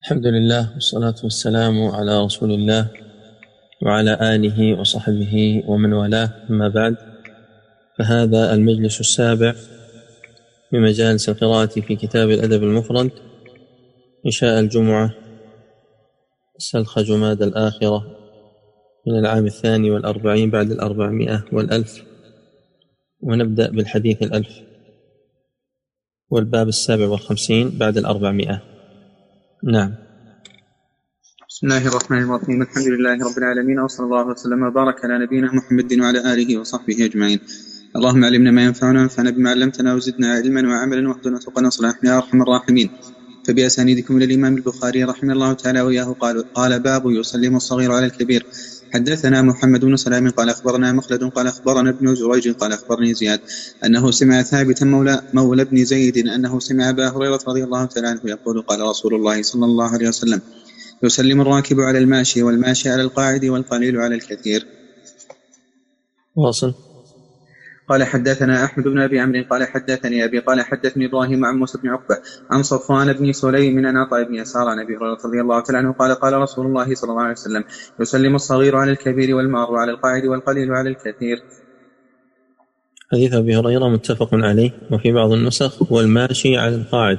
الحمد لله والصلاة والسلام على رسول الله وعلى آله وصحبه ومن والاه، أما بعد، فهذا المجلس السابع من مجالس القراءة في كتاب الأدب المفرد، إن شاء الجمعة سلخ جماد الآخرة من العام 42 بعد 400 والألف، ونبدأ بالحديث 1000 والباب 57 بعد 400. نعم. بسم الله الرحمن الرحيم. الحمد لله رب العالمين، وصلى الله وسلم وبارك على نبينا محمد وعلى آله وصحبه أجمعين. اللهم علمنا ما ينفعنا وانفعنا بما علمتنا وزدنا علما وعملا واهدنا وتوفيقا وصلاحنا يا أرحم الراحمين. فبأسانيدكم إلى الإمام البخاري رحمه الله تعالى وإياه قال باب يسلم الصغير على الكبير. حدثنا محمد بن سلام قال أخبرنا مخلد قال أخبرنا ابن جريج قال أخبرني زياد أنه سمع ثابتا مولى ابن زيد أنه سمع أبا هريرة رضي الله تعالى عنه يقول قال رسول الله صلى الله عليه وسلم: يسلم الراكب على الماشي والماشي على القاعد والقليل على الكثير. واصل. قال حدثنا أحمد بن أبي عمرو قال حدثني أبي قال حدثني إبراهيم عن موسى بن عقبة عن صفوان بن سليم عن عطاء بن يسار عن أبي هريرة رضي الله تعالى عنه قال قال رسول الله صلى الله عليه وسلم: يسلم الصغير على الكبير والمار على القاعد والقليل على الكثير. حديث أبي هريرة متفق عليه، وفي بعض النسخ والماشي على القاعد،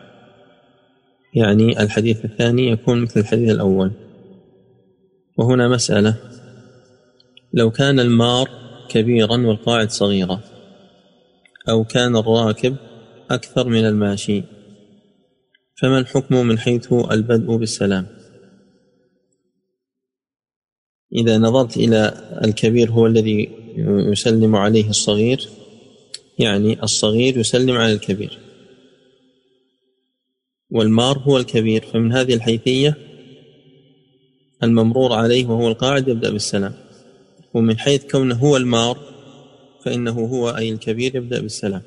يعني الحديث الثاني يكون مثل الحديث الأول. وهنا مسألة: لو كان المار كبيرا والقاعد صغيرا، أو كان الراكب أكثر من الماشي، فما الحكم من حيث البدء بالسلام؟ إذا نظرت إلى الكبير هو الذي يسلم عليه الصغير، يعني الصغير يسلم على الكبير، والمار هو الكبير، فمن هذه الحيثية الممرور عليه وهو القاعد يبدأ بالسلام، ومن حيث كونه هو المار فإنه هو أي الكبير يبدأ بالسلام.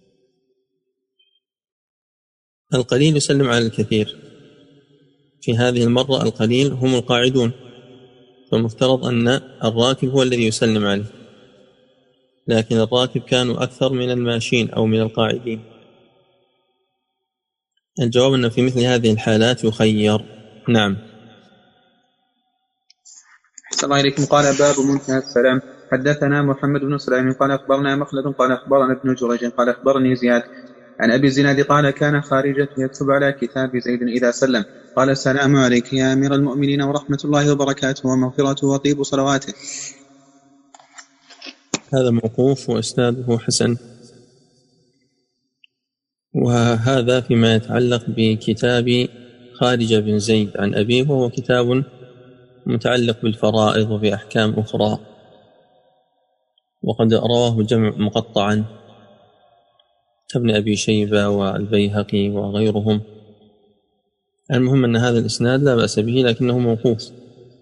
القليل يسلم على الكثير، في هذه المرة القليل هم القاعدون، فالمفترض أن الراكب هو الذي يسلم عليه، لكن الراكب كانوا أكثر من الماشين أو من القاعدين. الجواب أن في مثل هذه الحالات يخير. نعم. أحسن الله إليكم. قال باب منتهى السلام. حدثنا محمد بن سلام قال أخبرنا مخلد قال أخبرنا ابن جريج قال أخبرني زياد عن أبي الزناد قال كان خارجة يكتب على كتاب زيد إذا سلم قال: السلام عليك يا أمير المؤمنين ورحمة الله وبركاته ومغفرته وطيب صلواته. هذا موقوف وإسناده حسن، وهذا فيما يتعلق بكتاب خارجة بن زيد عن أبيه، وهو كتاب متعلق بالفرائض وبأحكام أخرى، وقد رواه جمع مقطعا كابن أبي شيبة والبيهقي وغيرهم. المهم أن هذا الإسناد لا بأس به، لكنه موقوف.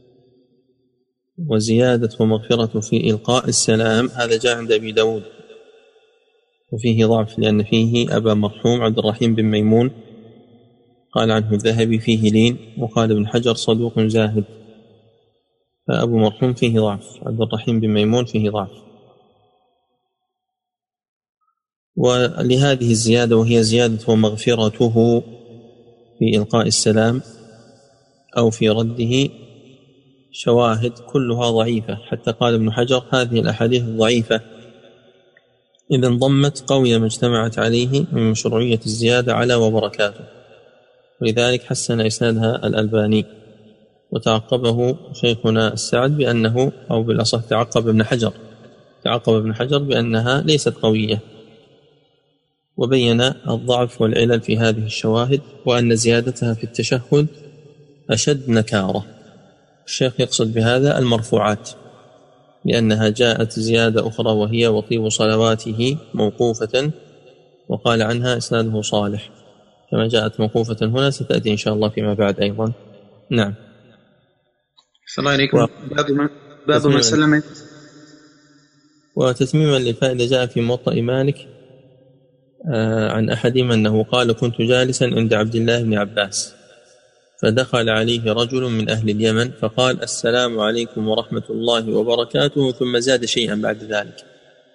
وزيادة ومغفرة في إلقاء السلام هذا جاء عند أبي داود، وفيه ضعف، لأن فيه أبا مرحوم عبد الرحيم بن ميمون قال عنه الذهبي فيه لين، وقال ابن حجر صدوق زاهد، فأبو مرحوم فيه ضعف، عبد الرحيم بن ميمون فيه ضعف. ولهذه الزيادة، وهي زيادة ومغفرته في إلقاء السلام أو في رده، شواهد كلها ضعيفة، حتى قال ابن حجر هذه الأحاديث الضعيفة إذا انضمت قوية ما اجتمعت عليه من مشروعية الزيادة على وبركاته، ولذلك حسن إسنادها الألباني، وتعقبه شيخنا السعد بأنه، أو بالأصح تعقب ابن حجر بأنها ليست قوية، وبين الضعف والعلل في هذه الشواهد، وأن زيادتها في التشهد أشد نكارة. الشيخ يقصد بهذا المرفوعات، لأنها جاءت زيادة أخرى وهي وطيب صلواته موقوفة، وقال عنها إسناده صالح، كما جاءت موقوفة هنا ستأتي إن شاء الله فيما بعد أيضا. نعم. السلام عليكم. باب من سلم. وتتميما للفائدة، جاء في موطأ مالك عن أحدهم أنه قال: كنت جالسا عند عبد الله بن عباس، فدخل عليه رجل من أهل اليمن فقال: السلام عليكم ورحمة الله وبركاته، ثم زاد شيئا بعد ذلك.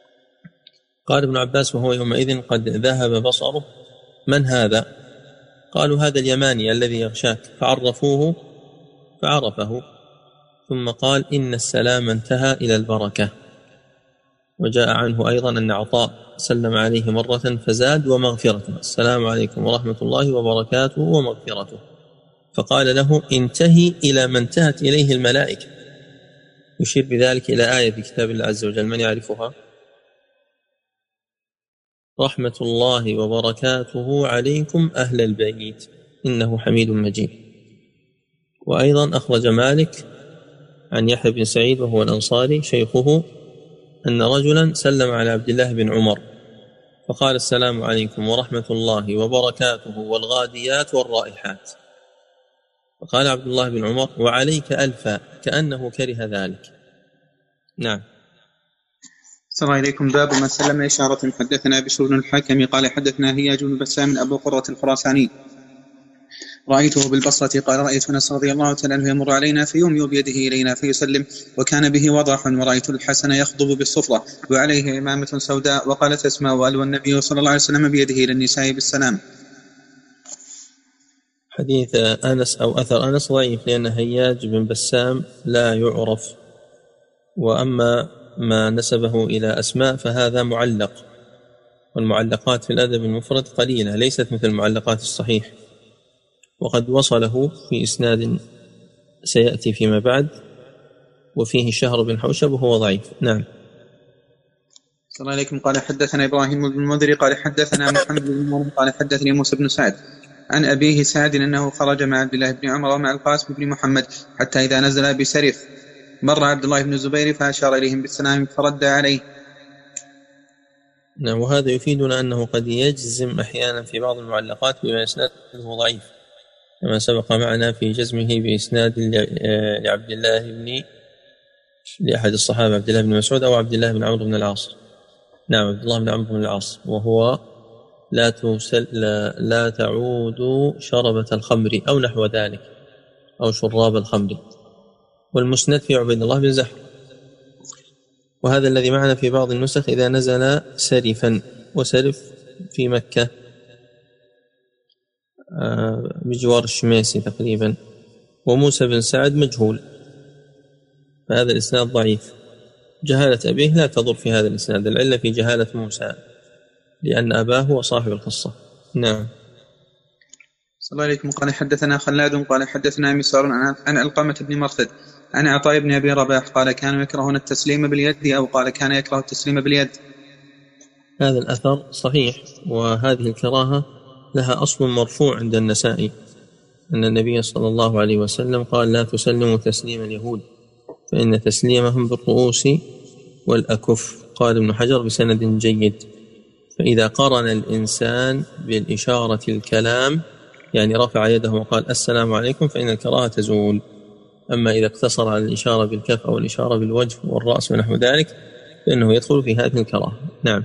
قال ابن عباس وهو يومئذ قد ذهب بصره: من هذا؟ قالوا هذا اليماني الذي يغشاك، فعرفوه فعرفه، ثم قال إن السلام انتهى إلى البركة. وجاء عنه أيضا أن عطاء سلم عليه مرة فزاد ومغفرة، السلام عليكم ورحمة الله وبركاته ومغفرته، فقال له انتهي إلى ما انتهت إليه الملائكة، يشير بذلك إلى آية في كتاب الله عز وجل، من يعرفها؟ رحمة الله وبركاته عليكم أهل البيت إنه حميد مجيد. وأيضا أخرج مالك عن يحيى بن سعيد وهو الأنصاري شيخه أن رجلا سلم على عبد الله بن عمر فقال السلام عليكم ورحمة الله وبركاته والغاديات والرائحات، فقال عبد الله بن عمر وعليك ألفا، كأنه كره ذلك. نعم. السلام عليكم. باب من سلم إشارة. حدثنا بشر بن الحكم قال حدثنا هياج بن بسام أبو قرة الخراساني رأيته بالبصرة قال رأيت أنس رضي الله تعالى عنه يمر علينا فيومي بيده إلينا فيسلم وكان به وضح، ورأيت الحسن يخضب بالصفرة وعليه إمامة سوداء، وقالت أسماء وألوى النبي صلى الله عليه وسلم بيده إلى النساء بالسلام. حديث أنس أو أثر أنس ضعيف لأن هياج بن بسام لا يعرف، وأما ما نسبه إلى أسماء فهذا معلق، والمعلقات في الأدب المفرد قليلة ليست مثل المعلقات الصحيح، وقد وصله في إسناد سيأتي فيما بعد وفيه شهر بن حوشب وهو ضعيف. نعم. صلى الله عليكم. قال حدثنا إبراهيم بن المنذر قال حدثنا محمد بن عمر قال حدثني موسى بن سعد عن أبيه سعد أنه خرج مع عبد الله بن عمر ومع القاسم بن محمد حتى إذا نزل بسرف مر عبد الله بن الزبير فأشار إليهم بالسلام فرد عليه. نعم. وهذا يفيدنا أنه قد يجزم أحيانا في بعض المعلقات بما إسناده ضعيف، كما سبق معنا في جزمه بإسناد لعبد الله بن لأحد الصحابة عبد الله بن مسعود أو عبد الله بن عمرو بن العاص. نعم، عبد الله بن عمرو بن العاص، وهو لا تعود شربة الخمر أو نحو ذلك أو شراب الخمر. والمسند في عبيد الله بن زهر، وهذا الذي معنا في بعض النسخ إذا نزل سرفا، وسرف في مكة بجوار الشميسي تقريبا. وموسى بن سعد مجهول، فهذا الإسناد ضعيف. جهالة أبيه لا تضر في هذا الإسناد، العلة في جهالة موسى لأن أباه هو صاحب القصة. نعم. صلى الله عليكم. قال حدثنا خلاد قال حدثنا مسار عن علقمة بن مرثد عن عطاء بن أبي رباح قال كانوا يكرهون التسليم باليد، أو قال كان يكره التسليم باليد. هذا الأثر صحيح، وهذه الكراهة لها أصل مرفوع عند النسائي أن النبي صلى الله عليه وسلم قال لا تسلموا تسليم اليهود فإن تسليمهم بالرؤوس والأكف. قال ابن حجر بسند جيد. فإذا قرن الإنسان بالإشارة الكلام، يعني رفع يده وقال السلام عليكم، فإن الكراهة تزول. أما إذا اقتصر على الإشارة بالكف أو الإشارة بالوجه والرأس ونحو ذلك فإنه يدخل في هذه الكراهة. نعم.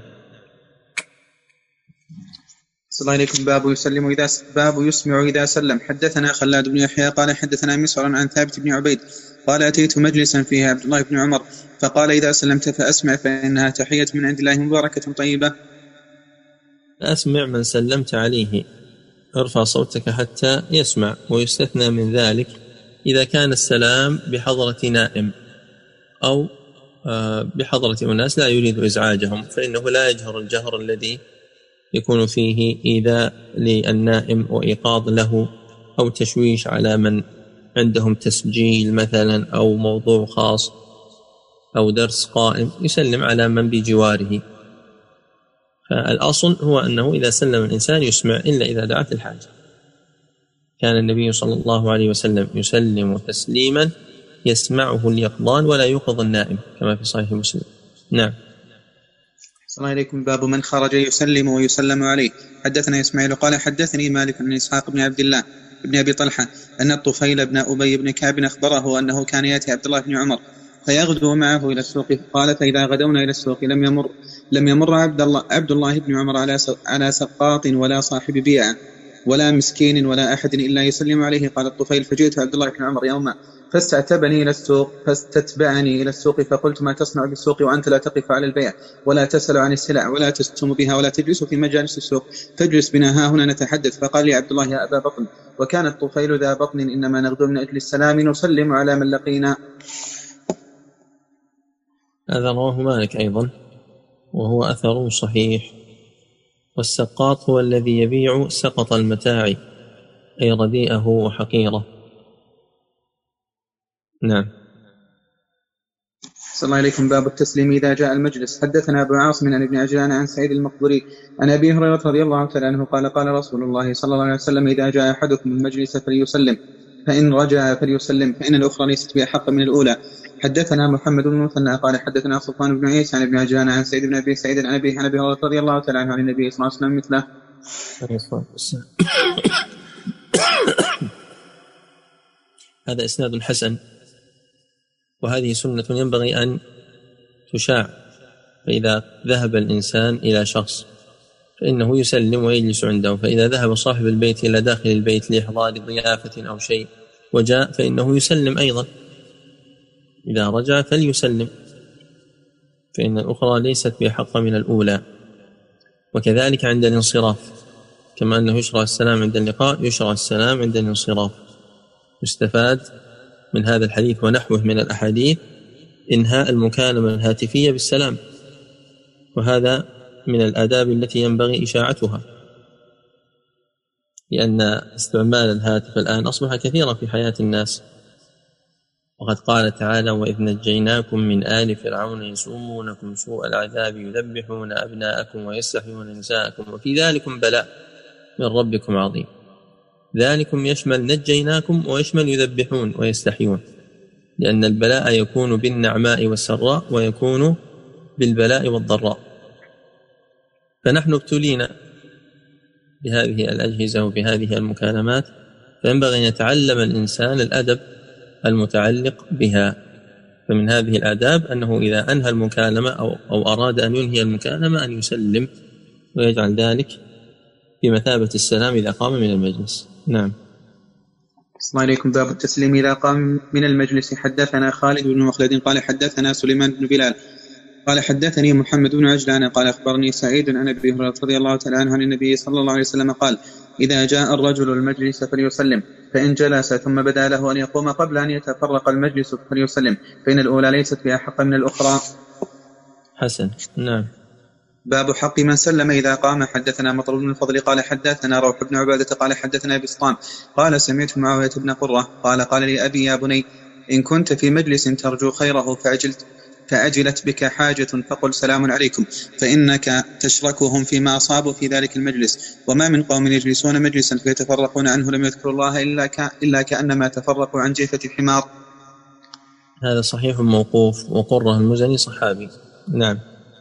صلى الله عليكم. باب يسمع إذا سلم. حدثنا خلاد بن يحيى قال حدثنا مسعر عن ثابت بن عبيد قال أتيت مجلسا فيه عبد الله بن عمر فقال إذا سلمت فأسمع فإنها تحية من عند الله مباركة طيبة. أسمع من سلمت عليه، ارفع صوتك حتى يسمع. ويستثنى من ذلك إذا كان السلام بحضرة نائم أو بحضرة أناس لا يريد إزعاجهم، فإنه لا يجهر الجهر الذي يكون فيه إيذاء للنائم وإيقاظ له أو تشويش على من عندهم تسجيل مثلا أو موضوع خاص أو درس قائم، يسلم على من بجواره. فالأصل هو أنه إذا سلم الإنسان يسمع إلا إذا دعت الحاجة. كان النبي صلى الله عليه وسلم يسلم تسليما يسمعه اليقظان ولا يوقظ النائم كما في صحيح مسلم. نعم. صلى الله عليكم. باب من خرج يسلم ويسلم عليه. حدثنا إسماعيل قال حدثني مالك بن إسحاق بن عبد الله بن أبي طلحة أن الطفيل بن أبي بن كعب أخبره أنه كان يأتي عبد الله بن عمر فيغدو معه إلى السوق. قال فإذا غدونا إلى السوق لم يمر عبد الله بن عمر على سقاط ولا صاحب بيعة ولا مسكين ولا أحد إلا يسلم عليه. قال الطفيل فجئت عبد الله بن عمر يوما فاستعتبني إلى السوق فاستتبعني إلى السوق فقلت ما تصنع بالسوق وأنت لا تقف على البيع ولا تسأل عن السلع ولا تستم بها ولا تجلس في مجالس السوق فاجلس بنا ها هنا نتحدث. فقال لي عبد الله يا أبا بطن وكان الطفيل ذا بطن إنما نغدو من أجل السلام نسلم على من لقينا. هذا رواه مالك أيضا وهو أثر صحيح. والسقاط هو الذي يبيع سقط المتاع أي رديئه وحقيره. نعم. صلى الله عليكم. باب التسليم إذا جاء المجلس. حدثنا أبو عاصم عن ابن عجلان عن سعيد المقبري عن أبي هريرة رضي الله تعالى عنه قال قال رسول الله صلى الله عليه وسلم إذا جاء أحدكم المجلس فليسلم فإن رجع فليسلم فإن الأخرى ليست بأحق من الأولى. حدثنا محمد بن المثنى قال حدثنا صفوان بن عيسى عن ابن عجلان عن سعيد بن أبي سعيد عن أبي هريرة رضي الله تعالى عنه عن النبي صلى الله عليه وسلم مثله. هذا إسناد حسن وهذه سنة ينبغي أن تشاع. فإذا ذهب الإنسان إلى شخص فإنه يسلم ويجلس عنده. فإذا ذهب صاحب البيت إلى داخل البيت لإحضار ضيافة أو شيء وجاء فإنه يسلم أيضا. إذا رجع فليسلم فإن الأخرى ليست بحق من الأولى. وكذلك عند الانصراف كما أنه يشرع السلام عند اللقاء يشرع السلام عند الانصراف. يستفاد من هذا الحديث ونحوه من الأحاديث إنهاء المكالمة الهاتفية بالسلام، وهذا من الآداب التي ينبغي إشاعتها، لأن استعمال الهاتف الآن أصبح كثيرا في حياة الناس. وقد قال تعالى وإذ نجيناكم من آل فرعون يسومونكم سوء العذاب يذبحون أبناءكم ويستحيون نساءكم وفي ذلكم بلاء من ربكم عظيم. ذلكم يشمل نجيناكم ويشمل يذبحون ويستحيون، لأن البلاء يكون بالنعماء والسراء ويكون بالبلاء والضراء. فنحن ابتلينا بهذه الأجهزة وبهذه المكالمات، فينبغي أن يتعلم الإنسان الأدب المتعلق بها. فمن هذه الآداب أنه إذا أنهى المكالمة أو أراد أن ينهي المكالمة أن يسلم ويجعل ذلك بمثابة السلام إذا قام من المجلس. نعم. السلام عليكم. باب التسليم إذا قام من المجلس. حدثنا خالد بن مخلد قال حدثنا سليمان بن بلال قال حدثني محمد بن عجلان قال أخبرني سعيد عن أبي هريرة رضي الله تعالى عنه عن النبي صلى الله عليه وسلم قال إذا جاء الرجل المجلس فليسلم، فإن جلس ثم بدا له أن يقوم قبل أن يتفرق المجلس فليسلم، فإن الأولى ليست بأحق من الأخرى. حسن. نعم. باب حق من سلم إذا قام. حدثنا مطر بن الفضل قال حدثنا روح بن عبادة قال حدثنا بسطام قال سمعت معاوية بن قرة قال لي أبي يا بني إن كنت في مجلس ترجو خيره فأجلت بك حاجة فقل سلام عليكم، فإنك تشركهم فيما أصابوا في ذلك المجلس، وما من قوم يجلسون مجلسا فيتفرقون عنه لم يذكروا الله إلا كأنما تفرقوا عن جيفة حمار. هذا صحيح موقوف، وقرة المزني صحابي. نعم.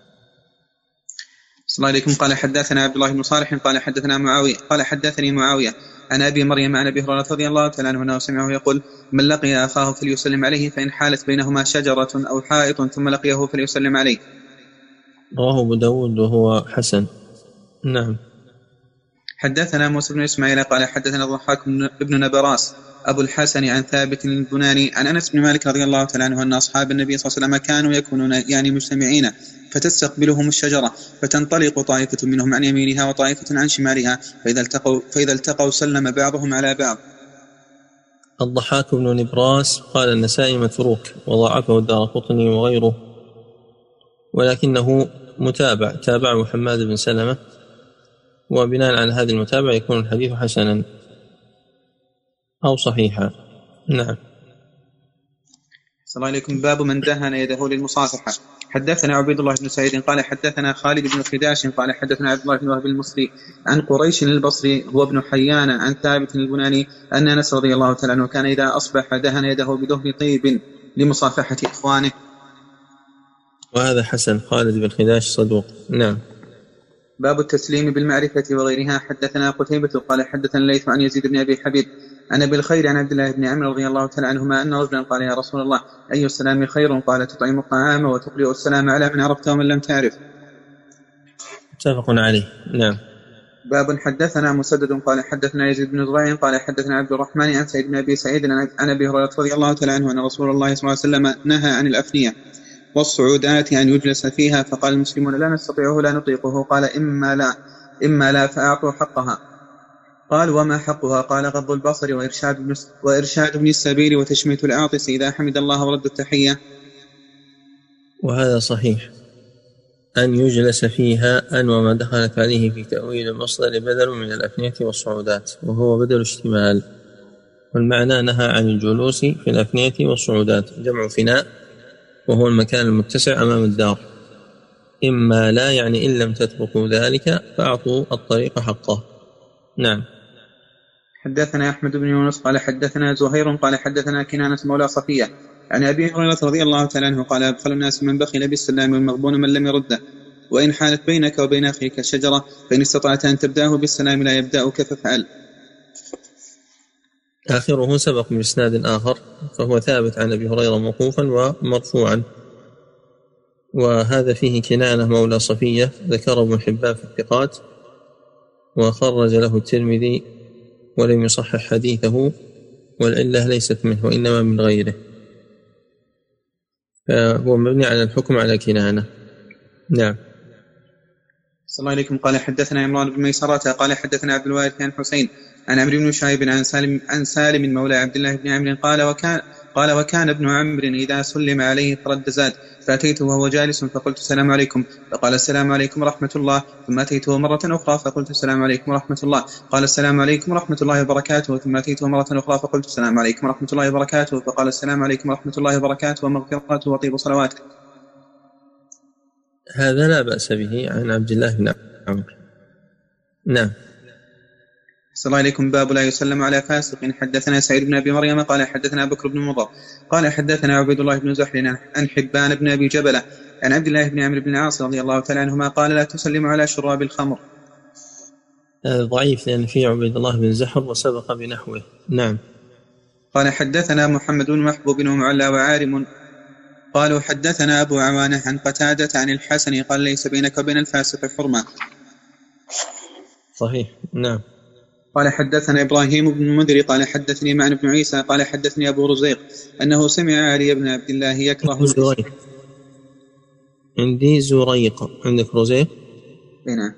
السلام عليكم. قال حدثنا عبد الله بن صالح قال حدثنا معاوية قال حدثني معاوية عن أبي مريم عن أبي هريرة رضي الله تعالى عنه أنه سمعه يقول من لقي أخاه فليسلم عليه، فإن حالت بينهما شجرة أو حائط ثم لقيه فليسلم عليه. رواه أبو داود وهو حسن. نعم. حدثنا موسى بن إسماعيل قال حدثنا الضحاك بن نبراس أبو الحسن عن ثابت البناني عن أنس بن مالك رضي الله تعالى عنه أن أصحاب النبي صلى الله عليه وسلم كانوا يكونون مجتمعين فتستقبلهم الشجرة فتنطلق طائفة منهم عن يمينها وطائفة عن شمالها، فإذا التقوا سلم بعضهم على بعض. الضحاك بن نبراس قال النسائي متروك وضعفه الدارقطني وغيره، ولكنه متابع تابعه حماد بن سلمة، وبناء على هذه المتابعة يكون الحديث حسنا أو صحيحا. نعم. السلام عليكم. باب من دهن يده للمصافحة. حدثنا عبيد الله بن سعيد قال حدثنا خالد بن خداش قال حدثنا عبد الله بن وهب المصري عن قريش البصري هو ابن حيان عن ثابت البناني أن أنس رضي الله تعالى عنه كان إذا أصبح دهن يده بدهن طيب لمصافحة إخوانه. وهذا حسن. خالد بن خداش صدوق. نعم. باب التسليم بالمعرفة وغيرها. حدثنا قتيبة قال حدثنا الليث عن يزيد بن أبي حبيب عن أبي الخير عن عبد الله بن عمرو رضي الله تعالى عنهما أن رجلا قال يا رسول الله أي السلام خير؟ قال تطعم الطعام وتقرئ السلام على من عرفت ومن لم تعرف. متفق عليه. نعم. باب حدثنا مسدد قال حدثنا يزيد بن زريع قال حدثنا عبد الرحمن عن سعيد بن أبي سعيد عن أبي هريرة رضي الله تعالى عنه أن رسول الله صلى الله عليه وسلم نهى عن الأفنية والصعودات أن يجلس فيها، فقال المسلمون لا نستطيعه لا نطيقه، قال إما لا فأعطوا حقها. قال وما حقها؟ قال غض البصر وإرشاد ابن السبيل وتشميت العاطس إذا حمد الله ورد التحية. وهذا صحيح، أن يجلس فيها أن وما دخلت عليه في تأويل المصدر بدل من الأفنية والصعودات، وهو بدل اشتمال، والمعنى نهى عن الجلوس في الأفنية والصعودات، جمع فناء وهو المكان المتسع أمام الدار. إما لا يعني إن لم تتركوا ذلك فأعطوا الطريق حقه. نعم. حدثنا أحمد بن يونس قال حدثنا زهير قال حدثنا كنانة مولى صفية عن أبي هريرة رضي الله تعالى عنه قال أبخل الناس من بخل بالسلام والمغبون من لم يرده، وإن حالت بينك وبين أخيك شجرة فإن استطعت أن تبدأه بالسلام لا يبدأك فافعل. آخره سبق بإسناد آخر، فهو ثابت عن أبي هريرة موقوفا ومرفوعا، وهذا فيه كنانة مولى صفية ذكر ابن حبان في الثقات وخرج له الترمذي ولم يصحح حديثه، والعلة ليست منه وإنما من غيره، فهو مبني على الحكم على كنانة. نعم. صلى الله عليكم. قال حدثنا عمران بن ميسرة قال حدثنا عبد الوارث عن حسين عن عمرو بن شعيب عن سالم مولى عبد الله بن عمرو قال وكان ابن عمرو إذا سلم عليه فرد زاد، فأتيته وهو جالس فقلت السلام عليكم، فقال السلام عليكم ورحمة الله، ثم أتيته مرة أخرى فقلت السلام عليكم ورحمة الله، قال السلام عليكم ورحمة الله وبركاته، ثم أتيته مرة أخرى فقلت السلام عليكم ورحمة الله وبركاته، فقال السلام عليكم ورحمة الله وبركاته ومغفرته وطيب صلواتك. هذا لا بأس به عن عبد الله بن عمرو. نعم. صلى الله عليكم. باب لا يسلم على فاسق. حدثنا سعيد بن أبي مريم قال حدثنا بكر بن مضر قال حدثنا عبيد الله بن زحل عن حبان بن أبي جبلة عن عبد الله بن عمرو بن العاص رضي الله تعالى عنهما قال لا تسلم على شراب الخمر. ضعيف لأن فيه عبيد الله بن زحر وسبق بنحوه. نعم. قال حدثنا محمد بن محبوب بن معلى وعارم قالوا حدثنا أبو عوانة عن قتادة عن الحسن قال ليس بينك وبين الفاسق حرمة. صحيح. نعم. قال حدثنا إبراهيم بن المنذر قال حدثني معن بن عيسى قال حدثني أبو رزيق أنه سمع علي بن عبد الله يكره زريق. عندي زريق، عندك رزيق؟ نعم.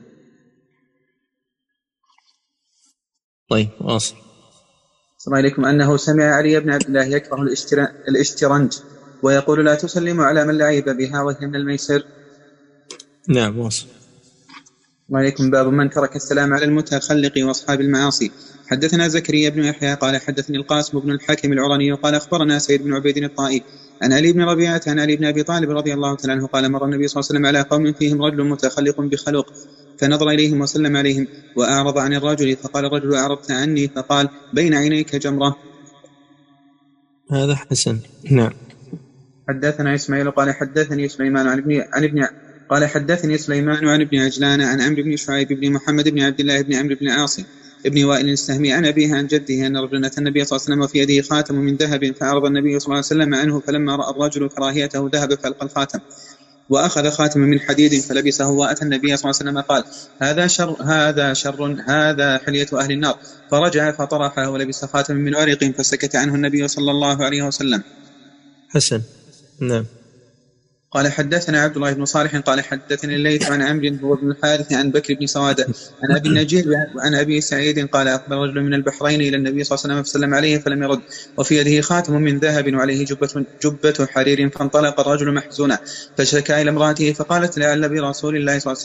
طيب واصل. صلى الله عليكم. أنه سمع علي بن عبد الله يكره الاشترنج ويقول لا تسلم على من لا عيب بها وهي من الميسر. نعم واصل. الله عليكم. باب من ترك السلام على المتخلق واصحاب المعاصي. حدثنا زكريا بن يحيى قال حدثني القاسم بن الحكم العرني قال اخبرنا سيد بن عبيد الطائي عن علي بن ربيعة عن علي بن ابي طالب رضي الله تعالى عنه قال مر النبي صلى الله عليه وسلم على قوم فيهم رجل متخلق بخلق فنظر اليهم وسلم عليهم واعرض عن الرجل، فقال الرجل اعرضت عني؟ فقال بين عينيك جمرة. هذا حسن. نعم. حدثنا اسماعيل قال حدثني سليمان قال حدثني سليمان عن ابن عجلان عن عمرو بن شعيب بن محمد بن عبد الله بن عمرو بن عاصم ابن وائل السهمي عن أبيه عن جده أن رجلا أتى النبي صلى الله عليه وسلم وفي يده خاتم من ذهب فأعرض النبي صلى الله عليه وسلم عنه، فلما رأى الرجل كراهيته ذهب فألقى الخاتم وأخذ خاتما من حديد فلبسه وأتى النبي صلى الله عليه وسلم قال هذا شر هذا حلية أهل النار، فرجع فطرحه ولبس خاتما من ورق فسكت عنه النبي صلى الله عليه وسلم. حسن. نعم. قال حدثنا عبد الله بن صالح قال حدثني الليث عن عمرو هو بن الحارث عن بكر بن سوادة عن أبي النجيح وعن أبي سعيد قال أقبل رجل من البحرين إلى النبي صلى الله عليه وسلم فسلم عليه فلم يرد وفي يده خاتم من ذهب وعليه جبة حرير، فانطلق الرجل محزونا فشكى إلى امرأته فقالت لعل برسول الله صلى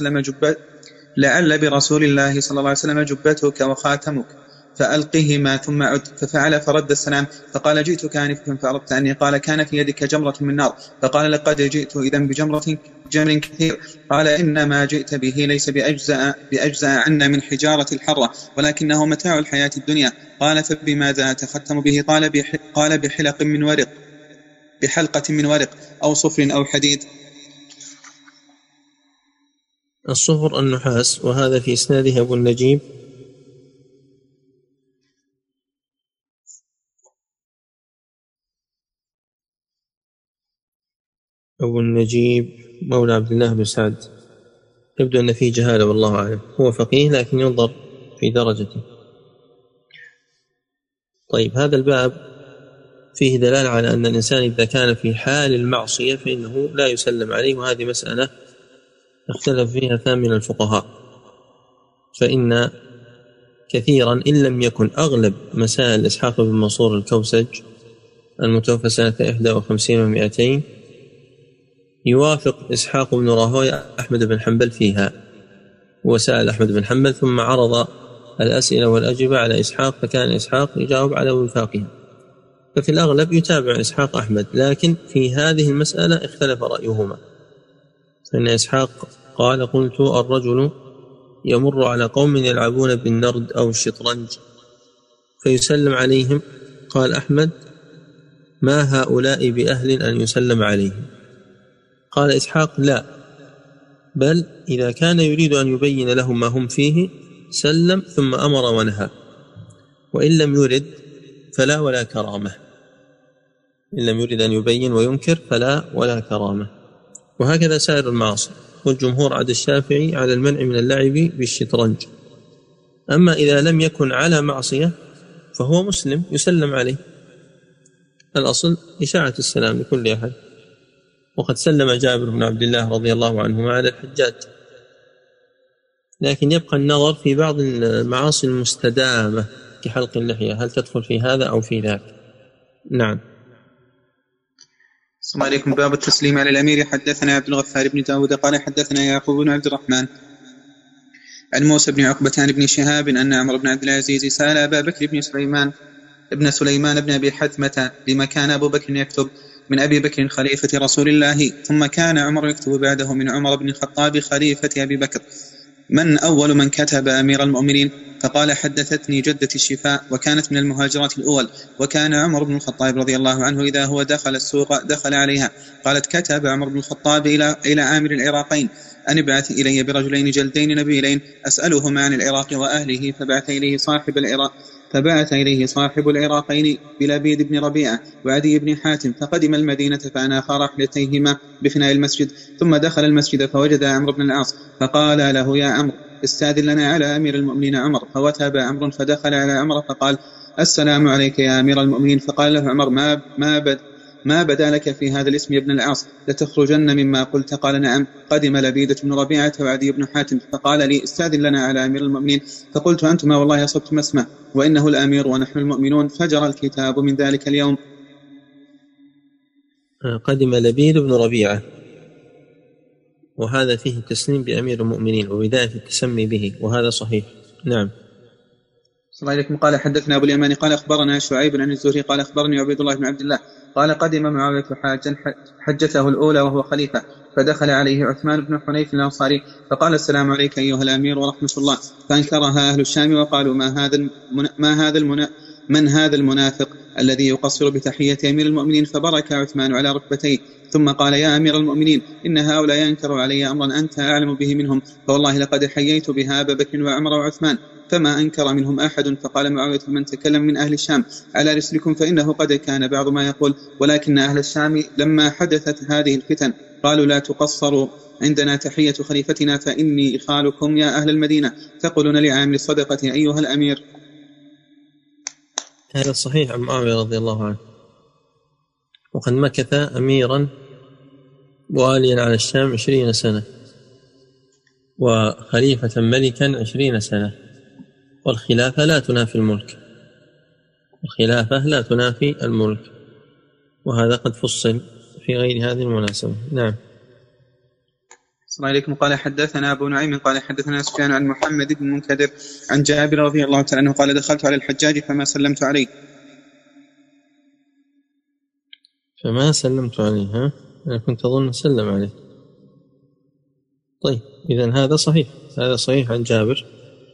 الله عليه وسلم جبتك وخاتمك فألقهما ثم عد، ففعل فرد السلام فقال جئتك آنفا فأردت عني، قال كان في يدك جمرة من نار، فقال لقد جئت إذن بجمر كثير، قال إنما جئت به ليس بأجزاء عنا من حجارة الحرة ولكنه متاع الحياة الدنيا، قال فبماذا تختم به؟ قال بحلقة من ورق أو صفر أو حديد. الصفر النحاس، وهذا في إسناده أبو النجيب مولى عبد الله بن سعد يبدو أن فيه جهالة والله أعلم، هو فقيه لكن ينظر في درجته. طيب، هذا الباب فيه دلالة على أن الإنسان إذا كان في حال المعصية فإنه لا يسلم عليه، وهذه مسألة اختلف فيها ثامن الفقهاء، فإن كثيرا إن لم يكن أغلب مسائل إسحاق بن منصور الكوسج المتوفى سنة 51 و200 يوافق إسحاق بن راهويه أحمد بن حنبل فيها، وسأل أحمد بن حنبل ثم عرض الأسئلة والأجوبة على إسحاق، فكان إسحاق يجاوب على وفاقها، ففي الأغلب يتابع إسحاق أحمد، لكن في هذه المسألة اختلف رأيهما، فإن إسحاق قال: قلت الرجل يمر على قوم يلعبون بالنرد أو الشطرنج فيسلم عليهم، قال أحمد: ما هؤلاء بأهل أن يسلم عليهم. قال إسحاق: لا، بل إذا كان يريد أن يبين لهم ما هم فيه سلم ثم أمر ونهى، وإن لم يرد فلا ولا كرامة، إن لم يرد أن يبين وينكر فلا ولا كرامة. وهكذا سائر المعاصي، والجمهور عدا الشافعي على المنع من اللعب بالشطرنج. أما إذا لم يكن على معصية فهو مسلم يسلم عليه، الأصل إشاعة السلام لكل أحد. وقد سلم جابر بن عبد الله رضي الله عنهما على الحجاج، لكن يبقى النظر في بعض المعاصي المستدامة كحلق اللحية، هل تدخل في هذا أو في ذاك؟ نعم. السلام عليكم. باب التسليم على الأمير. حدثنا عبد الغفار بن داود قال حدثنا يعقوب بن عبد الرحمن عن موسى بن عقبة عن ابن شهاب أن عمر بن عبد العزيز سأل أبا بكر بن سليمان بن أبي حثمة لما كان أبو بكر يكتب من أبي بكر خليفة رسول الله، ثم كان عمر يكتب بعده من عمر بن الخطاب خليفة أبي بكر، من أول من كتب أمير المؤمنين؟ فقال: حدثتني جدتي الشفاء، وكانت من المهاجرات الأول، وكان عمر بن الخطاب رضي الله عنه إذا هو دخل السوق دخل عليها. قالت: كتب عمر بن الخطاب إلى عامر العراقين أن ابعث إلي برجلين جلدين نبيلين أسألهما عن العراق وأهله، فبعث إليه صاحب العراقين بلبيد بن ربيعة وعدي بن حاتم، فقدم المدينة فأناخا راحلتيهما بفناء المسجد، ثم دخل المسجد فوجد عمرو بن العاص، فقال له: يا عمرو، استأذن لنا على أمير المؤمنين عمر. فوثب عمرو فدخل على عمر فقال: السلام عليك يا أمير المؤمنين. فقال له عمر: ما بدا لك في هذا الاسم يا ابن العاص؟ لتخرجن مما قلت؟ قال: نعم. قدم لبيدة بن ربيعة وعدي بن حاتم، فقال لي: استأذن لنا على أمير المؤمنين. فقلت: أنتما والله أصبتم اسمه، وإنه الأمير ونحن المؤمنون. فجرى الكتاب من ذلك اليوم. قدم لبيد بن ربيعة، وهذا فيه التسليم بأمير المؤمنين وبداية التسمي به، وهذا صحيح. نعم. صلى الله عليكم. قال حدثنا أبو اليمان قال أخبرنا شعيب عن الزهري قال أخبرني عبيد الله بن عبد الله قال قدم معاوية حاجا حجته الأولى وهو خليفة، فدخل عليه عثمان بن حنيف الأنصاري فقال: السلام عليك أيها الأمير ورحمة الله. فأنكرها أهل الشام وقالوا: من هذا المنافق الذي يقصر بتحية أمير المؤمنين؟ فبرك عثمان على ركبتيه ثم قال: يا أمير المؤمنين، إن هؤلاء ينكروا علي أمرا أنت أعلم به منهم، فوالله لقد حييت بها أبا بكر وعمر وعثمان فما أنكر منهم أحد. فقال معاوية: من تكلم من أهل الشام على رسلكم فإنه قد كان بعض ما يقول، ولكن أهل الشام لما حدثت هذه الفتن قالوا: لا تقصروا عندنا تحية خليفتنا، فإني إخالكم يا أهل المدينة تقولون لعامل الصدقة أيها الأمير. هذا صحيح عن معاوية رضي الله عنه، وقد مكث أميرا واليا على الشام 20 سنة، وخليفة ملكا 20 سنة، والخلافة لا تنافي الملك، الخلافة لا تنافي الملك، وهذا قد فصل في غير هذه المناسبة. نعم. السلام عليكم. قال حدثنا أبو نعيم قال حدثنا سفيان عن محمد بن منكدر عن جابر رضي الله تعالى عنه قال: دخلت على الحجاج فما سلمت عليه. فما سلمت عليه، ها؟ أنا كنت أظن سلم عليه. طيب، إذن هذا صحيح، هذا صحيح عن جابر،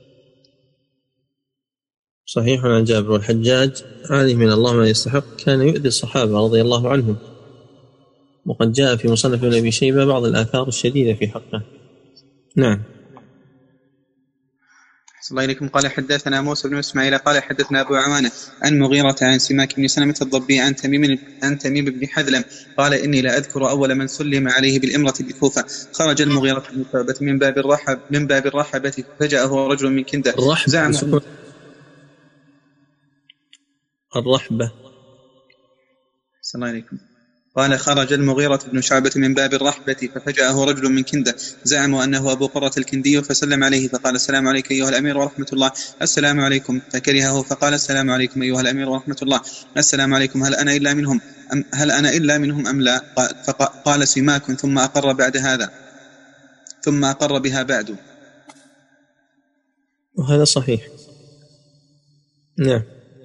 صحيح عن جابر. والحجاج عليه من الله ما يستحق، كان يؤذي الصحابة رضي الله عنهم، وقد جاء في مصنف ابن أبي شيبة بعض الآثار الشديدة في حقه. نعم. الله إليكم. قال حدثنا موسى بن إسماعيل قال حدثنا أبو عوانة عن مغيرة عن سماك بن سلمة الضبي عن تميم بن حذلم قال إني لا أذكر أول من سلم عليه بالإمرة بالكوفة خرج المغيرة بن شعبة من باب الرحبة فجاءه رجل من كندة زعم الرحبة. الله عليكم. قال خرج المغيرة بن شعبة من باب الرحبة ففجأه رجل من كندة زعموا أنه أبو قرة الكندي فسلم عليه فقال السلام عليك أيها الأمير ورحمة الله. السلام عليكم. فكرهه فقال السلام عليكم أيها الأمير ورحمة الله. السلام عليكم. هل أنا إلا منهم أم لا؟ قال سماك ثم أقر بها بعد. وهذا صحيح. نعم.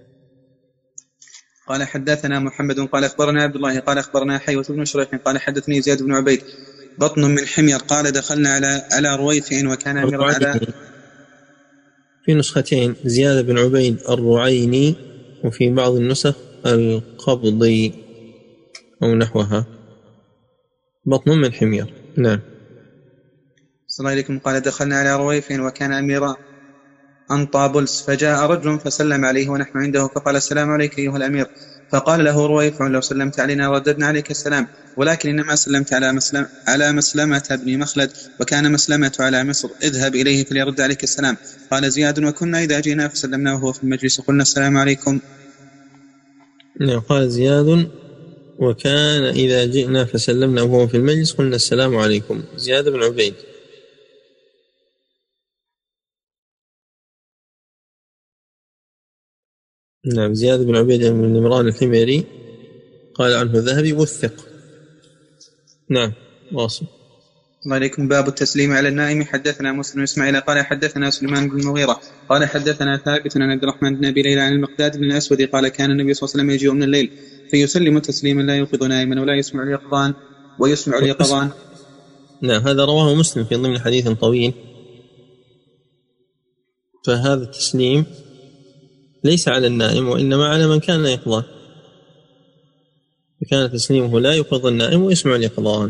قال حدثنا محمد قال أخبرنا عبد الله قال أخبرنا حيوة بن شريح قال حدثني زياد بن عبيد بطن من حمير قال دخلنا على رويفع وكان أميرا على في نسختين زياد بن عبيد الرعيني وفي بعض النسخ القبضي أو نحوها بطن من حمير. نعم. صلى الله عليكم. قال دخلنا على رويفع وكان أميرا عن طابلس فجاء رجل فسلم عليه ونحن عنده فقال السلام عليك أيها الأمير. فقال له رويفع لو سلمت علينا رددنا عليك السلام ولكن إنما سلمت على مسلمة بن مخلد وكان مسلمة على مصر اذهب إليه فليرد عليك السلام. قال زياد وكنا إذا جئنا فسلمنا وهو في المجلس قلنا السلام عليكم. نعم. قال زياد وكان إذا جئنا فسلمنا وهو في المجلس قلنا السلام عليكم. زياد بن عبيد. نعم. زياد بن عبيد بن عمران الحميري قال عنه الذهبي وثق. نعم. واصل. الله عليكم. باب التسليم على النائم. حدثنا مسلم بن إسماعيل قال حدثنا سليمان بن المغيرة قال حدثنا ثابت عن عبد الرحمن بن أبي ليلى عن المقداد بن الأسود قال كان النبي صلى الله عليه وسلم يجيء من الليل فيسلم تسليما لا يوقظ نائما ولا يسمع اليقظان ويسمع اليقظان. نعم. هذا رواه مسلم في ضمن حديث طويل. فهذا التسليم ليس على النائم وإنما على من كان يقظان فكان تسليمه لا يوقظ النائم ويسمع اليقظان.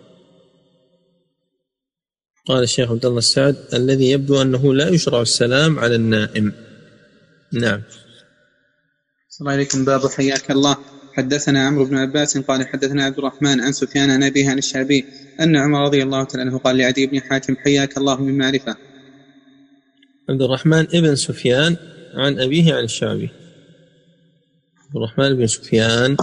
قال الشيخ عبد الله السعد الذي يبدو أنه لا يشرع السلام على النائم. نعم. صلى الله عليكم. باب حياك الله. حدثنا عمرو بن عباس قال حدثنا عبد الرحمن عن سفيان عن أبيه عن الشعبي أن عمر رضي الله تعالى عنه قال لعدي بن حاتم حياك الله من معرفة. عبد الرحمن ابن سفيان عن أبيه عن الشعبي. عبد الرحمن بن سفيان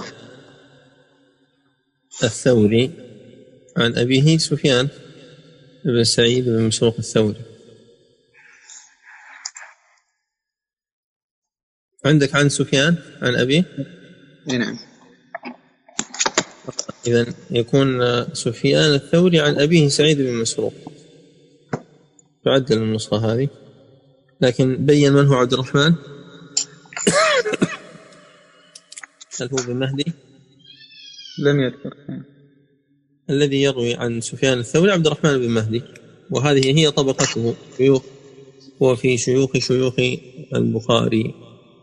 الثوري عن أبيه سفيان بن سعيد بن مسروق الثوري. عندك عن سفيان عن أبيه؟ نعم. إذن يكون سفيان الثوري عن أبيه سعيد بن مسروق. تعدل النسخة هذه لكن بين من هو عبد الرحمن. هل هو بن مهدي؟ لم يذكر. الذي يروي عن سفيان الثوري عبد الرحمن بن مهدي وهذه هي طبقته وفي شيوخ البخاري.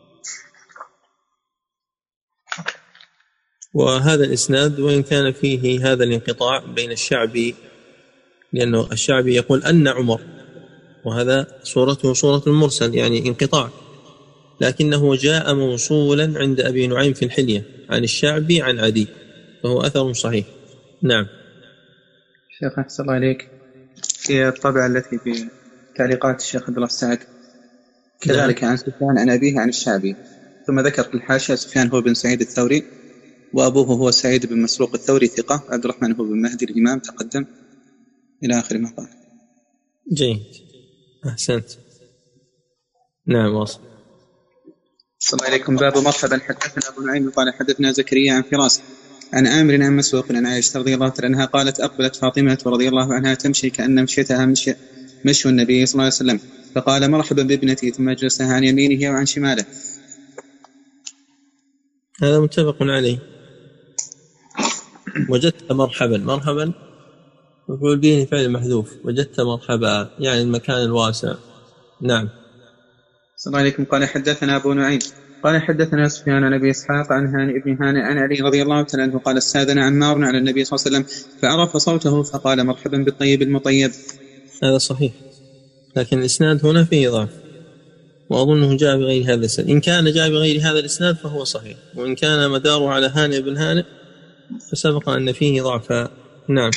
وهذا الإسناد وإن كان فيه هذا الانقطاع بين الشعبي لأنه الشعبي يقول أن عمر وهذا صورته صورة المرسل يعني انقطاع لكنه جاء موصولا عند أبي نعيم في الحلية عن الشعبي عن عدي فهو أثر صحيح. نعم. شيخ أحسن الله عليك. في الطبعة التي في تعليقات الشيخ عبد الله السعد كذلك عن سفيان عن أبيه عن الشعبي ثم ذكر في الحاشية سفيان هو بن سعيد الثوري وأبوه هو سعيد بن مسروق الثوري ثقة عبد الرحمن هو بن مهدي الإمام تقدم إلى آخر ما قال. جيد. أحسنت. نعم. واصل. السلام عليكم. باب مرحبا. حدثنا أبو نعيم قال حدثنا زكريا عن فراس عن عامر عن مسروق عن عائشة رضي الله عنها قالت أقبلت فاطمة رضي الله عنها تمشي كأن مشيتها مشي النبي صلى الله عليه وسلم فقال مرحبا بابنتي ثم جلسها عن يمينه وعن شماله. هذا متفق عليه. وجدت مرحبا مفعول به فعل محذوف وجدت مرحبا يعني المكان الواسع. نعم. السلام عليكم. قال حدثنا أبو نعيم قال حدثنا سفيان عن أبي إسحاق عن هانئ بن هانئ عن علي رضي الله تعالى عنه قال استأذن عمار على النبي صلى الله عليه وسلم فعرف صوته فقال مرحبا بالطيب المطيب. هذا صحيح لكن الإسناد هنا فيه ضعف وأظنه جاء بغير هذا الإسناد. إن كان جاء بغير هذا الإسناد فهو صحيح، وإن كان مداره على هانئ بن هانئ فسبق أن فيه ضعفا. نعم.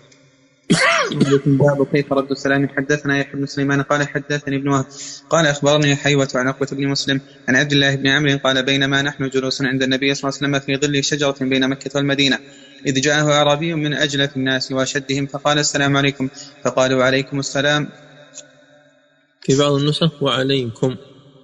باب كيف رد السلام. حدثنا يحيى بن سليمان قال حدثني ابن وهب قال أخبرني حيوة عن عقبة بن مسلم عن عبد الله بن عمرو قال بينما نحن جلوس عند النبي صلى الله عليه وسلم في ظل شجرة بين مكة والمدينة إذ جاءه أعرابي من أجلف الناس وأشدهم فقال السلام عليكم، فقالوا وعليكم السلام. في بعض النسخ وعليكم.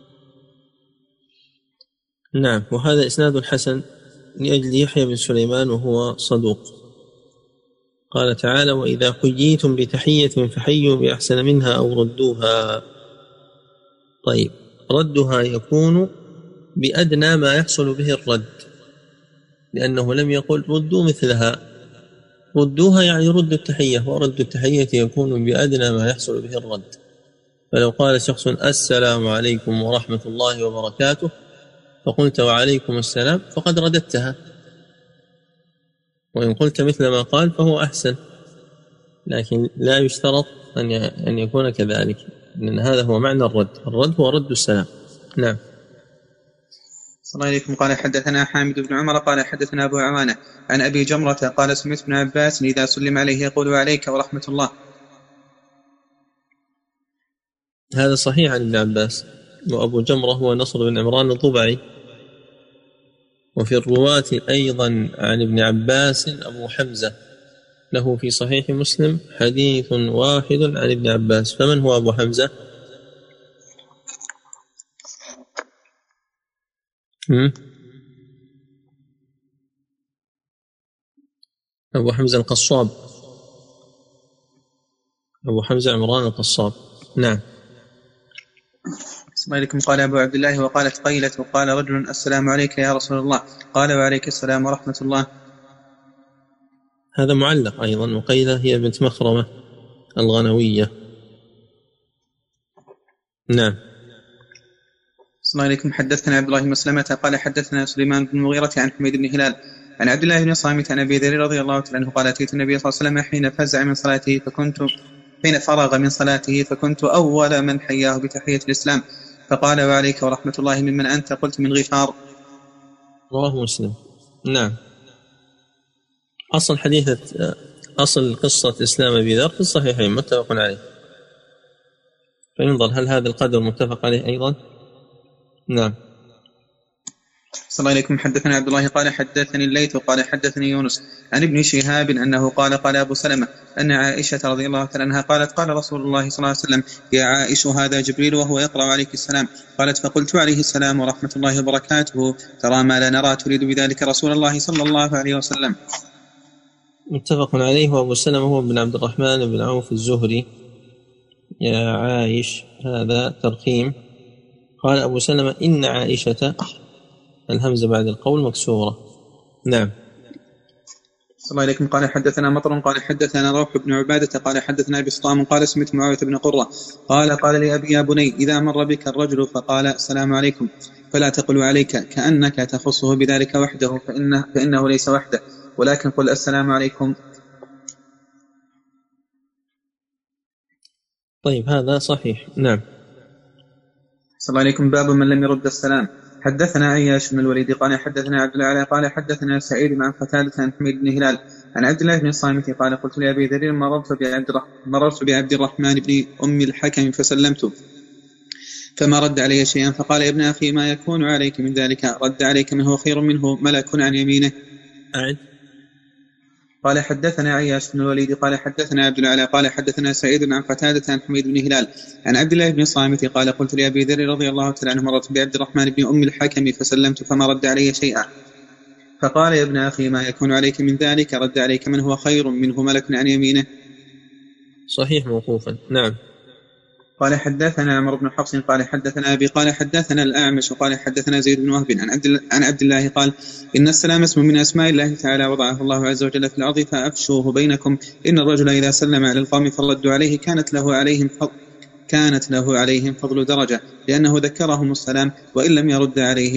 نعم. وهذا إسناد حسن لأجل يحيى بن سليمان وهو صدوق. قال تعالى وإذا حييتم بتحية فحيوا بأحسن منها أو ردوها. طيب، ردها يكون بأدنى ما يحصل به الرد، لأنه لم يقل ردوا مثلها. ردوها يعني ردوا التحية، ورد التحية يكون بأدنى ما يحصل به الرد. فلو قال شخص السلام عليكم ورحمة الله وبركاته فقلت وعليكم السلام فقد رددتها، وإن قلت مثل ما قال فهو أحسن، لكن لا يشترط أن يكون كذلك، لأن هذا هو معنى الرد. الرد هو رد السلام. نعم. السلام عليكم. قال حدثنا حامد بن عمر قال حدثنا أبو عوانة عن أبي جمرة قال سمعت ابن عباس إذا سلم عليه يقول عليك ورحمة الله. هذا صحيح عن ابن عباس. وأبو جمرة هو نصر بن عمران الضبعي. وفي الرواة أيضا عن ابن عباس أبو حمزة، له في صحيح مسلم حديث واحد عن ابن عباس. فمن هو أبو حمزة؟ أبو حمزة القصاب، أبو حمزة عمران القصاب. نعم. السلام عليكم. قال أبو عبد الله وقالت قيلة وقال رجل السلام عليك يا رسول الله قال وعليك السلام ورحمة الله. هذا معلق أيضا. وقيلة هي بنت مخرمة الغنوية. نعم. السلام عليكم. حدثنا عبد الله بن مسلمة قال حدثنا سليمان بن المغيرة عن حميد بن هلال عن عبد الله بن صامت عن أبي ذر رضي الله عنه قال أتيت النبي صلى الله عليه وسلم حين فرغ من صلاته فكنت أول من حياه بتحية الإسلام فقال وعليك ورحمة الله ممن أنت؟ قلت من غفار. رواه مسلم. نعم. أصل قصة إسلام أبي ذر في الصحيحين متفق عليه، فينظر هل هذا القدر متفق عليه أيضا. نعم. صلى الله عليكم. حدثنا عبد الله قال حدثني الليث قال حدثني يونس عن ابن شهاب أنه قال أبو سلمة أن عائشة رضي الله عنها قالت قال رسول الله صلى الله عليه وسلم يا عائش هذا جبريل وهو يقرأ عليك السلام. قالت فقلت عليه السلام ورحمة الله وبركاته ترى ما لا نرى تريد بذلك رسول الله صلى الله عليه وسلم. متفق عليه. وأبو سلمة هو بن عبد الرحمن بن عوف الزهري. يا عائش هذا ترقيم. قال أبو سلمة إن عائشة، الهمزة بعد القول مكسورة. نعم. صلى الله عليكم. قال حدثنا مطر قال حدثنا روح بن عبادة قال حدثنا بسطام قال سمعت معاوية بن قرة قال لي أبي يا بني إذا مر بك الرجل فقال السلام عليكم فلا تقل عليك كأنك تخصه بذلك وحده فإنه ليس وحده، ولكن قل السلام عليكم. طيب هذا صحيح. نعم. صلى الله عليكم. باب من لم يرد السلام. حدثنا عياش بن الوليد قال حدثنا عبد العالى قال حدثنا سعيد عن قتادة عن حميد بن هلال عن عبد الله بن الصامت قال قلت لأبي ذر مررت بعبد الرحمن بن أم الحكم فسلمت فما رد علي شيئا فقال يا ابن أخي ما يكون عليك من ذلك رد عليك من هو خير منه ملك عن يمينه. قال حدثنا عياش بن الوليد قال حدثنا عبد العالى قال حدثنا سعيد عن قتادة عن حميد بن هلال عن عبد الله بن صامت قال قلت لأبي ذر رضي الله عنه مررت بعبد الرحمن بن أم الحكم فسلمت فما رد علي شيئا فقال يا ابن أخي ما يكون عليك من ذلك رد عليك من هو خير منه ملك عن يمينه. صحيح موقوفا. نعم. قال حدثنا عمرو بن حفص قال حدثنا أبي قال حدثنا الأعمش قال حدثنا زيد بن وهب عن عبد الله قال إن السلام اسم من أسماء الله تعالى وضعه الله عز وجل في الأرض فأفشوه بينكم إن الرجل إذا سلم على القوم فردوا عليه كانت له عليهم فضل درجة لأنه ذكرهم السلام وإن لم يرد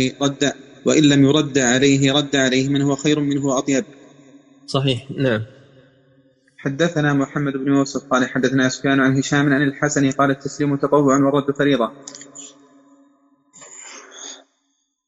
عليه رد عليه من هو خير منه وأطيب. صحيح. نعم. حدثنا محمد بن يوسف قال حدثنا سفيان عن هشام عن الحسن قال التسليم تطوع والرد فريضة.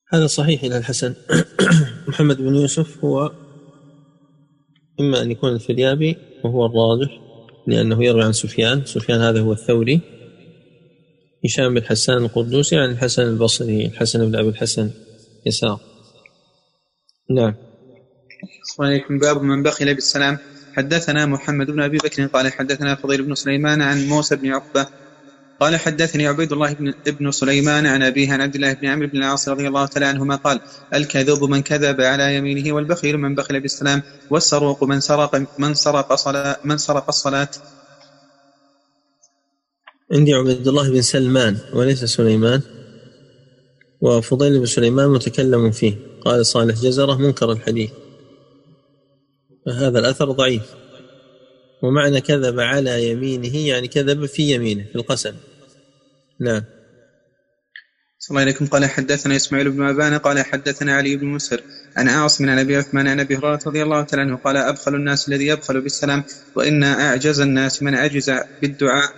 هذا صحيح إلى الحسن. محمد بن يوسف هو إما أن يكون الفريابي وهو الراجح لأنه يروي عن سفيان هذا هو الثوري، هشام بن حسان القردوسي عن الحسن البصري الحسن بن أبي الحسن يسار. نعم. عليكم. باب من بخل بالسلام. حدثنا محمد بن أبي بكر قال حدثنا فضيل بن سليمان عن موسى بن عقبة قال حدثني عبيد الله بن سليمان عن أبيه عن عبد الله بن عمرو بن العاص رضي الله تعالى عنهما قال الكذوب من كذب على يمينه، والبخيل من بخل بالسلام، والسروق من سرق الصلاة. عندي عبيد الله بن سلمان وليس سليمان، وفضيل بن سليمان متكلم فيه، قال صالح جزرة منكر الحديث، فهذا الأثر ضعيف. ومعنى كذب على يمينه يعني كذب في يمينه في القسم. نعم. صلى الله عليكم. قال حدثنا إسماعيل بن أبان قال حدثنا علي بن مسهر عن عاصم عن أبي عثمان عن أبي هريرة رضي الله تعالى عنه قال أبخل الناس الذي يبخل بالسلام، وإن أعجز الناس من عجز بالدعاء.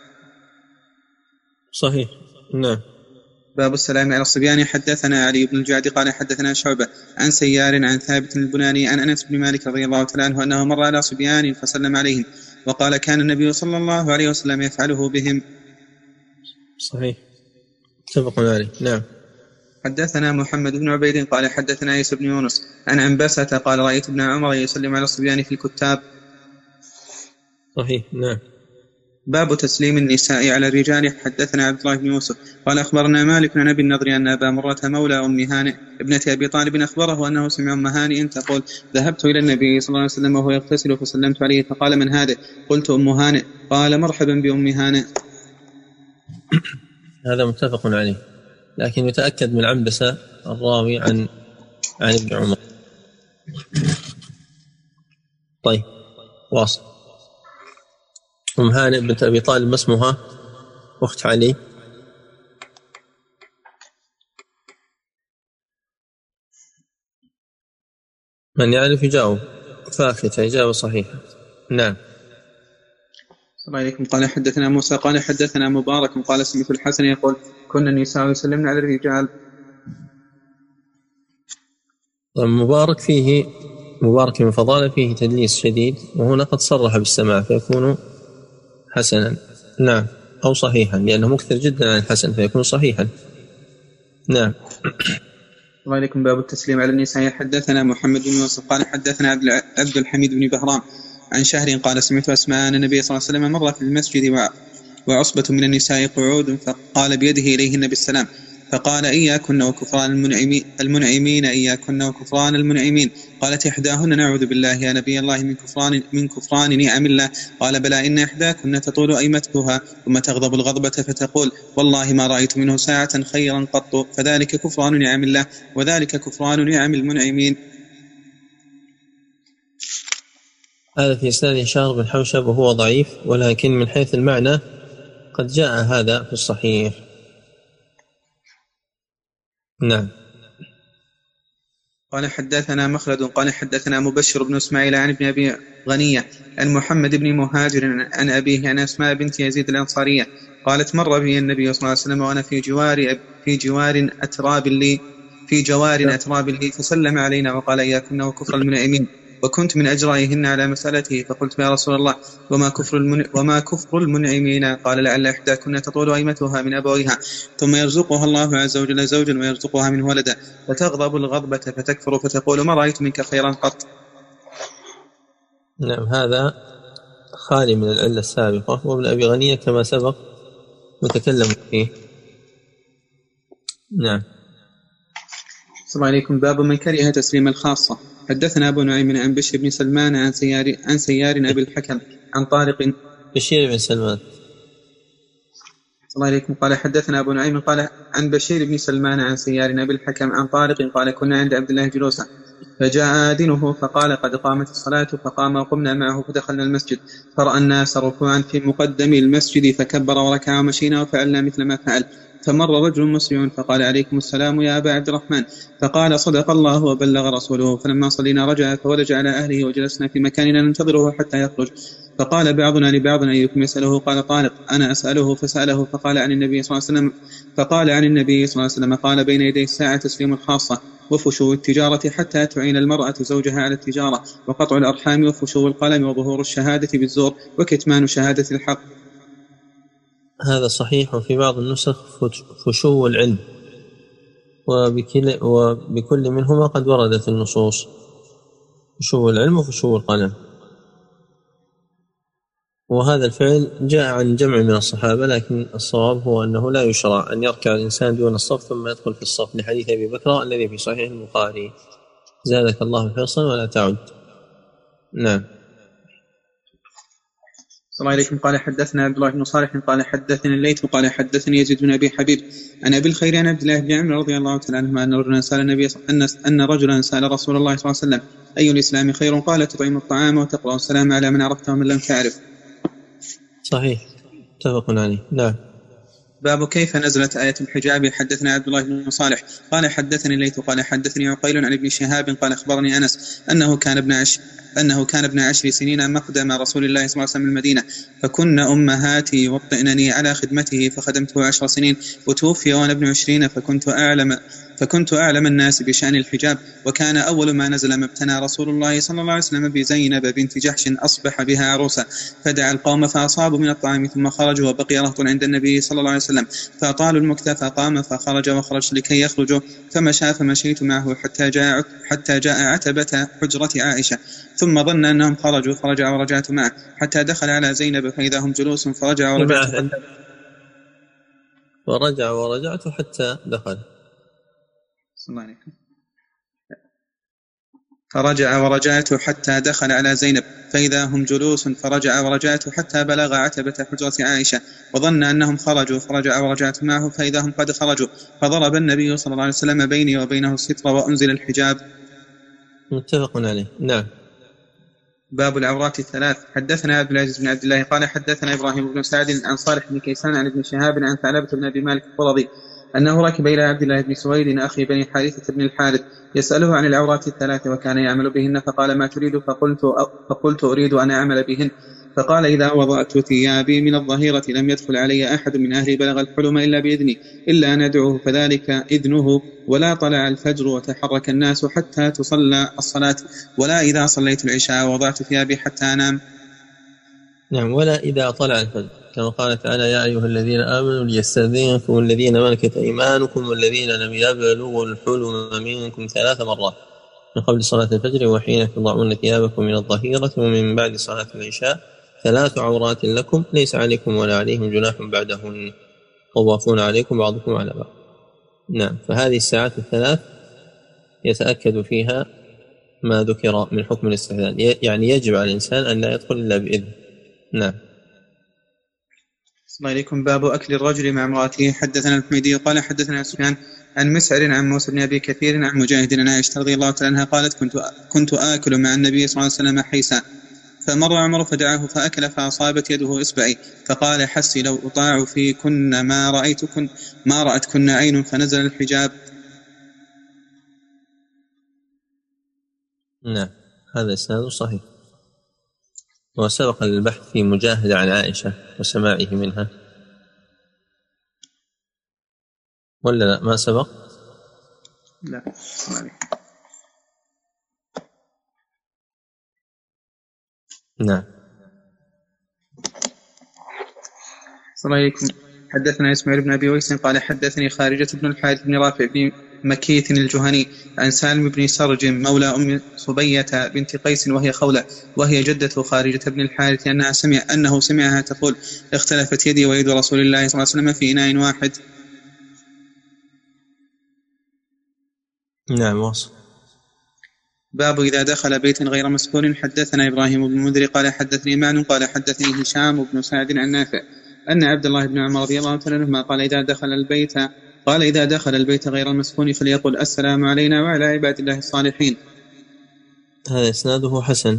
صحيح. نعم. باب السلام على الصبيان. حدثنا علي بن الجعد قال حدثنا شعبة عن سيار عن ثابت البناني عن أنس بن مالك رضي الله تعالى عنه أنه مر على صبيان فسلم عليهم وقال كان النبي صلى الله عليه وسلم يفعله بهم. صحيح، متفق عليه. نعم. حدثنا محمد بن عبيد قال حدثنا عيسى بن يونس عن عنبسة قال رأيت ابن عمر يسلم على الصبيان في الكتاب. صحيح. نعم. باب تسليم النساء على الرجال. حدثنا عبد الله بن يوسف قال أخبرنا مالك عن أبي النضر أن أبا مرة مولى أم هانئ ابنة أبي طالب أخبره أنه سمع أم هانئ تقول ذهبت إلى النبي صلى الله عليه وسلم وهو يغتسل فسلمت عليه فقال من هذا؟ قلت أم هانئ، قال مرحبا بأم هانئ. هذا متفق عليه، لكن يتأكد من عنبسة الراوي عن ابن عمر. طيب واصل. أم هانئ بنت أبي طالب ما اسمها؟ أخت علي. من يعرف يجاوب. فاكتة إجابة صحيحة. نعم. السلام عليكم. قال حدثنا موسى قال حدثنا مبارك قال سمعت الحسن يقول كنا النساء يسلمن على الرجال. مبارك من فضاله فيه تدليس شديد، وهنا قد صرح بالسماع فيكون حسنا. نعم، أو صحيحا لأنه مكثر جدا عن الحسن فيكون صحيحا. نعم. الله عليكم. باب التسليم على النساء. حدثنا محمد بن يوسف قال حدثنا عبد الحميد بن بهرام عن شهر قال سمعت أسماء أن النبي صلى الله عليه وسلم مر في المسجد وعصبة من النساء قعود فقال بيده إليهن بالسلام فقال إياكن وكفران المنعمين إياكن وكفران المنعمين. قالت إحداهن نعوذ بالله يا نبي الله من كفران نعم الله. قال بلى إن إحداكن تطول أيمتها ثم تغضب الغضبة فتقول والله ما رأيت منه ساعة خيرا قط، فذلك كفران نعم الله وذلك كفران نعم المنعمين. هذا في إسناد هشام بن حوشب وهو ضعيف، ولكن من حيث المعنى قد جاء هذا في الصحيح. نعم. قال حدثنا مخلد قال حدثنا مبشر بن اسماعيل عن ابن أبي غنية عن محمد بن مهاجر عن أبيه عن أسماء بنت يزيد الأنصارية قالت مر بي النبي صلى الله عليه وسلم وأنا في جوار أتراب لي فسلم علينا وقال إياكن وكفر المنعمين، وكنت من أجرائهن على مسألته فقلت يا رسول الله وما كفر المنعمين؟ قال لعل إحداكن تطول أيمتها من أبويها ثم يرزقها الله عز وجل زوجا ويرزقها من ولدا فتغضب الغضبة فتكفر فتقول ما رأيت منك خيرا قط. نعم. هذا خالي من العلة السابقة، وابن أبي غنية كما سبق متكلم فيه. نعم. السلام عليكم. باب من كره تسليم الخاصة. حدثنا أبو نعيم عن بشير بن سلمان عن سيار أبي الحكم عن طارق. بشير بن سلمان. السلام عليكم. قال حدثنا أبو نعيم قال عن بشير بن سلمان عن سيار أبي الحكم عن طارق قال كنا عند عبد الله جلوسا فجاء آذنه فقال قد قامت الصلاة، فقام وقمنا معه فدخلنا المسجد فرأى الناس ركوعا في مقدم المسجد فكبر وركع ومشينا وفعلنا مثل ما فعل. فمر رجل مسرع فقال عليكم السلام يا أبا عبد الرحمن، فقال صدق الله وبلغ رسوله. فلما صلينا رجع فولج على أهله وجلسنا في مكاننا ننتظره حتى يخرج. فقال بعضنا لبعض أيكم يسأله؟ قال طارق. أنا أسأله. فسأله فقال عن النبي صلى الله عليه وسلم قال بين يدي الساعة تسليم الخاصة وفشو التجارة حتى تعين المرأة زوجها على التجارة، وقطع الأرحام وفشو القلم وظهور الشهادة بالزور وكتمان شهادة الحق. هذا صحيح. وفي بعض النسخ فشو العلم، وبكل منهما قد وردت النصوص، فشو العلم وفشو القلم. وهذا الفعل جاء عن جمع من الصحابة، لكن الصواب هو أنه لا يشرع أن يركع الإنسان دون الصف ثم يدخل في الصف، لحديث أبي بكر الذي في صحيح البخاري زادك الله حرصا ولا تعد. نعم. السلام عليكم. قال حدثنا عبد الله بن صالح قال حدثني الليث قال حدثني يزيد بن أبي حبيب عن أبي الخير عن عبد الله بن عمرو رضي الله تعالى عنهما أن رجلا سأل رسول الله صلى الله عليه وسلم أي الإسلام خير؟ قال تطعم الطعام وتقرأ السلام على من عرفت ومن لم تعرف. صحيح، متفق عليه. نعم. باب كيف نزلت آية الحجاب. حدثنا عبد الله بن صالح قال حدثني الليث قال حدثني عقيل عن ابن شهاب قال أخبرني أنس أنه كان ابن 10 سنين مقدم رسول الله صلى الله عليه وسلم المدينة، فكن أمهاتي يوطئنني على خدمته فخدمته 10 سنين، وتوفي وأنا ابن 20 فكنت أعلم الناس بشأن الحجاب. وكان أول ما نزل ما ابتنى رسول الله صلى الله عليه وسلم بزينب بنت جحش أصبح بها عروسا، فدعا القوم فأصابوا من الطعام ثم خرجوا، وبقي رهط عند النبي صلى الله عليه وسلم فأطالوا المكث، فقام فخرج وخرجت لكي يخرجوا، فمشى فمشيت معه حتى جاء عتبة حجرة عائشة، ثم ظن أنهم خرجوا فرجع ورجعت معه حتى دخل على زينب فإذا هم جلوس فرجع ورجعت حتى دخل. فرجع ورجعت حتى دخل على زينب فإذا هم جلوس فرجع ورجعت حتى بلغ عتبة حجرة عائشة، وظن أنهم خرجوا فرجع ورجعت معه فإذا هم قد خرجوا، فضرب النبي صلى الله عليه وسلم بيني وبينه الستر وأنزل الحجاب. متفق عليه. نعم. باب العورات الثلاث. حدثنا عبد العزيز بن عبد الله قال حدثنا إبراهيم بن سعد عن صالح بن كيسان عن ابن شهاب عن ثعلبة بن أبي مالك القرظي أنه ركب إلى عبد الله بن سويد أخي بني حارثة بن الحارث يسأله عن العورات الثلاث وكان يعمل بهن، فقال ما تريد؟ فقلت أريد أن أعمل بهن. فقال إذا وضعت ثيابي من الظهيرة لم يدخل علي أحد من أهلي بلغ الحلم إلا بإذني، إلا أن أدعوه فذلك إذنه، ولا طلع الفجر وتحرك الناس حتى تصلى الصلاة، ولا إذا صليت العشاء وضعت ثيابي حتى أنام. نعم. ولا إذا طلع الفجر، كما قال تعالى يا أيها الذين آمنوا ليستأذنكم الذين ملكت أيمانكم والذين لم يبلغوا الحلم منكم 3 مرات من قبل صلاة الفجر وحين تضعون ثيابكم من الظهيرة ومن بعد صلاة العشاء 3 عورات لكم ليس عليكم ولا عليهم جناح بعدهن طوافون عليكم بعضكم على بعض. نعم. فهذه الساعات ال3 يتأكد فيها ما ذكر من حكم الاستحلال، يعني يجب على الإنسان أن لا يدخل إلا بإذن. نعم. السلام عليكم. باب أكل الرجل مع امرأته. حدثنا الحميدي قال حدثنا سفيان عن مسعر عن موسى بن أبي كثير عن مجاهد عن عائشة رضي الله تعالى عنها قالت كنت آكل مع النبي صلى الله عليه وسلم حيسا، فمر عمر فدعاه فأكل فأصابت يده إصبعي، فقال حسي لو أطاع فيكن ما رأتكن عين، فنزل الحجاب. نعم. هذا إسناد صحيح. وسبق البحث في مجاهد عن عائشة وسماعه منها ولا لا؟ ما سبق؟ لا. نعم. السلام عليكم. حدثنا إسماعيل بن أبي ويس قال حدثني خارجة بن الحارث بن رافع بن مكيث الجهني عن سالم بن سرج مولى أم صبية بنت قيس وهي خولة وهي جدة خارجة بن الحارث أنه سمعها تقول اختلفت يدي ويد رسول الله صلى الله عليه وسلم في إناء واحد. نعم. وصل. باب إذا دخل بيتا غير مسكون. حدثنا إبراهيم بن المنذر قال حدثني معن قال حدثني هشام بن سعد عن نافع أن عبد الله بن عمر رضي الله تعالى عنهما قال إذا دخل البيت غير المسكون فليقل السلام علينا وعلى عباد الله الصالحين. هذا إسناده حسن،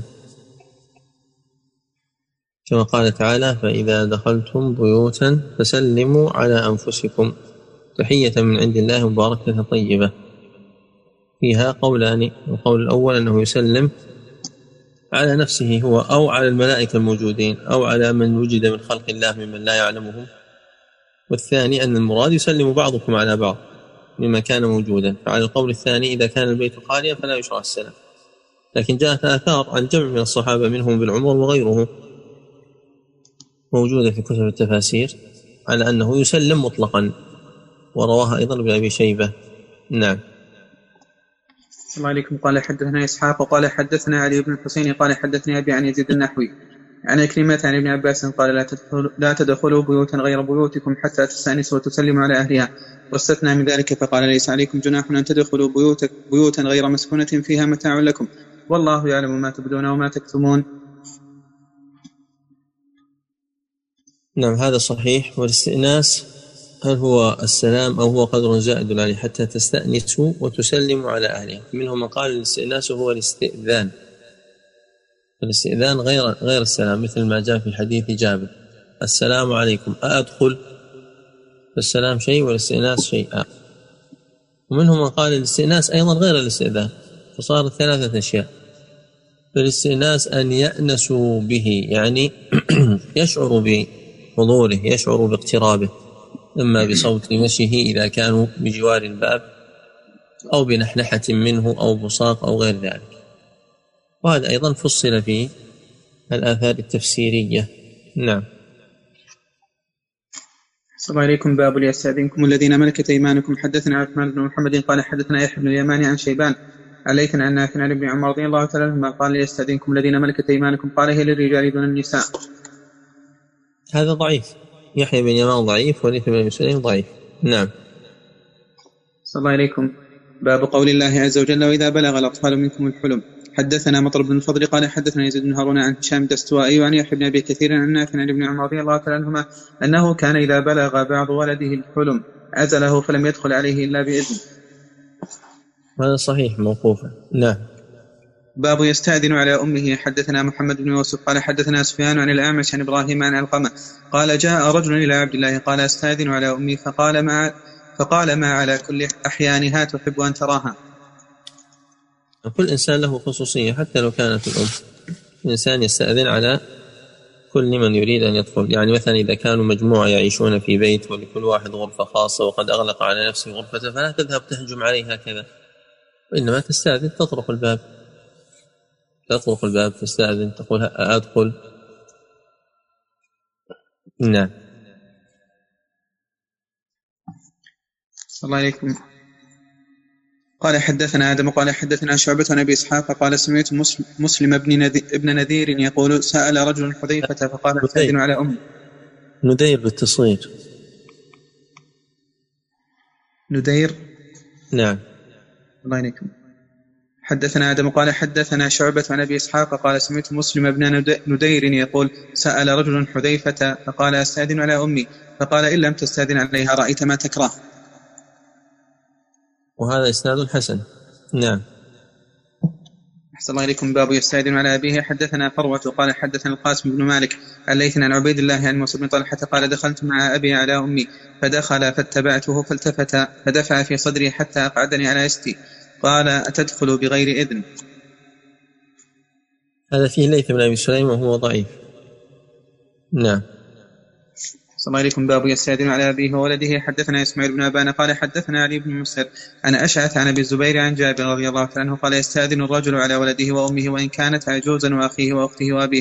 كما قال تعالى: فإذا دخلتم بيوتا فسلموا على أنفسكم تحية من عند الله مباركة طيبة. فيها قولان: القول الأول أنه يسلم على نفسه هو أو على الملائكة الموجودين أو على من وجد من خلق الله ممن لا يعلمهم، والثاني أن المراد يسلم بعضكم على بعض مما كان موجودا. فعلى القول الثاني إذا كان البيت خاليا فلا يشرع السلام، لكن جاءت آثار عن جمع من الصحابة منهم بن عمر وغيره موجودة في كتب التفاسير على أنه يسلم مطلقا، ورواها أيضا ابن أبي شيبة. نعم. السلام عليكم. قال حدثنا إسحاق وقال حدثنا علي بن الحسين قال حدثني أبي عن يزيد النحوي عن كلمة عن ابن عباس قال: لا تدخلوا بيوتا غير بيوتكم حتى تستأنسوا وتسلموا على أهلها، واستثنى من ذلك فقال: ليس عليكم جناح أن تدخلوا بيوتا غير مسكونة فيها متاع لكم، والله يعلم ما تبدون وما تكتمون. نعم، هذا صحيح. والاستئناس هل هو السلام أو هو قدر زائد عليه حتى تستأنسوا وتسلموا على أهلها؟ منهم من قال الاستئناس هو الاستئذان، الاستئذان غير السلام، مثل ما جاء في حديث جابر: السلام عليكم أدخل، فالسلام شيء والاستئناس شيء. ومنهم من قال الاستئناس أيضا غير الاستئذان، فصارت 3 أشياء. فالاستئناس أن يأنسوا به، يعني يشعر بحضوره، يشعر باقترابه، إما بصوت مشيه إذا كانوا بجوار الباب، أو بنحنحة منه، أو بصاق، أو غير ذلك. وهذا أيضا فصل في الآثار التفسيرية. نعم. السلام عليكم. باب ليستأذنكم الذين ملكت أيمانكم. حدثنا عثمان بن محمد قال حدثنا يحيى بن اليماني عن شيبان عن ليث عن نافع عن ابن عمر رضي الله تعالى عنهما قال: ليستأذنكم الذين ملكت أيمانكم، قال: هي للرجال دون النساء. هذا ضعيف، يحيى بن يمان ضعيف، وليث بن أبي سليم ضعيف. نعم. السلام عليكم. باب قول الله عز وجل: وإذا بلغ الأطفال منكم الحلم. حدثنا مطر بن الفضل قال حدثنا يزيد بن هارون عن هشام الدستوائي وعن يحيى بن أبي كثير عن نافع عن ابن عمر رضي الله تعالى عنهما أنه كان إذا بلغ بعض ولده الحلم عزله فلم يدخل عليه إلا بإذن. هذا صحيح موقوفا. نعم. باب يستأذن على أمه. حدثنا محمد بن يوسف قال حدثنا سفيان عن الأعمش عن إبراهيم عن علقمة قال: جاء رجل إلى عبد الله قال: أستأذن على أمي، فقال: ما على كل أحيانها تحب أن تراها؟ كل إنسان له خصوصية حتى لو كانت الأم. الإنسان يستأذن على كل من يريد أن يدخل، يعني مثلا إذا كانوا مجموعة يعيشون في بيت ولكل واحد غرفة خاصة وقد أغلق على نفسه غرفته، فلا تذهب تهجم عليه هكذا، وإنما تستأذن، تطرق الباب تستأذن، تقول: أدخل. نعم. السلام عليكم. قال حدثنا آدم قال حدثنا شعبة عن أبي إسحاق قال: سمعت مسلم ابن نذير يقول: سأل رجل حذيفة فقال: أستأذن على أمي. ندير بالتصغير. ندير. نعم. الله عليكم. حدثنا آدم قال حدثنا شعبة عن أبي إسحاق قال: سمعت مسلم ابن ندير يقول: سأل رجل حذيفة فقال: أستأذن على أمي، فقال: إن لم تستأذن عليها رأيت ما تكره. وهذا إسناد حسن. نعم. أحسن الله إليكم. باب يستأذن على أبيه. حدثنا فروة قال حدثنا القاسم بن مالك عن ليث عن عبيد الله عن موسى بن طلحة قال: دخلت مع أبي على أمي فدخل فاتبعته فالتفت فدفع في صدري حتى أقعدني على يستي، قال: أتدخل بغير إذن؟ هذا فيه ليث بن أبي سليم وهو ضعيف. نعم. صلى الله عليكم. باب يستأذن على أبيه وولده. حدثنا إسماعيل بن أبان قال حدثنا علي بن مسهر أنا أشعث عن أبي الزبير عن جابر رضي الله عنه قال: يستأذن الرجل على ولده وأمه وإن كانت عجوزا وأخيه وأخته وأبيه.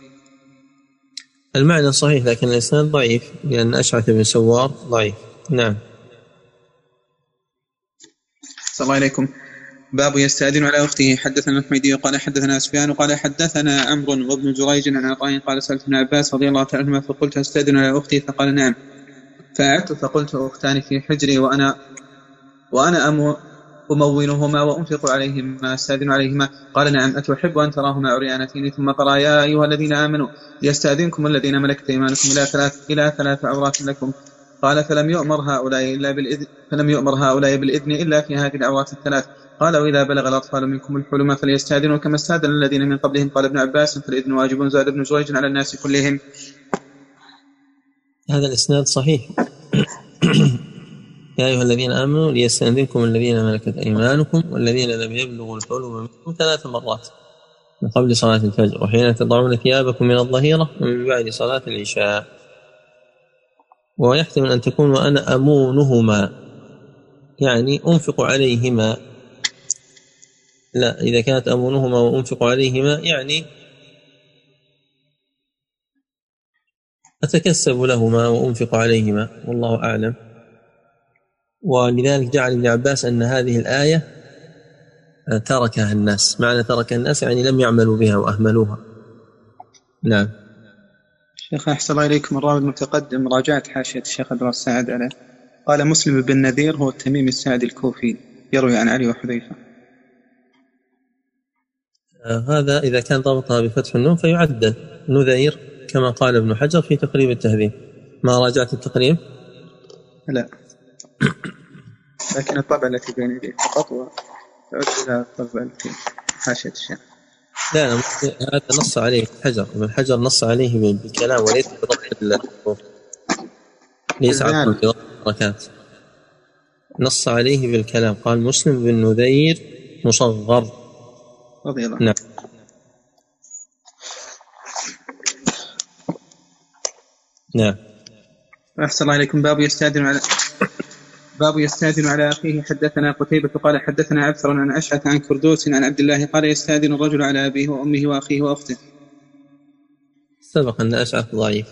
المعنى صحيح لكن الإسناد ضعيف لأن أشعث بن سوار ضعيف. نعم. صلى الله عليكم. باب يستأذن على أخته. حدثنا الحميدي قال حدثنا سفيان قال حدثنا عمرو وابن جريج عن عطاء قال: سألت ابن عباس رضي الله عنهما فقلت: أستأذن على أختي؟ فقال: نعم. فأعدت فقلت: أختان في حجري وأنا أمونهما وأنفق عليهما، أستأذن عليهما؟ قال: نعم. أتحب أن تراهما عريانتين؟ ثم قرأ: يا أيها الذين آمنوا يستأذنكم الذين ملكت أيمانكم إلى 3 عورات لكم. قال: فلم يؤمر هؤلاء بالإذن إلا في هذه العورات 3. قال وإذا بلغ الأطفال منكم الحلم فليستأذنوا كما استأذن الذين من قبلهم. قال ابن عباس فالإذن واجب. زاد ابن جريج على الناس كلهم. هذا الإسناد صحيح. يا أيها الذين آمنوا ليستأذنكم الذين ملكت أيمانكم والذين لم يبلغوا الحلم منكم 3 مرات من قبل صلاة الفجر وحين تضعون ثيابكم من الظهيرة ومن بعد صلاة العشاء. ويحتمل أن تكون وأنا أمونهما يعني أنفق عليهما. لا، إذا كانت أمونهما وأنفق عليهما يعني أتكسب لهما وأنفق عليهما، والله أعلم. ولذلك جعل ابن عباس أن هذه الآية تركها الناس. معنى تركها الناس يعني لم يعملوا بها وأهملوها. نعم. شيخ أحسن الله إليكم. الراوي المتقدم راجعت حاشية الشيخ عبد الله الساعد عليه. قال مسلم بن نذير هو التميمي الساعدي الكوفي يروي عن علي وحذيفة. هذا إذا كان ضبطها بفتح النون فيعدل نذير كما قال ابن حجر في تقريب التهذيب. ما راجعت التقريب؟ لا، لكن الطبع التي بين يدي فقط وتعد إلى الطبع التي حاشية الشيخ. لا، هذا نص عليه حجر. ابن حجر نص عليه بالكلام وليس بضبط الحروف، ليس عفوا بضبط الحركات. نص عليه بالكلام. قال مسلم بن نذير مصغر رضي الله. نعم. نعم. أحسن الله إليكم. باب يستأذن على أخيه. حدثنا قتيبة قال حدثنا عبثر عن أشعث عن كردوس عن عبد الله قال يستأذن الرجل على أبيه وأمه وأخيه وأخته. سبق أن أشعث ضعيف.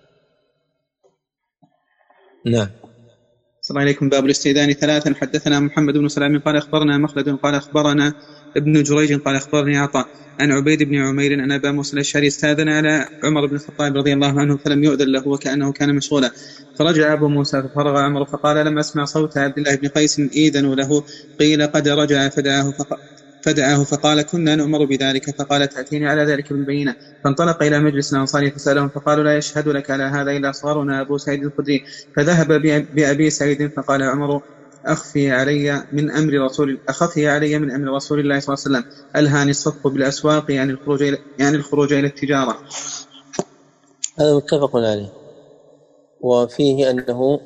نعم. السلام عليكم. باب الاستئذان 3. حدثنا محمد بن سلام قال أخبرنا مخلد قال أخبرنا ابن جريج قال أخبرني عطاء عن عبيد بن عمير أن أبا موسى الأشعري استأذن على عمر بن الخطاب رضي الله عنه فلم يؤذن له وكأنه كان مشغولا. فرجع أبو موسى ففرغ عمر فقال لم أسمع صوت عبد الله بن قيس إذن له. قيل قد رجع فدعاه فقال كنا نؤمر بذلك. فقال تأتيني على ذلك بالبينة. فانطلق إلى مجلس الأنصار فسألهم فقالوا لا يشهد لك على هذا إلا صغرنا أبو سعيد الخدري. فذهب بأبي سعيد فقال عمر أخفي علي من أمر رسول الله صلى الله عليه وسلم ألهاني الصدق بالأسواق يعني الخروج إلى التجارة. هذا متفق عليه. وفيه أنه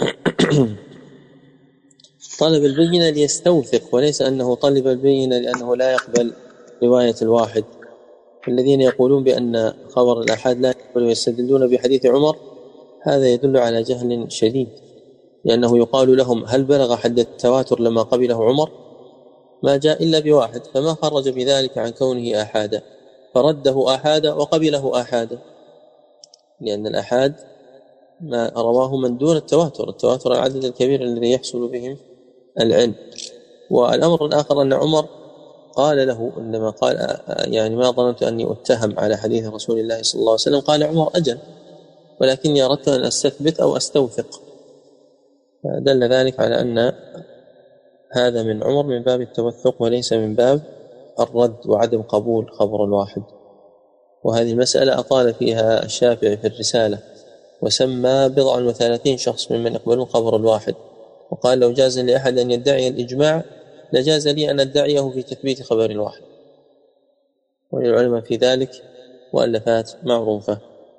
طلب البينة ليستوثق وليس أنه طلب البينة لأنه لا يقبل رواية الواحد. الذين يقولون بأن خبر الأحاد لا يقبل ويستدلون بحديث عمر هذا يدل على جهل شديد، لأنه يقال لهم هل بلغ حد التواتر لما قبله عمر؟ ما جاء إلا بواحد، فما خرج بذلك عن كونه آحادا، فرده آحادا وقبله آحادا، لأن الأحاد ما رواه من دون التواتر العدد الكبير الذي يحصل بهم العلم. والأمر الآخر أن عمر قال له إنما قال يعني ما ظننت أني أتهم على حديث رسول الله صلى الله عليه وسلم. قال عمر أجل ولكني أردت أن أستثبت أو أستوثق. دل ذلك على أن هذا من عمر من باب التوثق وليس من باب الرد وعدم قبول خبر الواحد. وهذه المسألة أطال فيها الشافعي في الرسالة وسمى 34 شخص ممن يقبلون خبر الواحد، وقال لو جاز لأحد أن يدعي الإجماع لجاز لي أن أدعيه في تثبيت خبر الواحد. وللعلماء في ذلك مؤلفات معروفة.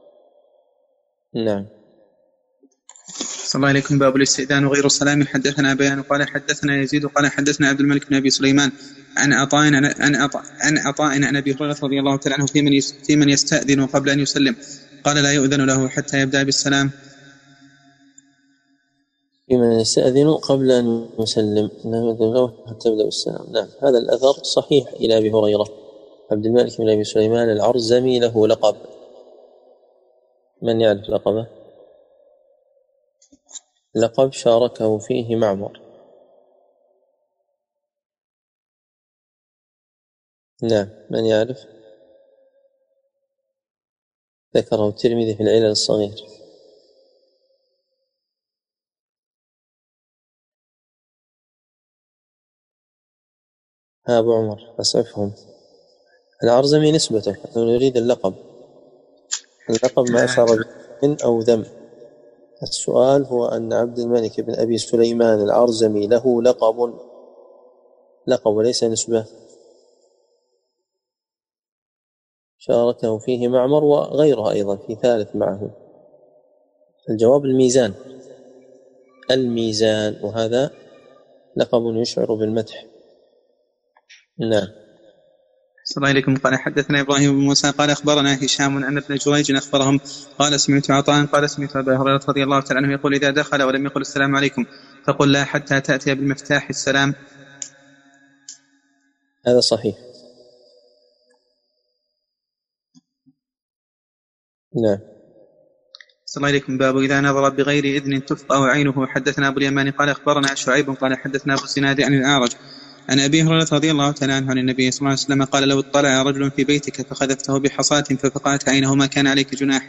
نعم. صلى الله عليكم. باب الاستئذان وغير السلام. حدثنا بيان قال حدثنا يزيد قال حدثنا عبد الملك بن أبي سليمان عن عطاء عن أبي هريرة رضي الله تعالى عنه في من يستأذن قبل أن يسلم. قال لا يؤذن له حتى يبدأ بالسلام. في من يستأذن قبل أن يسلم لا يؤذن له حتى يبدأ بالسلام. نعم. هذا الأثر صحيح إلى أبي هريرة. عبد الملك بن أبي سليمان العرزمي له لقب. من يعرف لقبه؟ لقب شاركه فيه معمر. نعم. من يعرف؟ ذكره الترمذي في العلل الصغير. أبو عمر أسعفهم. العرزمي نسبته نريد اللقب ما أشار من أو ذم. السؤال هو أن عبد الملك بن أبي سليمان العرزمي له لقب لقب وليس نسبة، شاركه فيه معمر وغيره أيضا في ثالث معه. الجواب الميزان، الميزان، وهذا لقب يشعر بالمدح. نعم. السلام عليكم. قال حدثنا إبراهيم بن موسى قال أخبرنا هشام أن ابن جريج أخبرهم قال سمعت عطاء قال سمعت أبا هريرة رضي الله تعالى عنه يقول إذا دخل ولم يقل السلام عليكم فقل لا حتى تأتي بالمفتاح السلام. هذا صحيح. نعم. السلام عليكم. باب إذا نظر بغير إذن تفقع عينه. حدثنا أبو اليمان قال أخبرنا شعيب قال حدثنا أبو الزناد عن الأعرج عن أبي هريرة رضي الله تعالى عنه عن النبي صلى الله عليه وسلم قال لو اطلع رجل في بيتك فخذفته بحصاة ففقعت عينه ما كان عليك جناح.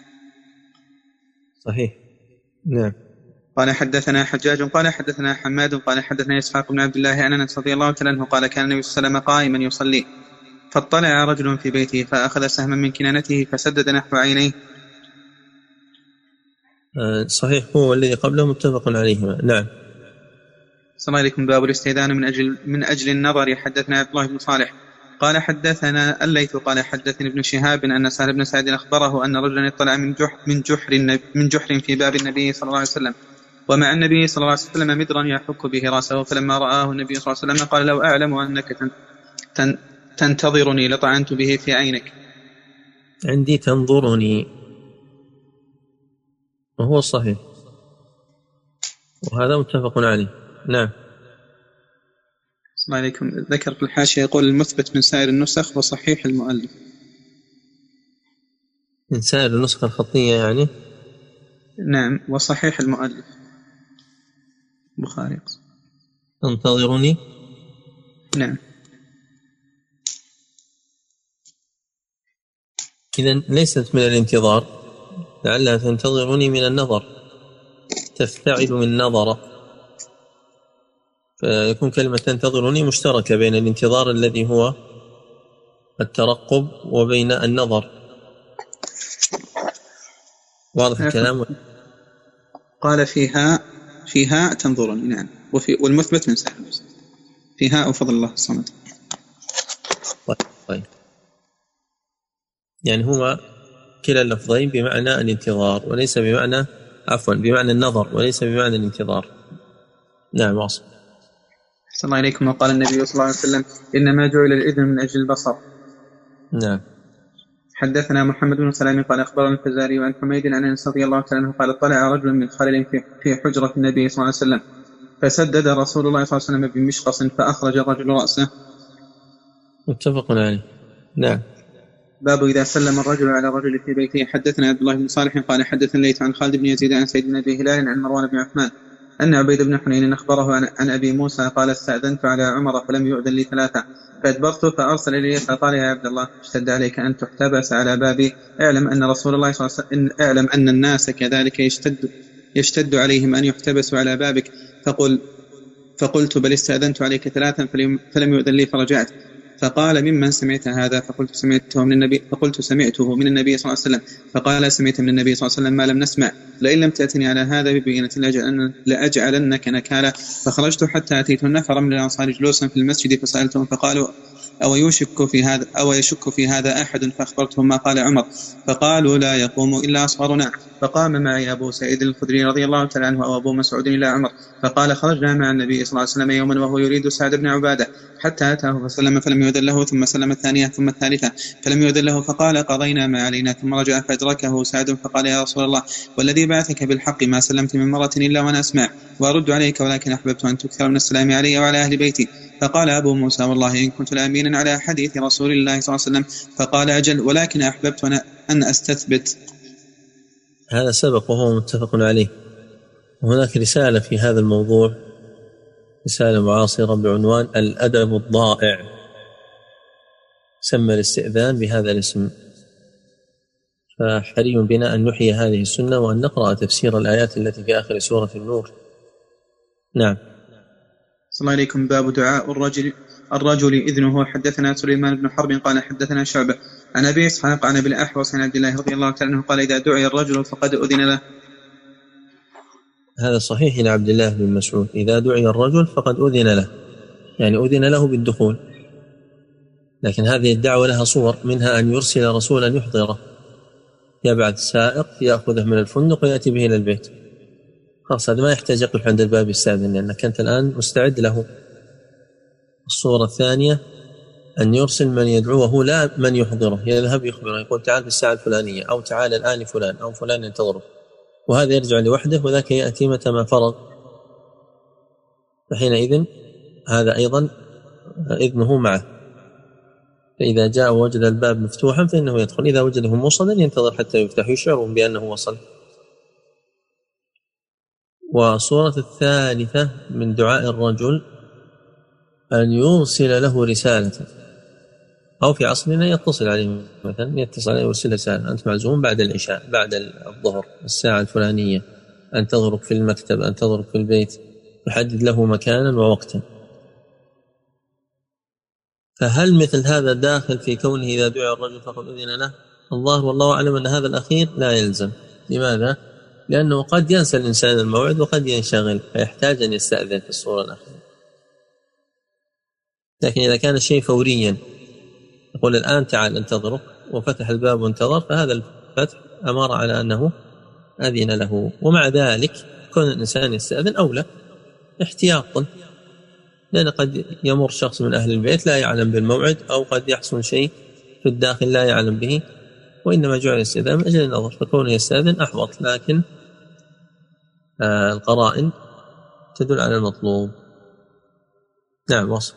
صحيح. نعم. قال حدثنا حجاج قال حدثنا حماد قال حدثنا إسحاق بن عبد الله عن أنس رضي الله تعالى عنه قال كان النبي صلى الله عليه وسلم قائما يصلي فاطلع رجل في بيته فأخذ سهما من كنانته فسدد نحو عينيه. صحيح، هو الذي قبله متفق عليهما. نعم. السلام عليكم. باب الاستئذان من أجل النظر. حدثنا عبد الله بن صالح قال حدثنا الليث قال حدثني ابن شهاب أن سهل بن سعد أخبره أن رجلا اطلع من جحر في باب النبي صلى الله عليه وسلم ومع النبي صلى الله عليه وسلم مدرا يحك به رأسه، فلما رآه النبي صلى الله عليه وسلم قال لو أعلم أنك تنتظرني لطعنت به في عينك. عندي تنظرني وهو صحيح، وهذا متفق عليه. نعم. السلام عليكم. ذكر في الحاشية يقول المثبت من سائر النسخ وصحيح المؤلف. من سائر النسخ الخطية يعني؟ نعم، وصحيح المؤلف بخاري. تنتظرني. نعم. إذن ليست من الانتظار، لعلها تنتظرني من النظر، تفتعل من نظر، فيكون كلمة تنتظرني مشتركة بين الانتظار الذي هو الترقب وبين النظر. واضح الكلام؟ قال فيها تنظرني. نعم. والمثبت من سائر النسخ فيها وفضل الله الصمد. طيب. يعني هما كلا اللفظين بمعنى الانتظار وليس بمعنى بمعنى النظر وليس بمعنى الانتظار. نعم. واصل. صلى الله عليكم. وقال النبي صلى الله عليه وسلم إنما جعل الإذن من أجل البصر. نعم. حدثنا محمد بن سلام قال أخبرنا الفزاري عن حميد عن أنس رضي الله تعالى عنه قال طلع رجل من خلل في حجرة النبي صلى الله عليه وسلم فسدد رسول الله صلى الله عليه وسلم بمشقص فأخرج الرجل رأسه. متفق عليه. نعم. باب إذا سلم الرجل على الرجل في بيته. حدثنا عبد الله بن صالح قال حدثنا الليث عن خالد بن يزيد عن سيد بن أبي هلال عن مروان بن عثمان أن عبيد بن حنين أخبره عن أبي موسى قال استأذنت على عمر فلم يؤذن لي 3 فأدبرت فأرسل إلي فقال يا عبد الله اشتد عليك أن تحتبس على بابي، اعلم أن رسول الله صلى الله عليه وسلم اعلم أن الناس كذلك يشتد عليهم أن يحتبسوا على بابك. فقلت بل استأذنت عليك 3 فلم يؤذن لي فرجعت. فقال ممن سمعت هذا؟ فقلت سمعته من النبي صلى الله عليه وسلم. فقال سمعت من النبي صلى الله عليه وسلم ما لم نسمع، لئن لم تأتني على هذا ببينة لأجعلنك نكالا. فخرجت حتى أتيت النفر من الأنصار جلوسا في المسجد فسألتهم فقالوا أو يشك في هذا أحد؟ فأخبرتهم ما قال عمر فقالوا لا يقوم إلا أصغرنا. فقام معي أبو سعيد الخدري رضي الله تعالى عنه وأبو مسعود إلى عمر فقال خرجنا مع النبي صلى الله عليه وسلم يوما وهو يريد سعد بن عبادة حتى أتاه فسلم فلم يؤذن له، ثم سلم الثانية ثم الثالثة فلم يؤذن له، فقال قضينا ما علينا، ثم رجع فأدركه سعد فقال يا رسول الله والذي بعثك بالحق ما سلمت من مرة إلا وأنا أسمع وأرد عليك، ولكن أحببت أن تكثر من السلام علي وعلى أهل بيتي. فقال أبو موسى والله إن كنت لأمينا على حديث رسول الله صلى الله عليه وسلم. فقال أجل، ولكن أحببت أن أستثبت. هذا سبق وهو متفق عليه. وهناك رسالة في هذا الموضوع، رسالة معاصرة بعنوان الأدب الضائع، سمى الاستئذان بهذا الاسم. فحري بنا أن نحيي هذه السنة وأن نقرأ تفسير الآيات التي في آخر سورة النور. نعم. صلى الله عليكم. باب دعاء الرجل إذنه. حدثنا سليمان بن حرب قال حدثنا شعبة عن أبي إسحاق عن أبي الأحوص عن عبد الله رضي الله تعالى عنه قال إذا دعي الرجل فقد أذن له. هذا صحيح إلى عبد الله بن مسعود، إذا دعي الرجل فقد أذن له. يعني أذن له بالدخول. لكن هذه الدعوة لها صور، منها أن يرسل رسولا يحضره، يبعث سائق يأخذه من الفندق ويأتي به إلى البيت، خلاص هذا ما يحتاج يقف عند الباب يستأذن لأنك أنت الآن مستعد له. الصورة الثانية أن يرسل من يدعوه لا من يحضره، يذهب يخبره يقول تعال في الساعة الفلانية، أو تعال الآن فلان أو فلان ينتظره، وهذا يرجع لوحده وذاك يأتي متى ما فرغ، فحينئذ هذا أيضا إذنه معه. فإذا جاء ووجد الباب مفتوحا فإنه يدخل، إذا وجده موصلا ينتظر حتى يفتح يشعرهم بأنه وصل. والصورة الثالثة من دعاء الرجل أن يرسل له رسالة، أو في عصرنا يتصل عليه، مثلا يتصل عليه ويرسل رسالة أنت معزوم بعد العشاء بعد الظهر الساعة الفلانية، أنتظرك في المكتب، أنتظرك في البيت، يحدد له مكانا ووقتا. فهل مثل هذا داخل في كونه إذا دعا الرجل فقد أذن له؟ الظاهر والله أعلم أن هذا الأخير لا يلزم. لماذا؟ لأنه قد ينسى الإنسان الموعد وقد ينشغل فيحتاج أن يستأذن في الصورة الأخيرة. لكن إذا كان الشيء فوريا يقول الآن تعال انتظرك وفتح الباب وانتظر، فهذا الفتح أمر على أنه أذن له. ومع ذلك كون الإنسان يستأذن أولى احتياطا، لأن قد يمر شخص من أهل البيت لا يعلم بالموعد، أو قد يحصل شيء في الداخل لا يعلم به، وإنما جعل الاستئذان من أجل النظر، فكونه يستأذن أحوط. لكن القرائن تدل على المطلوب. نعم وصل.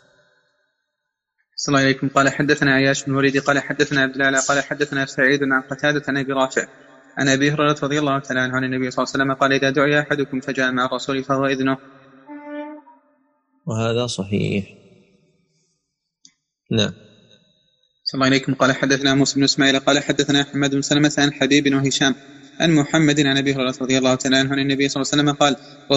السلام عليكم. قال حدثنا عياش بن وليد قال حدثنا عبد الأعلى قال حدثنا سعيد عن قتادة عن أبي رافع عن أبي هريرة رضي الله تعالى عنه عن النبي صلى الله عليه وسلم قال إذا دعي أحدكم فجاء مع الرسول فهو إذنه. وهذا صحيح. نعم. السلام عليكم. قال حدثنا موسى بن إسماعيل قال حدثنا حماد بن سلمة عن حبيب وهشام عن محمد عن أبي هريرة رضي الله تعالى عنه عن النبي صلى الله عليه وسلم قال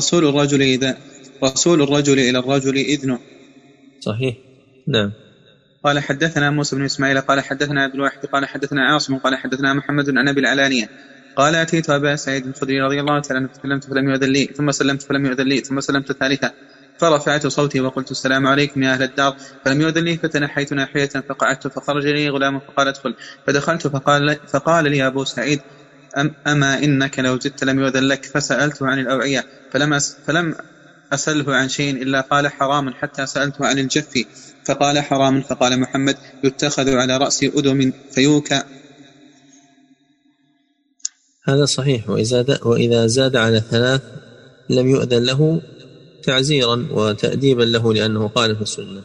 رسول الرجل إلى الرجل إذنه. صحيح. نعم. قال حدثنا موسى بن إسماعيل قال حدثنا عبد الواحد قال حدثنا عاصم قال حدثنا محمد عن أبي العلانية قال أتيت أبا سعيد الخدري رضي الله تعالى عنه فسلمت فلم يؤذن لي، ثم سلمت فلم يؤذن لي، ثم سلمت ثالثة فرفعت صوتي وقلت السلام عليكم يا أهل الدار، فلم يؤذن لي فتنحيت ناحية فقعدت، فخرج لي غلام فقال ادخل، فدخلت فقال لي أبو سعيد أما إنك لو زدت لم يؤذن لك، فسألته عن الأوعية فلم أسأله عن شيء إلا قال حرام، حتى سألته عن الجف فقال حرام، فقال محمد يتخذ على رأس أدم فيوكى. هذا صحيح. وإذا زاد على 3 لم يؤذن له تعزيرا وتأديبا له لأنه قال في السنة.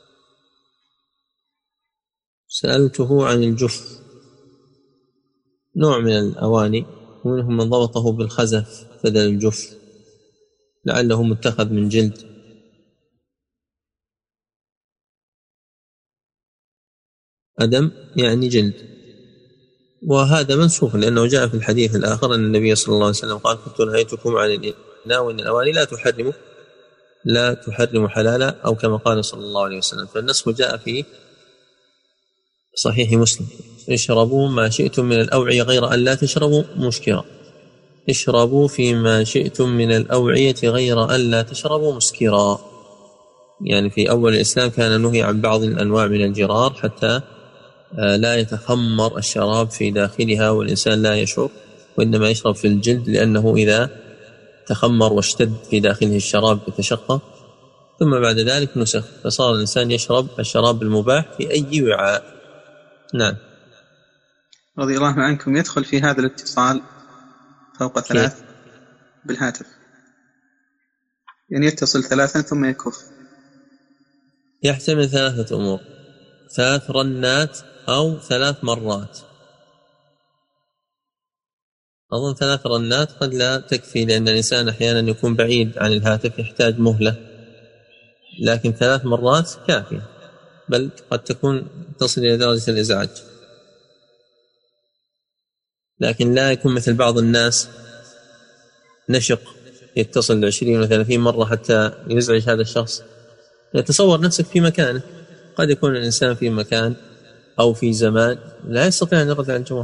سألته عن الجف، نوع من الأواني، ومنهم من ضبطه بالخزف بدل الجف لعله متخذ من جلد. أدم يعني جلد، وهذا منسوخ لأنه جاء في الحديث الآخر أن النبي صلى الله عليه وسلم قال كنت نهيتكم عن الإناء وإن الأواني لا تحرم حلالا، أو كما قال صلى الله عليه وسلم. فالنسخ جاء في صحيح مسلم اشربوا ما شئتم من الأوعية غير أن لا تشربوا مسكرا، اشربوا فيما شئتم من الأوعية غير أن لا تشربوا مسكرا. يعني في أول الإسلام كان نهي عن بعض الأنواع من الجرار حتى لا يتخمر الشراب في داخلها والإنسان لا يشعر، وإنما يشرب في الجلد، لأنه إذا تخمر واشتد في داخله الشراب يتشقق. ثم بعد ذلك نسخ فصار الإنسان يشرب الشراب المباح في أي وعاء. نعم. رضي الله عنكم. يدخل في هذا الاتصال فوق 3 بالهاتف، يعني يتصل 3 ثم يكف. يحتمل 3 أمور: 3 رنات أو 3 مرات. أظن 3 رنات قد لا تكفي، لأن الإنسان أحيانا يكون بعيد عن الهاتف يحتاج مهلة، لكن 3 مرات كافية، بل قد تكون تصل إلى درجة الإزعاج. لكن لا يكون مثل بعض الناس نشق يتصل 20 و30 مرة حتى يزعج هذا الشخص. يتصور نفسك في مكانه، قد يكون الإنسان في مكان أو في زمان لا يستطيع أن يرد على الجوال،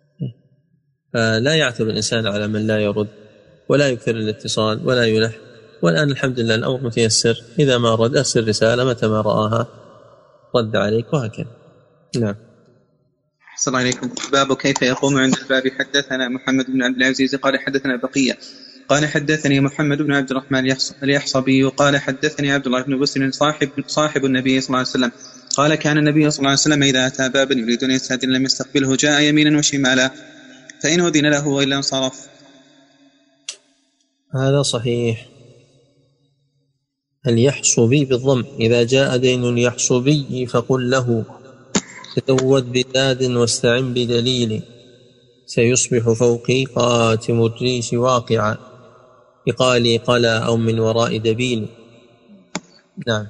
فلا يعتب الإنسان على من لا يرد ولا يكثر الاتصال ولا يلح، والآن الحمد لله الأمر متيسر، إذا ما رد أرسل رسالة، متى ما رآها رد عليك، وهكذا. نعم. أحسن الله إليكم. باب كيف يقوم عند الباب. حدثنا محمد بن عبد العزيز قال حدثنا بقية قال حدثني محمد بن عبد الرحمن اليحصبي قال حدثني عبد الله بن بسر صاحب النبي صلى الله عليه وسلم قال كان النبي صلى الله عليه وسلم إذا أتى بابا يريد أن يستأذن لم يستقبله، جاء يمينا وشمالا، فإن أذن له وإلا انصرف. هذا صحيح. اليحصبي بالضم. إذا جاء دين اليحصبي فقل له تزود بزاد واستعن بدليل، سيصبح فوقي قاتم الريش واقعا، إقالي قلا أو من وراء دبيل. نعم.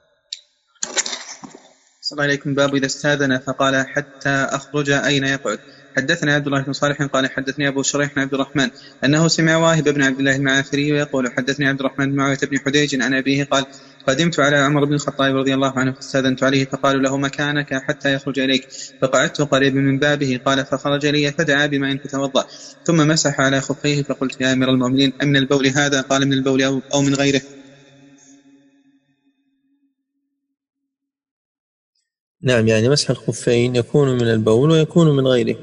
صلى الله عليكم. باب إذا استاذن فقال حتى أخرج أين يقعد. حدثنا عبد الله بن صالح قال حدثني أبو شريح بن عبد الرحمن أنه سمع واهب بن عبد الله المعافري يقول حدثني عبد الرحمن بن معاوية بن حديج عن أبيه قال قدمت على عمر بن الخطاب رضي الله عنه فاستاذنت عليه فقالوا له مكانك حتى يخرج إليك، فقعدت قريبا من بابه. قال فخرج لي فدعا بماء فتوضأ ثم مسح على خفيه، فقلت يا أمير المؤمنين أمن البول هذا؟ قال من البول أو من غيره. نعم، يعني مسح الخفين يكون من البول ويكون من غيره،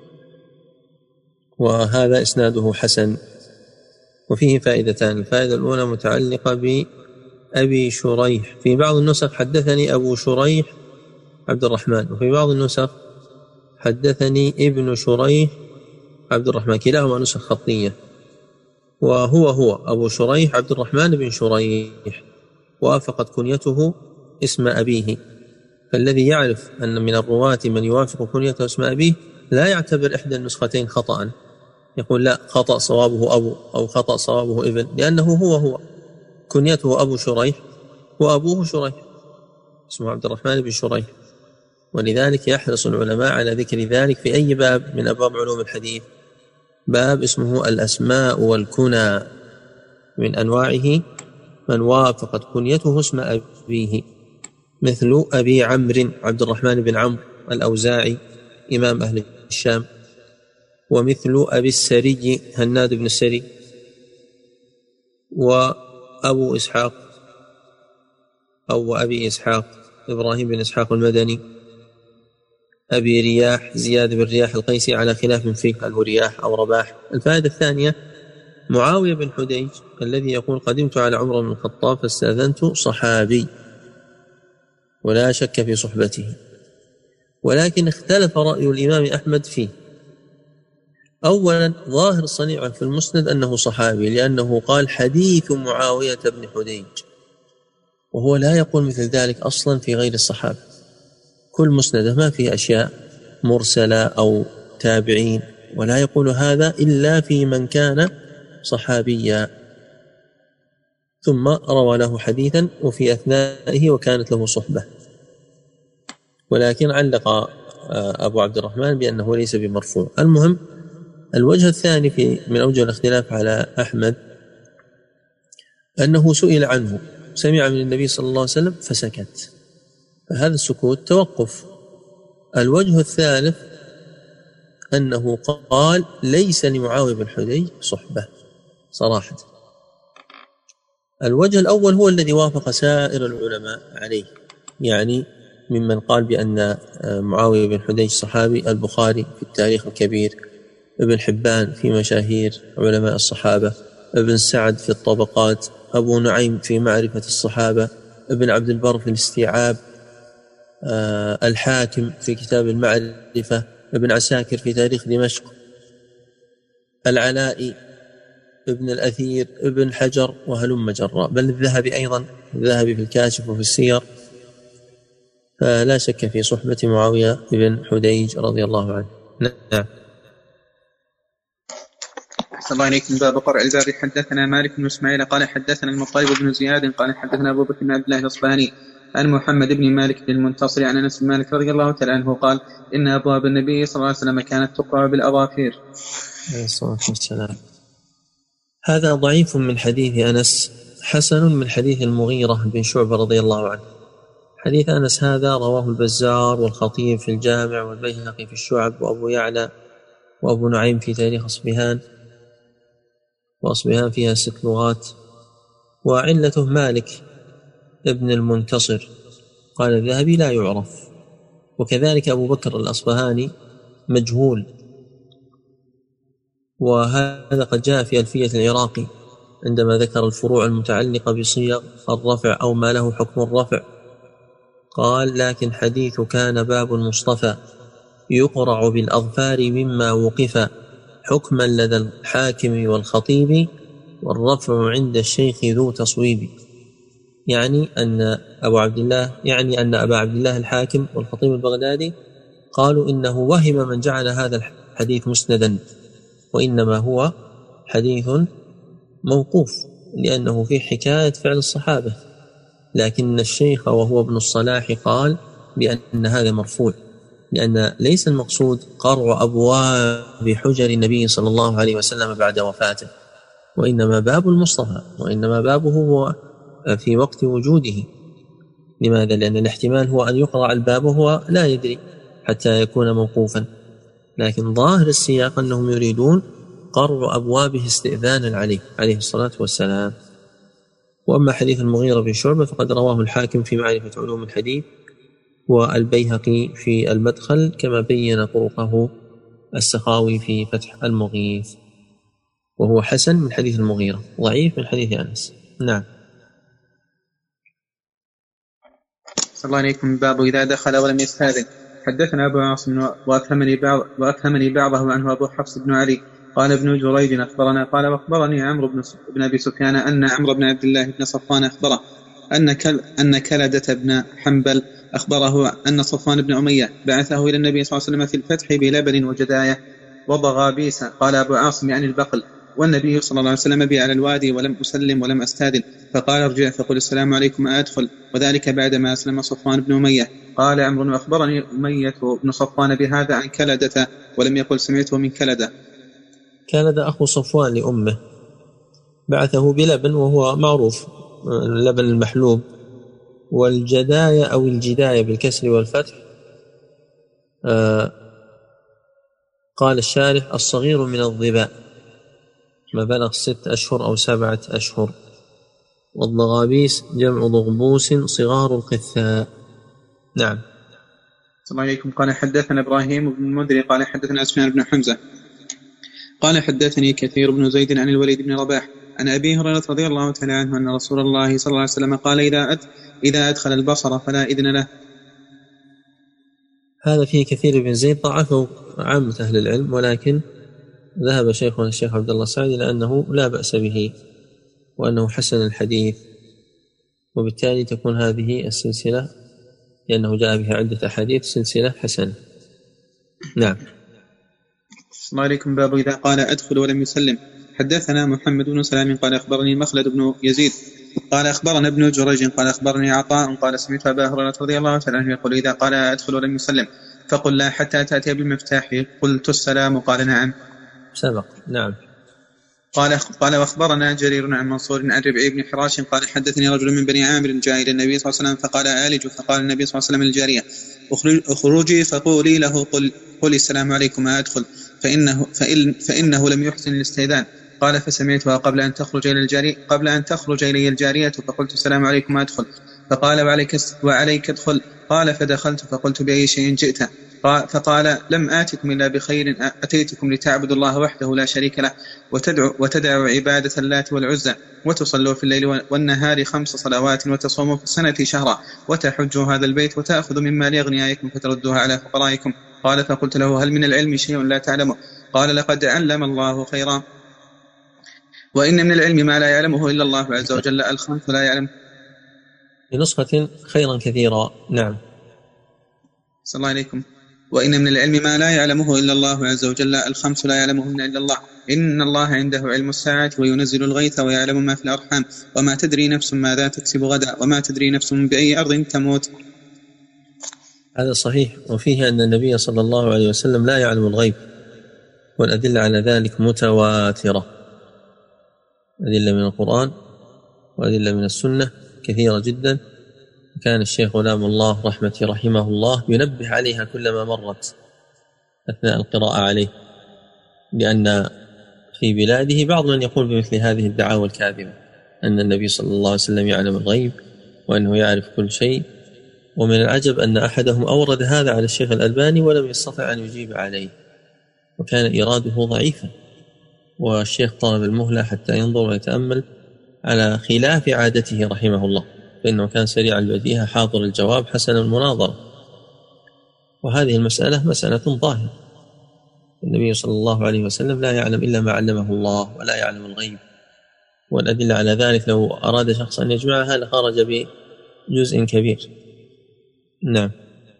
وهذا إسناده حسن. وفيه فائدتان. الفائدة الأولى متعلقة بأبي شريح، في بعض النسخ حدثني أبو شريح عبد الرحمن، وفي بعض النسخ حدثني ابن شريح عبد الرحمن، كلاهما نسخ خطية. وهو أبو شريح عبد الرحمن بن شريح، وافقت كنيته اسم أبيه، فالذي يعرف أن من الرواة من يوافق كنيته اسم أبيه لا يعتبر إحدى النسختين خطأ، يقول لا خطأ صوابه أبو أو خطأ صوابه ابن، لأنه هو كنيته أبو شريح وأبوه شريح اسمه عبد الرحمن بن شريح. ولذلك يحرص العلماء على ذكر ذلك في أي باب من أبواب علوم الحديث، باب اسمه الأسماء والكنى، من أنواعه من وافقت كنيته اسم أبيه، مثل أبي عمرو عبد الرحمن بن عمرو الأوزاعي إمام أهل الشام، ومثل أبي السري هناد بن السري، وأبو إسحاق أو أبي إسحاق إبراهيم بن إسحاق المدني، أبي رياح زياد بن رياح القيسي على خلاف فيه، هل رياح أو رباح. الفائدة الثانية معاوية بن حديج الذي يقول قدمت على عمر بن الخطاب فاستأذنت، صحابي ولا شك في صحبته، ولكن اختلف رأي الإمام أحمد فيه. أولا ظاهر الصنيع في المسند أنه صحابي، لأنه قال حديث معاوية بن حديج، وهو لا يقول مثل ذلك أصلا في غير الصحابة. كل مسنده ما فيه أشياء مرسلة أو تابعين، ولا يقول هذا إلا في من كان صحابيا ثم روى له حديثا وفي أثنائه وكانت له صحبة. ولكن علق أبو عبد الرحمن بأنه ليس بمرفوع. المهم الوجه الثاني من أوجه الاختلاف على أحمد أنه سئل عنه، سمع من النبي صلى الله عليه وسلم فسكت، فهذا السكوت توقف. الوجه الثالث أنه قال ليس لمعاوية بن حديج صحبة صراحة. الوجه الأول هو الذي وافق سائر العلماء عليه، يعني ممن قال بأن معاوية بن حديج صحابي البخاري في التاريخ الكبير، ابن حبان في مشاهير علماء الصحابة، ابن سعد في الطبقات، أبو نعيم في معرفة الصحابة، ابن عبد البر في الاستيعاب، الحاكم في كتاب المعرفة، ابن عساكر في تاريخ دمشق، العلائي، ابن الأثير، ابن حجر، وهلم جرا، بل الذهبي أيضا، الذهبي في الكاشف وفي السير. فلا شك في صحبة معاوية بن حديج رضي الله عنه. نعم. أحسن الله إليكم. باب قرع الباب. حدثنا مالك بن إسماعيل قال حدثنا المطلب بن زياد قال حدثنا أبو بكر بن عبد الله الأصبهاني عن محمد بن مالك بن المنتصر عن أنس بن مالك رضي الله تعالى عنه قال إن أبواب النبي صلى الله عليه وسلم كانت تقرع بالأظافير. عليه الصلاة والسلام. هذا ضعيف من حديث أنس، حسن من حديث المغيرة بن شعبة رضي الله عنه. حديث أنس هذا رواه البزار والخطيب في الجامع والبيهقي في الشعب وأبو يعلى وأبو نعيم في تاريخ أصبهان، وأصبهان فيها 6 لغات، وعلته مالك ابن المنتصر. قال الذهبي لا يعرف. وكذلك أبو بكر الأصفهاني مجهول، وهذا قد جاء في ألفية العراقي عندما ذكر الفروع المتعلقة بصيغ الرفع أو ما له حكم الرفع، قال: لكن حديث كان باب المصطفى يقرع بالأظفار مما وقف حكما لدى الحاكم والخطيب والرفع عند الشيخ ذو تصويب. يعني أن أبا عبد الله الحاكم والخطيب البغدادي قالوا إنه وهم من جعل هذا الحديث مسندا، وإنما هو حديث موقوف لأنه في حكاية فعل الصحابة، لكن الشيخ وهو ابن الصلاح قال بأن هذا مرفوع، لأن ليس المقصود قرع أبواب حجر النبي صلى الله عليه وسلم بعد وفاته، وإنما باب المصطفى، وإنما بابه هو في وقت وجوده. لماذا؟ لأن الاحتمال هو أن يقرع الباب وهو لا يدري حتى يكون موقوفا، لكن ظاهر السياق أنهم يريدون قرع أبوابه استئذانا عليه الصلاة والسلام. وأما حديث المغيرة بن شعبة فقد رواه الحاكم في معرفة علوم الحديث والبيهقي في المدخل، كما بين طرقه السخاوي في فتح المغيث، وهو حسن من حديث المغيرة، ضعيف من حديث أنس. نعم. صلى الله عليكم. باب إذا دخل ولم يستأذن. حدثنا أبو عاصم وأفهمني بعضه عنه أبو حفص بن علي قال ابن جريج أخبرنا قال وأخبرني عمرو بن أبي سفيان أن عمرو بن عبد الله بن صفوان أخبره أن كلدة بن حنبل أخبره أن صفوان بن أمية بعثه إلى النبي صلى الله عليه وسلم في الفتح بلبن وجداية وضغابيس. قال أبو عاصم يعني البقل، والنبي صلى الله عليه وسلم بي على الوادي ولم أسلم ولم أستاذن، فقال ارجع فقل السلام عليكم أدخل، وذلك بعدما أسلم صفوان بن أمية. قال عمرو وأخبرني أمية بن صفوان بهذا عن كلدة ولم يقل سمعته من كلدة. كلدة أخو صفوان لأمه، بعثه بلبن وهو معروف اللبن المحلوب، والجداية أو الجداية بالكسر والفتح قال الشارح الصغير من الظباء ما بلغ 6 أشهر أو 7 أشهر، والضغابيس جمع ضغبوس صغار القثاء. نعم. السلام عليكم. قال حدثنا إبراهيم بن المنذر قال حدثنا سفيان بن حمزة قال حدثني كثير بن زيد عن الوليد بن رباح عن أبي هريرة رضي الله تعالى عنه أن رسول الله صلى الله عليه وسلم قال إذا أدخل البصر فلا إذن له. هذا فيه كثير بن زيد ضعفه عامة أهل العلم، ولكن ذهب شيخنا الشيخ عبد الله السعدي لأنه لا بأس به وأنه حسن الحديث، وبالتالي تكون هذه السلسلة لأنه جاء بها عدة أحاديث سلسلة حسنة. نعم. السلام عليكم. باب إذا قال أدخل ولم يسلم. حدثنا محمد بن سلام قال أخبرني مخلد بن يزيد قال أخبرنا ابن جريج قال أخبرني عطاء قال سمعت أبا هريرة رضي الله تعالى عنه يقول إذا قال أدخل ولم يسلم فقل لا حتى تأتي بالمفتاح قلت السلام قال نعم. سبق. نعم. قال واخبرنا جرير عن منصور عن ربعي بن حراش قال حدثني رجل من بني عامر جاء الى النبي صلى الله عليه وسلم فقال آلج، فقال النبي صلى الله عليه وسلم للجارية اخرجي فقولي له قولي السلام عليكم أدخل فإنه لم يحسن الاستئذان. قال فسمعتها قبل أن تخرج إلي الجارية فقلت السلام عليكم أدخل، فقال وعليك ادخل. قال فدخلت فقلت بأي شيء جئت؟ فقال لم آتكم إلا بخير، أتيتكم لتعبدوا الله وحده لا شريك له وتدعوا عبادة اللات والعزى وتصلوا في الليل والنهار 5 صلوات وتصوموا في السنة شهرا وتحجوا هذا البيت وتأخذوا من مال أغنيائكم فتردوها على فقرائكم. قال فقلت له هل من العلم شيء لا تعلمه؟ قال لقد علم الله خيرا، وإن من العلم ما لا يعلمه إلا الله عز وجل الخمس لا يعلم. بنسخة خيرا كثيرا. نعم. صلى الله عليكم. وإن من العلم ما لا يعلمه إلا الله عز وجل الخمس لا يعلمهن إلا الله. إن الله عنده علم الساعة وينزل الغيث ويعلم ما في الأرحام وما تدري نفس ماذا تكسب غدا وما تدري نفس بأي أرض تموت. هذا صحيح. وفيه أن النبي صلى الله عليه وسلم لا يعلم الغيب، والأدلة على ذلك متواترة، أدلة من القرآن وأدلة من السنة كثيرة جدا. كان الشيخ غلام الله رحمه الله ينبه عليها كلما مرت أثناء القراءة عليه، لأن في بلاده بعض من يقول بمثل هذه الدعاوى الكاذبة، أن النبي صلى الله عليه وسلم يعلم الغيب وأنه يعرف كل شيء. ومن العجب أن أحدهم أورد هذا على الشيخ الألباني ولم يستطع أن يجيب عليه، وكان إراده ضعيفا، والشيخ طلب المهلة حتى ينظر ويتأمل على خلاف عادته رحمه الله، فإنه كان سريع البديهة حاضر الجواب حسن المناظرة. وهذه المسألة مسألة ظاهرة، النبي صلى الله عليه وسلم لا يعلم إلا ما علمه الله ولا يعلم الغيب، والأدلة على ذلك لو أراد شخص أن يجمعها لخرج بجزء كبير. نعم.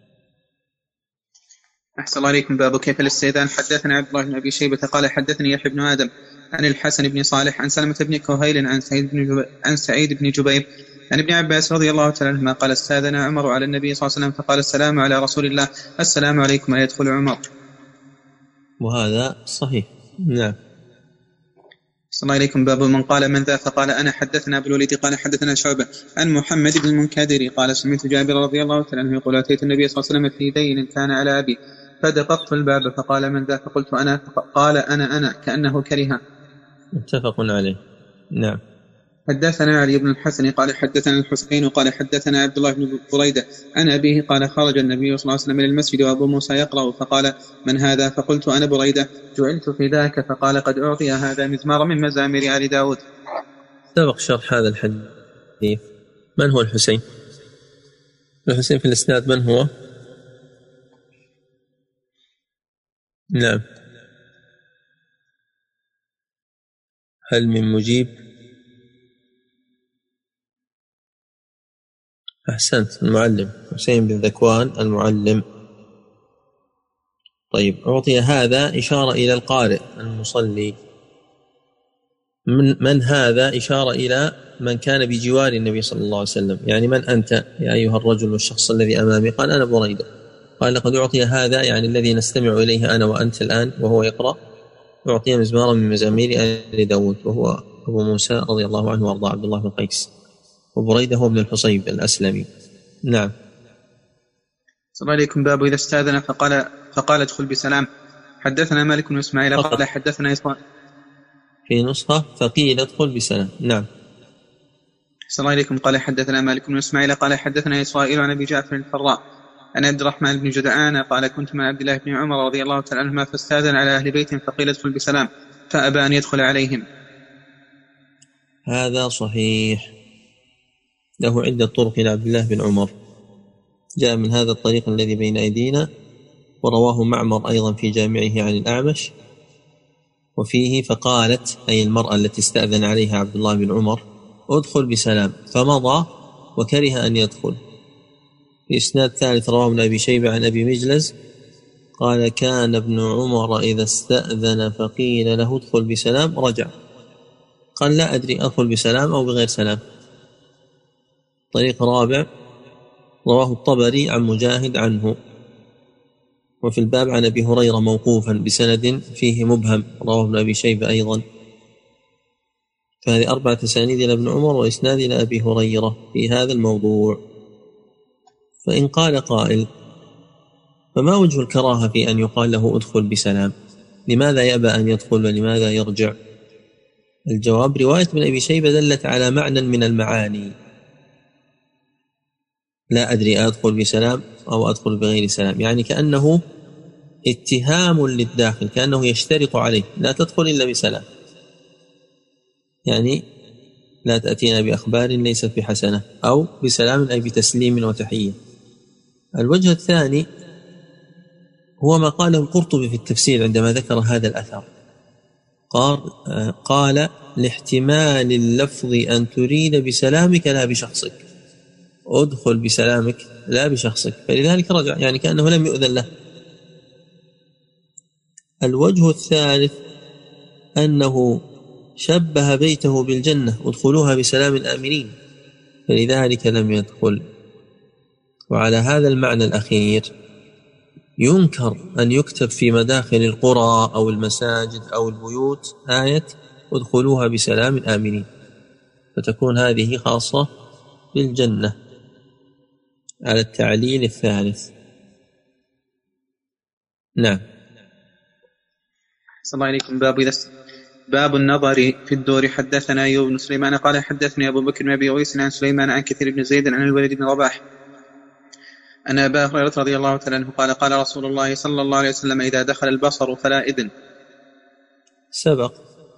أحسن الله عليكم. باب كيف الاستئذان. حدثنا عبد الله بن أبي شيبة قال حدثني يحيى بن آدم عن الحسن بن صالح عن سلمة بن كهيل عن سعيد بن جبير عن ابن عباس رضي الله تعالى عنهما قال استأذن عمر على النبي صلى الله عليه وسلم فقال السلام على رسول الله السلام عليكم أيدخل عمر. وهذا صحيح. نعم. صلى الله عليكم. باب من قال من ذا فقال أنا. حدثنا أبو الوليد قال حدثنا شعبة عن محمد بن المنكدر قال سمعت جابر رضي الله تعالى عنه يقول أتيت النبي صلى الله عليه وسلم في دين كان على أبي فدققت الباب فقال من ذا فقلت أنا قال أنا كأنه كره. متفق عليه. نعم. حدثنا علي بن الحسن قال حدثنا الحسين قال حدثنا عبد الله بن بريدة عن أبيه قال خرج النبي صلى الله عليه وسلم من المسجد وأبو موسى يقرأ فقال من هذا فقلت أنا بريدة جعلت في ذاك فقال قد أعطي هذا مزمار من مزامير آل داود. سبق شرح هذا الحديث. من هو الحسين؟ الحسين في الإسناد من هو؟ نعم. هل من مجيب؟ أحسنت، المعلم حسين بن ذكوان المعلم. طيب، أعطي هذا إشارة إلى القارئ المصلي. من هذا إشارة إلى من كان بجوار النبي صلى الله عليه وسلم، يعني من أنت يا أيها الرجل والشخص الذي أمامي؟ قال أنا بريدة. قال لقد أعطي هذا، يعني الذي نستمع إليه أنا وأنت الآن وهو يقرأ، أعطي مزمارا من مزامير آل داود، وهو أبو موسى رضي الله عنه وأرضاه عبد الله بن قيس، وبريدة هو ابن الحصيب الأسلمي. نعم. صلى الله عليكم. باب إذا استأذن فقال ادخل بسلام. حدثنا مالك بن إسماعيل قال حدثنا في نسخة فقيل ادخل بسلام. نعم. صلى الله عليكم. قال حدثنا مالك بن إسماعيل قال حدثنا إسرائيل عن أبي جعفر الفراء عن عبد الرحمن بن جدعان قال كنت مع عبد الله بن عمر رضي الله تعالى عنهما فاستأذن على أهل بيت فقيل ادخل بسلام فأبى أن يدخل عليهم. هذا صحيح، له عدة طرق إلى عبد الله بن عمر، جاء من هذا الطريق الذي بين أيدينا، ورواه معمر أيضا في جامعه عن الأعمش، وفيه فقالت أي المرأة التي استأذن عليها عبد الله بن عمر ادخل بسلام فمضى وكره أن يدخل. في إسناد ثالث رواه ابن أبي شيبة عن أبي مجلز قال كان ابن عمر إذا استأذن فقيل له ادخل بسلام رجع، قال لا أدري أدخل بسلام أو بغير سلام. طريق رابع رواه الطبري عن مجاهد عنه، وفي الباب عن أبي هريرة موقوفا بسند فيه مبهم رواه ابن أبي شيبة أيضا. فهذه 4 أسانيد إلى ابن عمر وإسناد إلى أبي هريرة في هذا الموضوع. فإن قال قائل فما وجه الكراهة في أن يقال له ادخل بسلام؟ لماذا يأبى أن يدخل ولماذا يرجع؟ الجواب رواية ابن أبي شيبة دلت على معنى من المعاني، لا أدري أدخل بسلام أو أدخل بغير سلام، يعني كأنه اتهام للداخل، كأنه يشترط عليه لا تدخل إلا بسلام، يعني لا تأتينا بأخبار ليست بحسنة، أو بسلام أي بتسليم وتحية. الوجه الثاني هو ما قاله القرطبي في التفسير عندما ذكر هذا الأثر، قال لاحتمال اللفظ أن تريد بسلامك لا بشخصك، ادخل بسلامك لا بشخصك، فلذلك رجع، يعني كأنه لم يؤذن له. الوجه الثالث أنه شبه بيته بالجنة ادخلوها بسلام آمنين، فلذلك لم يدخل. وعلى هذا المعنى الأخير ينكر أن يكتب في مداخل القرى أو المساجد أو البيوت آية ادخلوها بسلام آمنين، فتكون هذه خاصة بالجنة على التعليل الثالث. باب النظر في الدور. حدثنا أيوب بن سليمان قال حدثني أبو بكر بن أبي أويس عن سليمان عن كثير بن زيد عن الوليد بن رباح أن أبا هريرة رضي الله تعالى عنه قال قال رسول الله صلى الله عليه وسلم إذا دخل البصر فلا إذن. سبق.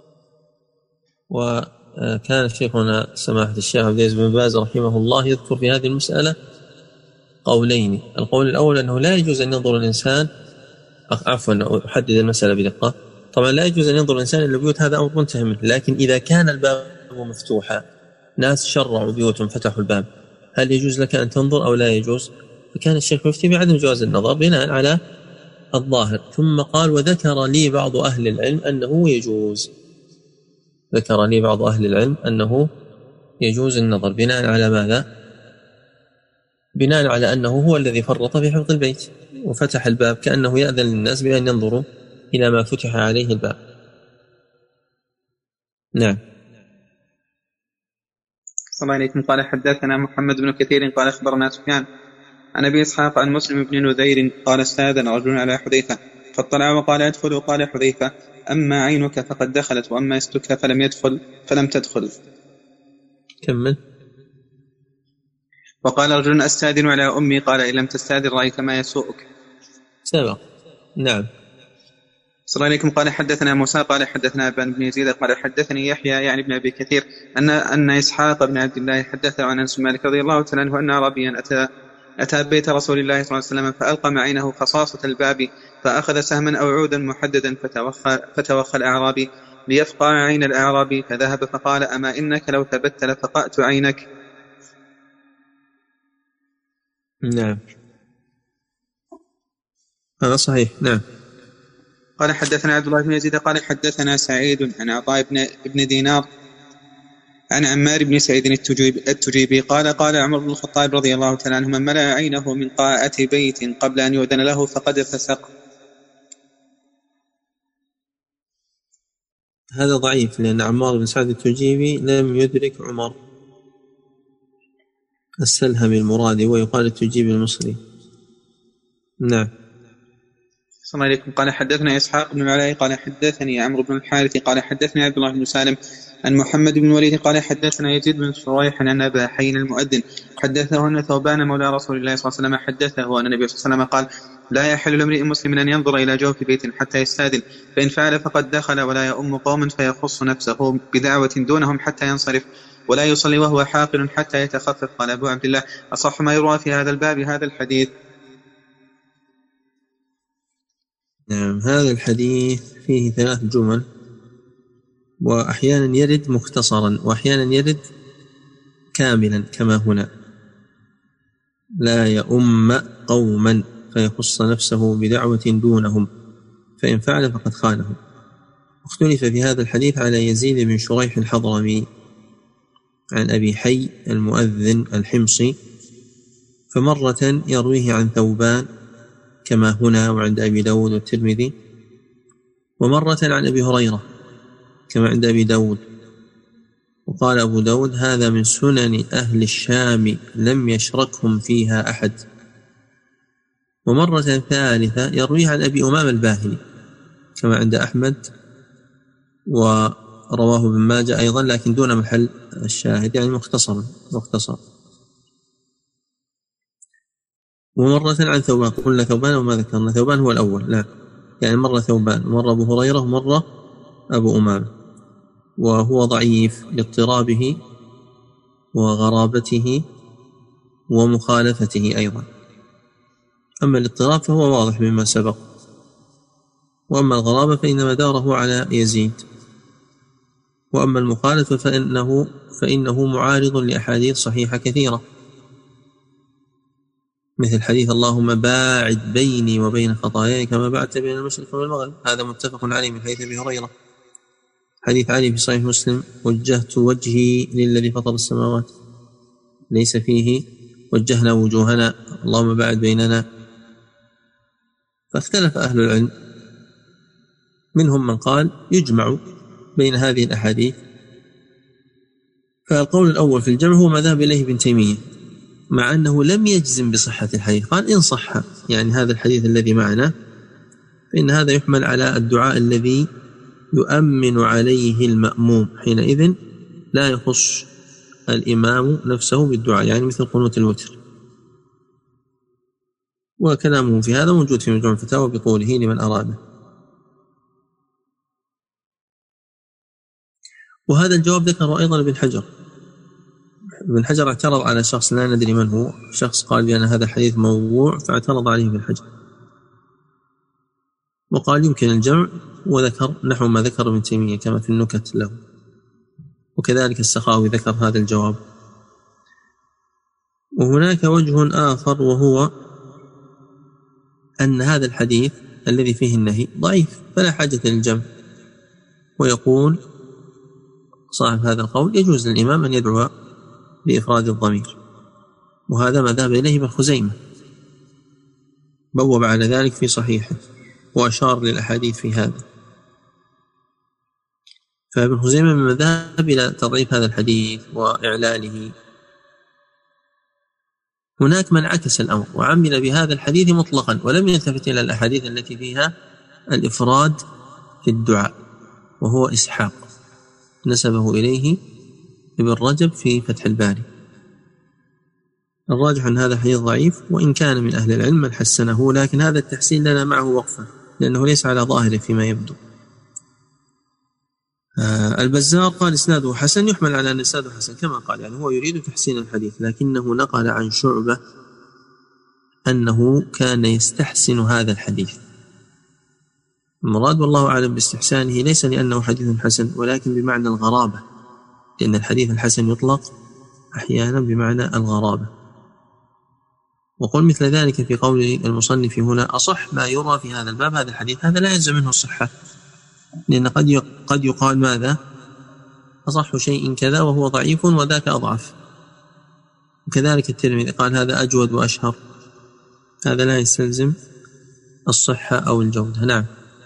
وكان شيخنا سماحة الشيخ عبد العزيز بن باز رحمه الله يذكر في هذه المسألة قولين. القول الأول أنه لا يجوز أن ينظر الإنسان، عفوا أحدد المسألة بدقة، طبعا لا يجوز أن ينظر الإنسان إلى البيوت، هذا أمر منتهي منه، لكن إذا كان الباب مفتوحا، ناس شرعوا بيوتهم فتحوا الباب، هل يجوز لك أن تنظر أو لا يجوز؟ فكان الشيخ يفتي بعدم جواز النظر بناء على الظاهر. ثم قال وذكر لي بعض أهل العلم أنه يجوز، ذكر لي بعض أهل العلم أنه يجوز النظر بناء على ماذا؟ بناء على أنه هو الذي فرط في حفظ البيت وفتح الباب، كأنه يأذن للناس بأن ينظروا إلى ما فتح عليه الباب. نعم. صلى الله عليكم. قال حدثنا محمد بن كثير قال أخبرنا سفيان عن أبي إسحاق عن مسلم بن نذير قال استأذن رجل على حذيفة فاطلع وقال ادخل، قال حذيفة أما عينك فقد دخلت وأما يستك فلم تدخل. كمل. وقال رجل أستأذن على أمي قال إن لم تستأذن رأيت ما يسوءك. سبق. نعم. صلى الله عليكم. قال حدثنا موسى قال حدثنا ابن بن يزيد قال حدثني يحيى يعني ابن أبي كثير أن إسحاق بن عبد الله حدثه عن أنس مالك رضي الله تعالى عنه أن عربيا أتى بيت رسول الله صلى الله عليه وسلم فألقى عينه خصاصة الباب فأخذ سهما أو عودا محددا فتوخى الأعرابي ليفقع عين الأعرابي فذهب فقال أما إنك لو ثبت لفقأت عينك. نعم هذا صحيح. نعم. قال حدثنا عبد الله بن يزيد قال حدثنا سعيد عن عطاء بن دينار عن عمار بن سعيد التجيبي قال عمر بن الخطاب رضي الله تعالى عنه من ملأ عينه من قاءة بيت قبل أن يؤذن له فقد فسق. هذا ضعيف لأن عمار بن سعيد التجيبي لم يدرك عمر السلهم المرادي ويقال التجيبي المصري. نعم. صلى الله عليكم. قال حدثنا إسحاق بن العلاء قال حدثني عمرو بن الحارث قال حدثني عبد الله بن سالم عن محمد بن الوليد قال حدثنا يزيد بن شريح عن أبا حين المؤذن حدثه أن ثوبان مولى رسول الله صلى الله عليه وسلم حدثه أن النبي صلى الله عليه وسلم قال لا يحل لامرئ مسلم أن ينظر إلى جوف بيت حتى يستأذن فإن فعل فقد دخل ولا يؤم قوم فيخص نفسه بدعوة دونهم حتى ينصرف ولا يصلي وهو حاقل حتى يتخفف. قال أبو عبد الله أصح ما يروى في هذا الباب هذا الحديث. نعم. هذا الحديث فيه 3 جمل، وأحيانا يرد مختصرا وأحيانا يرد كاملا كما هنا لا يؤم قوما فيخص نفسه بدعوة دونهم فإن فعل فقد خانهم. اختلف في هذا الحديث على يزيد بن شريح الحضرمي عن أبي حي المؤذن الحمصي، فمرة يرويه عن ثوبان كما هنا وعند أبي داود والترمذي، ومرة عن أبي هريرة كما عند أبي داود، وقال أبو داود هذا من سنن أهل الشام لم يشركهم فيها أحد. ومرة ثالثة يرويه عن أبي أمام الباهلي كما عند أحمد ورواه ابن ماجه أيضا لكن دون محل الشاهد، يعني مختصر. ومرة عن ثوبان، قلنا ثوبان وما ذكرنا ثوبان هو الأول، لا يعني مرة ثوبان مرة أبو هريرة ومرة أبو أمام، وهو ضعيف لاضطرابه وغرابته ومخالفته أيضا. أما الاضطراب فهو واضح مما سبق، وأما الغرابة فإن مداره على يزيد، وأما المخالفة فإنه معارض لأحاديث صحيحة كثيرة مثل حديث اللهم باعد بيني وبين خطاياي كما بعدت بين المشرق والمغرب، هذا متفق عليه من حديث أبي هريرة. حديث علي في صحيح مسلم وجهت وجهي للذي فطر السماوات ليس فيه وجهنا وجوهنا اللهم باعد بيننا. فاختلف أهل العلم، منهم من قال يجمع بين هذه الأحاديث، فالقول الأول في الجمع هو ما ذهب إليه ابن تيمية مع أنه لم يجزم بصحة الحديث، قال إن صح يعني هذا الحديث الذي معنا فإن هذا يحمل على الدعاء الذي يؤمن عليه المأموم، حينئذ لا يخص الإمام نفسه بالدعاء، يعني مثل قنوت الوتر. وكلامه في هذا موجود في مجموع الفتاوى بطوله لمن أراده. وهذا الجواب ذكره أيضا ابن حجر. ابن حجر اعترض على شخص لا ندري من هو، شخص قال بأن هذا حديث موضوع، فاعترض عليه ابن حجر وقال يمكن الجمع، وذكر نحو ما ذكر ابن تيمية كما في النكت له، وكذلك السخاوي ذكر هذا الجواب. وهناك وجه آخر، وهو أن هذا الحديث الذي فيه النهي ضعيف فلا حاجة للجمع. ويقول صاحب هذا القول يجوز للإمام أن يدعو بإفراد الضمير، وهذا ما ذهب إليه ابن خزيمة، بوب على ذلك في صحيحه وأشار للأحاديث في هذا. فابن خزيمة من ذهب إلى تضعيف هذا الحديث وإعلاله. هناك من عكس الأمر وعمل بهذا الحديث مطلقا ولم يلتفت إلى الأحاديث التي فيها الإفراد في الدعاء، وهو إسحاق نسبه إليه ابن رجب في فتح الباري. الراجح أن هذا حديث ضعيف، وإن كان من أهل العلم من حسنه، لكن هذا التحسين لنا معه وقفة لأنه ليس على ظاهره فيما يبدو. البزار قال إسناده حسن، يحمل على أن إسناده حسن كما قال، يعني هو يريد تحسين الحديث، لكنه نقل عن شعبة أنه كان يستحسن هذا الحديث. المراد والله أعلم باستحسانه ليس لأنه حديث حسن، ولكن بمعنى الغرابة، لأن الحديث الحسن يطلق أحيانا بمعنى الغرابة. وقل مثل ذلك في قول المصنف هنا: أصح ما يرى في هذا الباب هذا الحديث، هذا لا يلزم منه الصحة، لأن قد يقال ماذا؟ أصح شيء كذا وهو ضعيف وذاك أضعف. وكذلك الترمذي قال هذا أجود وأشهر، هذا لا يستلزم الصحة أو الجودة. نعم.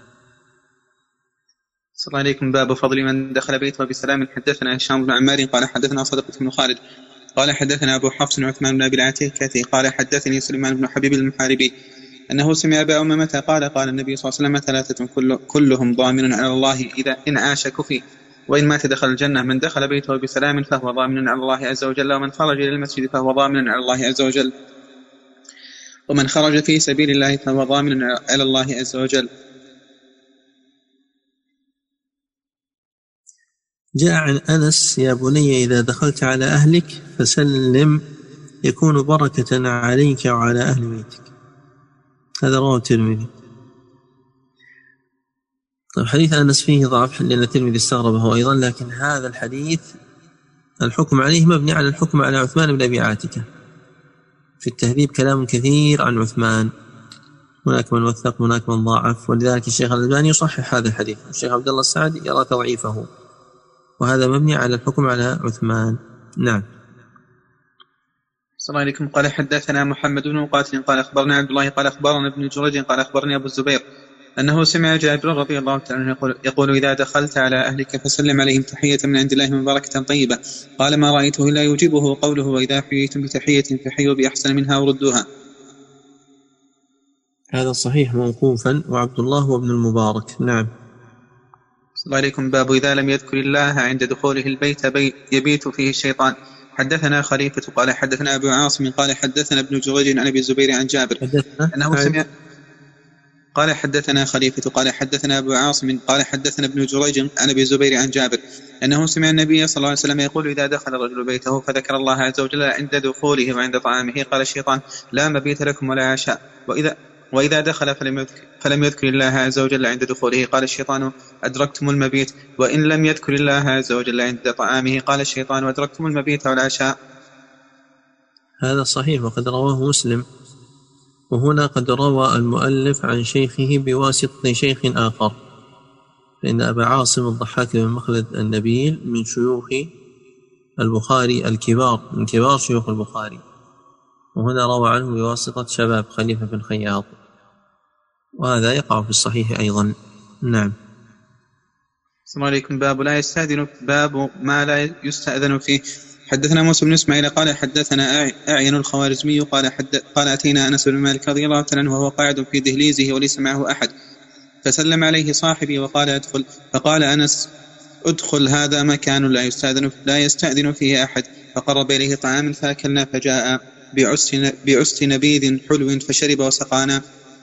صلى الله عليكم. باب فضل من دخل بيته بسلام. حدثنا هشام بن عمار قال حدثنا صدقة بن خالد قال حدثنا أبو حفص عثمان بن أبي العتيكة قال حدثني سليمان بن حبيب المحاربي أنه سمع أبا أمامة قال النبي صلى الله عليه وسلم: ثلاثة كلهم ضامن على الله إذا إن عاش كفي وإن مات دخل الجنة: من دخل بيته بسلام فهو ضامن على الله عز وجل، ومن خرج إلى المسجد فهو ضامن على الله عز وجل، ومن خرج في سبيل الله فهو ضامن على الله عز وجل. جاء عن أنس: يا بني إذا دخلت على أهلك فسلم يكون بركة عليك وعلى أهل بيتك. هذا رواه الترمذي. طيب، حديث أنس فيه ضعف لأن الترمذي استغربه أيضا، لكن هذا الحديث الحكم عليه مبني على الحكم على عثمان بن أبي عاتكة. في التهذيب كلام كثير عن عثمان، هناك من وثق هناك من ضاعف، ولذلك الشيخ الألباني يصحح هذا الحديث، الشيخ عبد الله السعدي يرى تضعيفه، وهذا مبني على الحكم على عثمان. نعم. السلام عليكم. قال حدثنا محمد بن مقاتل قال أخبرنا عبد الله قال أخبرنا ابن جريج قال أخبرني أبو الزبير أنه سمع جابر رضي الله تعالى يقول: إذا دخلت على أهلك فسلم عليهم تحية من عند الله مباركة طيبة. قال: ما رأيته إلا يجيبه قوله: وإذا حييتم بتحية فحيوا بأحسن منها وردوها. هذا صحيح موقوفا، وعبد الله وابن المبارك. نعم. صلى الله عليكم. باب إذا لم يذكر الله عند دخوله البيت يبيت فيه الشيطان. حدثنا خليفة قال حدثنا أبو عاصم قال حدثنا ابن جريج عن أبي الزبير عن جابر أنه سمع. قال حدثنا خليفة قال حدثنا أبو عاصم قال حدثنا ابن جريج عن أبي الزبير عن جابر أنه سمع النبي صلى الله عليه وسلم يقول: إذا دخل الرجل بيته فذكر الله عز وجل عند دخوله وعند طعامه قال الشيطان: لا مبيت لكم ولا عشاء. وإذا دخل فلم يذكر الله عز وجل عند دخوله قال الشيطان: أدركتم المبيت. وإن لم يذكر الله عز وجل عند طعامه قال الشيطان: أدركتم المبيت والعشاء. هذا صحيح، وقد رواه مسلم. وهنا قد روى المؤلف عن شيخه بواسطة شيخ آخر، فإن أبا عاصم الضحاك بن مخلد النبيل من شيوخ البخاري الكبار، من كبار شيوخ البخاري، وهنا روى عنه بواسطة شباب خليفة بن خياط، وهذا يقع في الصحيح أيضا. نعم. السلام عليكم. باب ما لا يستأذن فيه. حدثنا موسى بن إسماعيل قال حدثنا أعين الخوارزمي قال أتينا أنس بن مالك رضي الله عنه وهو قاعد في دهليزه وليس معه أحد، فسلم عليه صاحبي وقال أدخل، فقال أنس: أدخل، هذا مكان لا يستأذن فيه أحد. فقرب إليه طعاما فأكلنا، فجاء بعست نبيذ حلو فشرب وسقانا.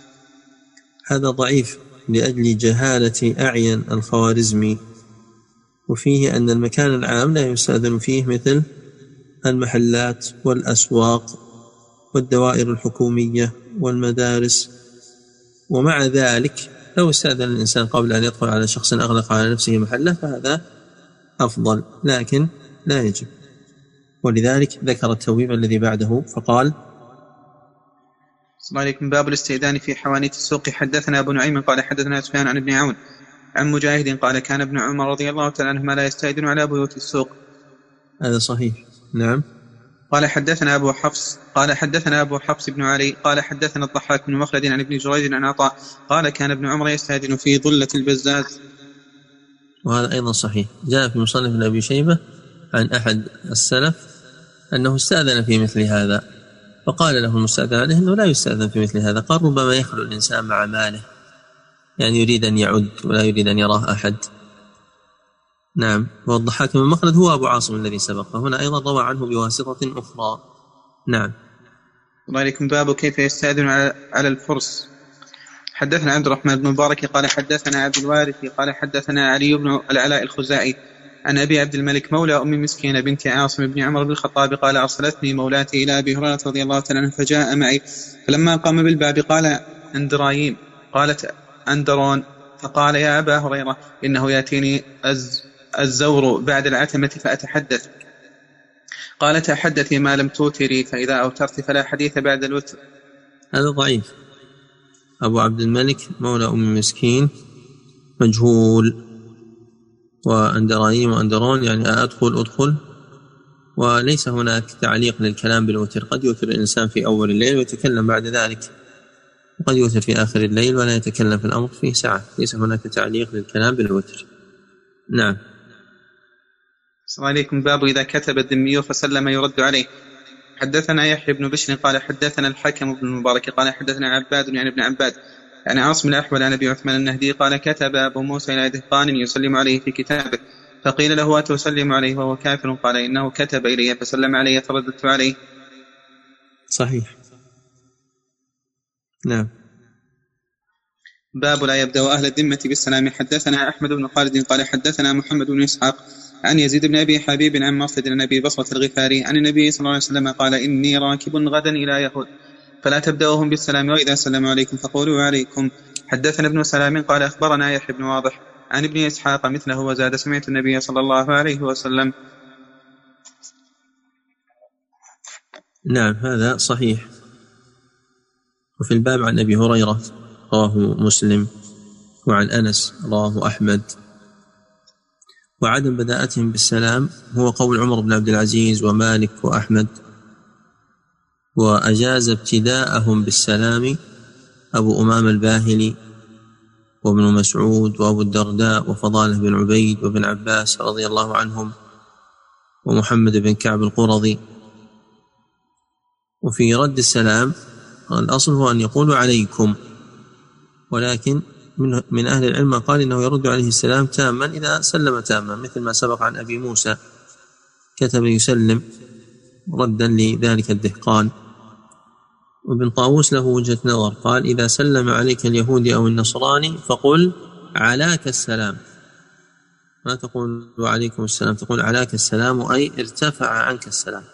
هذا ضعيف لأجل جهالة أعين الخوارزمي، وفيه أن المكان العام لا يستأذن فيه مثل المحلات والأسواق والدوائر الحكومية والمدارس. ومع ذلك لو استأذن الإنسان قبل أن يدخل على شخص أغلق على نفسه محله فهذا أفضل، لكن لا يجب. ولذلك ذكر التبويب الذي بعده فقال: السلام عليكم. باب الاستئذان في حوانيت السوق. حدثنا أبو نعيم قال حدثنا سفيان عن ابن عون عن مجاهد قال كان ابن عمر رضي الله تعالى عنهما لا يستأذن على بيوت السوق. هذا صحيح. نعم. قال حدثنا أبو حفص بن علي قال حدثنا الضحاك بن مخلد عن ابن جريج عن عطاء قال كان ابن عمر يستأذن في ظلة البزاز. وهذا أيضا صحيح. جاء في مصنف ابن أبي شيبة عن أحد السلف أنه استأذن في مثل هذا، فقال له المستأذن عليه أنه لا يستأذن في مثل هذا. قال: ربما يخلو الإنسان مع ماله، يعني يريد أن يعد ولا يريد أن يراه أحد. نعم. والضحاك بن مخلد هو أبو عاصم الذي سبق، فهنا أيضا روى عنه بواسطة أخرى. نعم. الله عليكم. باب كيف يستأذن على الفرس. حدثنا عبد الرحمن بن مبارك قال حدثنا عبد الوارث قال حدثنا علي بن العلاء الخزاعي عن أبي عبد الملك مولى أم مسكين بنت عاصم بن عمر بن الخطاب قال: أرسلتني مولاتي إلى أبي هريرة رضي الله تعالى عنه فجاء معي، فلما قام بالباب قال: أندرايم. قالت: أندرون. فقال: يا أبا هريرة إنه يأتيني الزور بعد العتمة فأتحدث. قال: تحدثي ما لم توتري، فإذا أوترت فلا حديث بعد الوتر. هذا ضعيف. أبو عبد الملك مولى أم مسكين مجهول، وأندرايم وأندرون يعني أدخل، وليس هناك تعليق للكلام بالوتر. قد يوتر الإنسان في أول الليل ويتكلم بعد ذلك، وقد يوتر في آخر الليل ولا يتكلم في الأمر فيه ساعة. ليس هناك تعليق للكلام بالوتر. نعم. السلام عليكم. باب إذا كتب الذمي فسلم يرد عليه. حدثنا يحيى بن بشر قال حدثنا الحكم بن المبارك قال حدثنا عباد يعني ابن عباد يعني عاصم الأحول عن أبي عثمان النهدي قال: كتب أبو موسى إلى دهقان يسلم عليه في كتابه، فقيل له: أتسلم عليه وهو كافر؟ قال: إنه كتب إلي فسلم علي فرددت عليه. صحيح. نعم. باب لا يبدأ أهل الذمة بالسلام. حدثنا أحمد بن خالد قال حدثنا محمد بن إسحاق عن يزيد بن أبي حبيب عن مرثد بن أبي بصرة الغفاري عن النبي صلى الله عليه وسلم قال: إني راكب غدا إلى يهود فلا تبدأوهم بالسلام، وإذا سلموا عليكم فقولوا عليكم. حدثنا ابن سلام قال أخبرنا يحيى بن واضح عن ابن إسحاق مثله وزاد: سمعت النبي صلى الله عليه وسلم. نعم. هذا صحيح. وفي الباب عن أبي هريرة رواه مسلم، وعن أنس رواه أحمد. وعدم بداءتهم بالسلام هو قول عمر بن عبد العزيز ومالك وأحمد، وأجاز ابتداءهم بالسلام أبو أمام الباهلي وابن مسعود وأبو الدرداء وفضاله بن عبيد وابن عباس رضي الله عنهم ومحمد بن كعب القرظي. وفي رد السلام الأصل هو أن يقولوا عليكم، ولكن من أهل العلم قال إنه يرد عليه السلام تاما إذا سلم تاما، مثل ما سبق عن أبي موسى كتب يسلم ردا لذلك الدهقان. وابن طاووس له وجهة نظر، قال: إذا سلم عليك اليهودي أو النصراني فقل علاك السلام، ما تقول وعليكم السلام، تقول علاك السلام، أي ارتفع عنك السلام.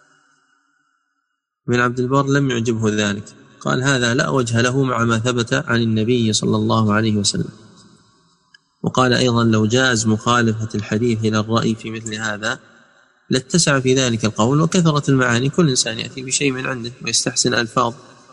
ابن عبد البر لم يعجبه ذلك، قال: هذا لا وجه له مع ما ثبت عن النبي صلى الله عليه وسلم. وقال أيضا: لو جاز مخالفة الحديث إلى الرأي في مثل هذا لاتسع في ذلك القول وكثرة المعاني، كل إنسان يأتي بشيء من عنده ويستحسن ألفاظ.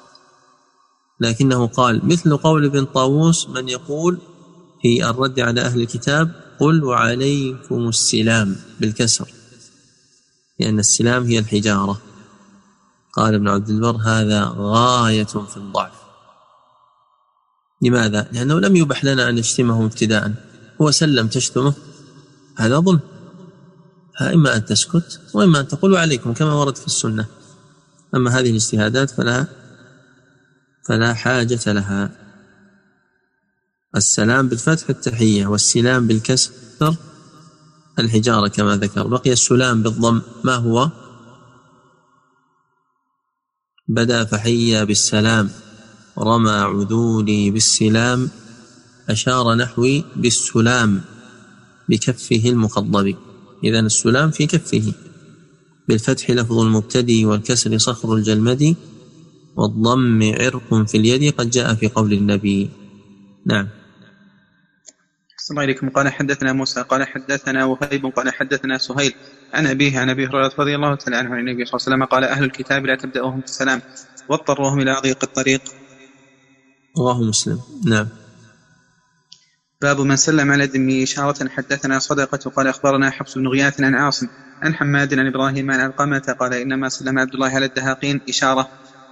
لكنه قال مثل قول ابن طاووس من يقول في الرد على أهل الكتاب: قل وعليكم السلام بالكسر، لأن السلام هي الحجارة. قال ابن عبد البر: هذا غاية في الضعف. لماذا؟ لأنه لم يبح لنا أن نشتمه ابتداء، هو سلم تشتمه، هذا ظلم. إما أن تسكت وإما أن تقول عليكم كما ورد في السنة. أما هذه الاجتهادات فلا حاجة لها. السلام بالفتح التحية، والسلام بالكسر الحجارة كما ذكر. بقي السلام بالضم، ما هو؟ بدأ فحيا بالسلام، رمى عذولي بالسلام، أشار نحوي بالسلام بكفه المخضب. إذن السلام في كفه، بالفتح لفظ المبتدي، والكسر صخر الجلمد، والضم عرق في اليد، قد جاء في قول النبي. نعم. السلام عليكم. قال حدثنا موسى قال حدثنا وهيب قال حدثنا سهيل عن أبيه عن أبي هريرة رضي الله تعالى عنه عن النبي صلى الله عليه وسلم قال: أهل الكتاب لا تبدأوهم بالسلام واضطروهم إلى ضيق الطريق. رواه مسلم. نعم. باب من سلم على الذمي إشارة. حدثنا صدقة قال أخبرنا حفص بن غياث عن عاصم عن حماد عن إبراهيم عن علقمة قال: إنما سلم عبد الله على الدهاقين إشارة.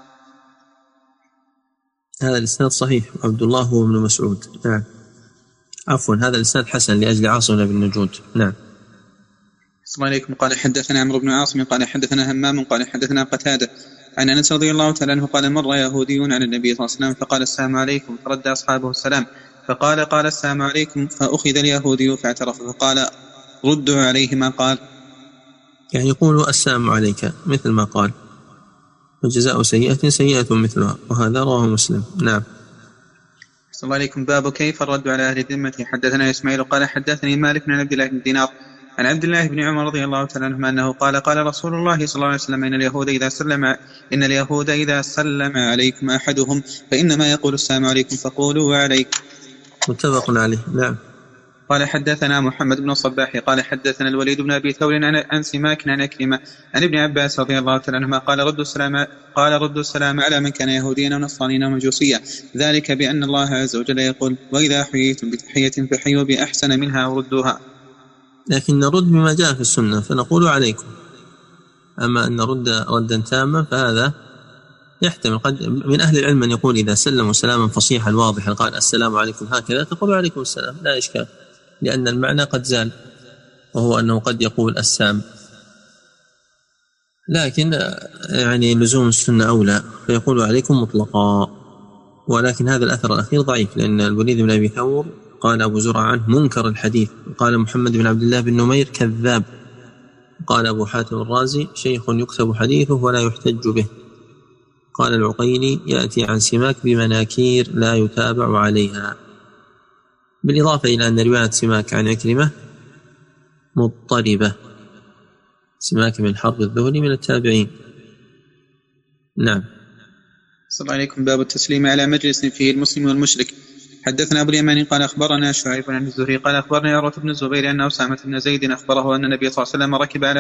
هذا الإسناد صحيح، عبد الله هو ابن مسعود. نعم. عفوا، هذا الإسناد حسن لأجل عاصم بن نجود. نعم. السلام عليكم. قال حدثنا عمرو بن عاصم قال حدثنا همام قال حدثنا قتادة عن أنس رضي الله تعالى عنه قال: مر يهودي على النبي صلى الله عليه وسلم فقال: السلام عليكم، فرد أصحابه السلام، فقال السلام عليكم، فأخذ اليهودي فاعترف فقال: ردوا عليه ما قال. يعني يقول السلام عليك مثل ما قال، وجزاء سيئة سيئة مثلها، وهذا رواه مسلم. نعم. السلام عليكم. باب كيف الرد على أهل الذمة. حدثنا إسماعيل قال حدثني مالك بن عبد الله بن دينار عن عبد الله بن عمر رضي الله تعالى عنهما أنه قال: قال رسول الله صلى الله عليه وسلم: إن اليهود إذا سلم عليكم أحدهم فإنما يقول السلام عليكم فقولوا وعليك. متفق عليه. نعم. قال حدثنا محمد بن الصباح قال حدثنا الوليد بن أبي ثور عن سماك عن أكرمة عن ابن عباس رضي الله تعالى عنهما قال: ردوا السلام على من كان يهوديا ونصرانيا ومجوسيا، ذلك بأن الله عز وجل يقول: وإذا حييتم بتحية فحيوا بأحسن منها وردوها. لكن نرد بما جاء في السنة فنقول عليكم، أما أن نرد ردا تاما فهذا يحتمل. قد من أهل العلم من يقول إذا سلموا سلاما فصيحا واضحا قال: السلام عليكم هكذا، تقول عليكم السلام، لا إشكال، لأن المعنى قد زال، وهو أنه قد يقول السام. لكن يعني لزوم السنة أولى، فيقول عليكم مطلقا. ولكن هذا الأثر الأخير ضعيف، لأن الوليد بن أبي ثور قال أبو زرع عنه منكر الحديث، قال محمد بن عبد الله بن نمير كذاب، قال أبو حاتم الرازي شيخ يكتب حديثه ولا يحتج به، قال العقيلي يأتي عن سماك بمناكير لا يتابع عليها، بالإضافة إلى أن رواية سماك عن عكرمة مضطربة. سماك بن حرب الذهلي من التابعين. نعم. صلى الله عليكم. باب التسليم على مجلس فيه المسلم والمشرك. حدثنا أبو اليماني قال أخبرنا شعيب عن الزهري قال أخبرنا عروة بن الزبير أن أسامة بن زيد أخبره أن النبي صلى الله عليه وسلم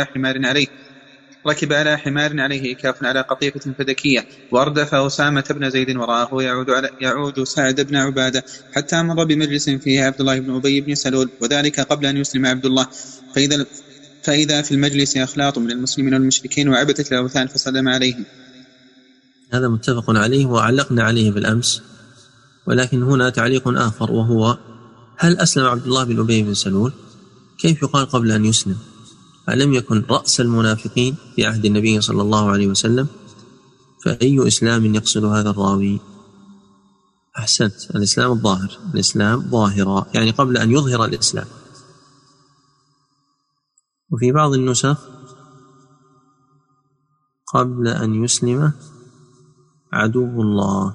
ركب على حمار عليه إكاف على قطيفة فدكية، وأردف أسامة بن زيد وراءه يعود سعد بن عبادة، حتى مر بمجلس فيه عبد الله بن أبي بن سلول، وذلك قبل أن يسلم عبد الله، فإذا في المجلس أخلاط من المسلمين والمشركين وعبدة الأوثان فسلم عليهم. هذا متفق عليه وعلقنا عليه بالأمس، ولكن هنا تعليق آخر، وهو: هل أسلم عبد الله بن أبي بن سلول؟ كيف يقال قبل أن يسلم؟ ألم يكن رأس المنافقين في عهد النبي صلى الله عليه وسلم؟ فأي إسلام يقصد هذا الراوي؟ أحسنت، الإسلام الظاهر، الإسلام ظاهرا، يعني قبل أن يظهر الإسلام. وفي بعض النسخ قبل أن يسلم عدو الله.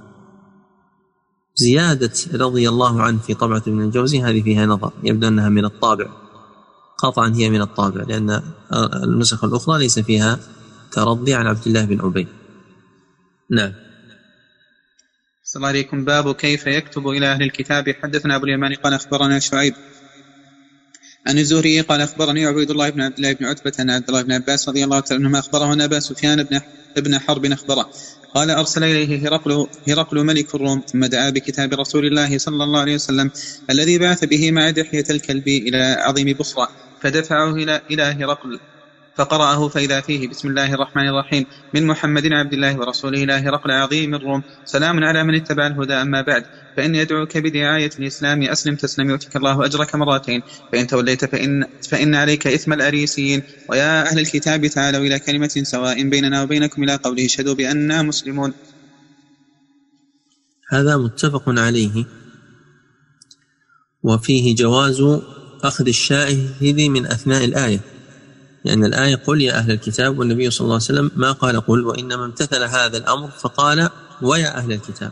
زيادة رضي الله عنه في طبعة ابن الجوزي هذه فيها نظر، يبدو أنها من الطابع، قطعا هي من الطابع، لأن النسخ الأخرى ليس فيها ترضي عن عبد الله بن أبي. نعم. صلى الله عليكم. باب كيف يكتب إلى أهل الكتاب. حدثنا أبو اليماني قال أخبرنا شعيب عن الزهري قال أخبرني عبيد الله بن عبد الله بن عتبة عن عبد الله بن عباس رضي الله تعالى عنهما أخبره أن أبا سفيان ابن حرب أخبره قال: أرسل إليه هرقل ملك الروم، ثم دعا بكتاب رسول الله صلى الله عليه وسلم الذي بعث به مع دحية الكلب إلى عظيم بصرى، فدفعه إلى هرقل فقرأه، فإذا فيه: بسم الله الرحمن الرحيم، من محمد عبد الله ورسوله إلى هرقل عظيم الروم، سلام على من اتبع الهدى، أما بعد، فإن يدعوك بدعاية الإسلام، أسلم تسلم يؤتك الله أجرك مرتين، فإن توليت فإن عليك إثم الأريسيين. ويا أهل الكتاب تعالوا إلى كلمة سواء بيننا وبينكم إلى قوله: اشهدوا بأننا مسلمون. هذا متفق عليه، وفيه جواز أخذ الشاهد من أثناء الآية، لأن الآية قل يا أهل الكتاب، والنبي صلى الله عليه وسلم ما قال قل، وإنما امتثل هذا الأمر فقال ويا أهل الكتاب.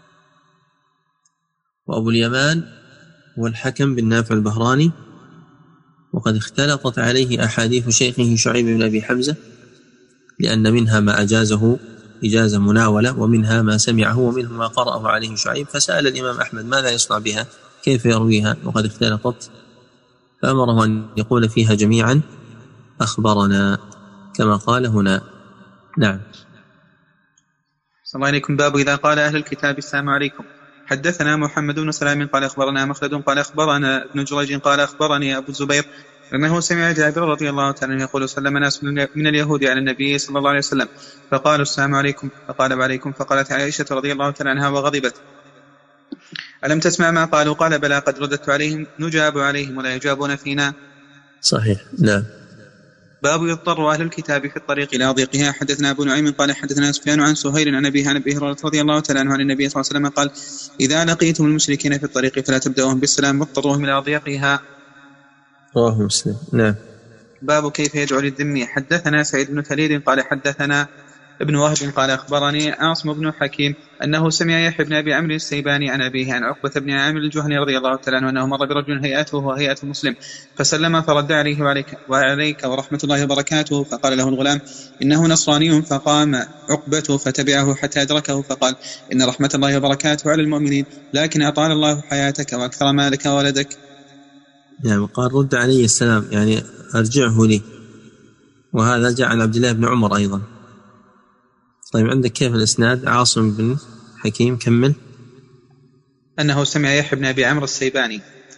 وأبو اليمان والحكم بن نافع البهراني، وقد اختلطت عليه أحاديث شيخه شعيب بن أبي حمزة، لأن منها ما أجازه إجازة مناولة، ومنها ما سمعه، ومنه ما قرأه عليه شعيب، فسأل الإمام أحمد ماذا يصنع بها، كيف يرويها وقد اختلطت، فأمره أن يقول فيها جميعا أخبرنا كما قال هنا. نعم. صلى الله عليكم. باب إذا قال أهل الكتاب السلام عليكم. حدثنا محمد بن سلام قال أخبرنا مخلد قال أخبرنا ابن جريج قال أخبرني أبو الزبير أنه سمع جابر رضي الله تعالى يقول سلم ناس من اليهود على النبي صلى الله عليه وسلم فقالوا السلام عليكم، فقال وعليكم، فقالت عائشة رضي الله تعالى عنها وغضبت ألم تسمع ما قالوا؟ قال بلى قد رددت عليهم، نجاب عليهم ولا يجابون فينا. صحيح. نعم. باب يضطر أهل الكتاب في الطريق إلى ضيقها. حدثنا أبو نعيم قال حدثنا سفيان عن سهيل عن أبيه عن أبي هريرة رضي الله تعالى عنه عن النبي صلى الله عليه وسلم قال إذا لقيتم المشركين في الطريق فلا تبدأوهم بالسلام واضطروهم إلى ضيقها. رواه مسلم. نعم. باب كيف يدعو للذمي. حدثنا سعيد بن فريد قال حدثنا ابن وهب قال أخبرني عاصم بن حكيم أنه سمع يحيى بن أبي عمرو السيباني عن أبيه عن عقبة بن عامر الجهني رضي الله تعالى عنه أنه مر برجل هيئته وهيئة مسلم فسلم فرد عليه وعليك ورحمة الله وبركاته، فقال له الغلام إنه نصراني، فقام عقبة فتبعه حتى أدركه فقال إن رحمة الله وبركاته على المؤمنين، لكن أطال الله حياتك وأكثر مالك وولدك. يعني قال رد علي السلام، يعني أرجعه لي، وهذا جاء عن عبد الله بن عمر أيضا. طيب عندك كيف الإسناد؟ عاصم بن حكيم كمل. أنه سمع يحيى بن أبي عمرو السيباني.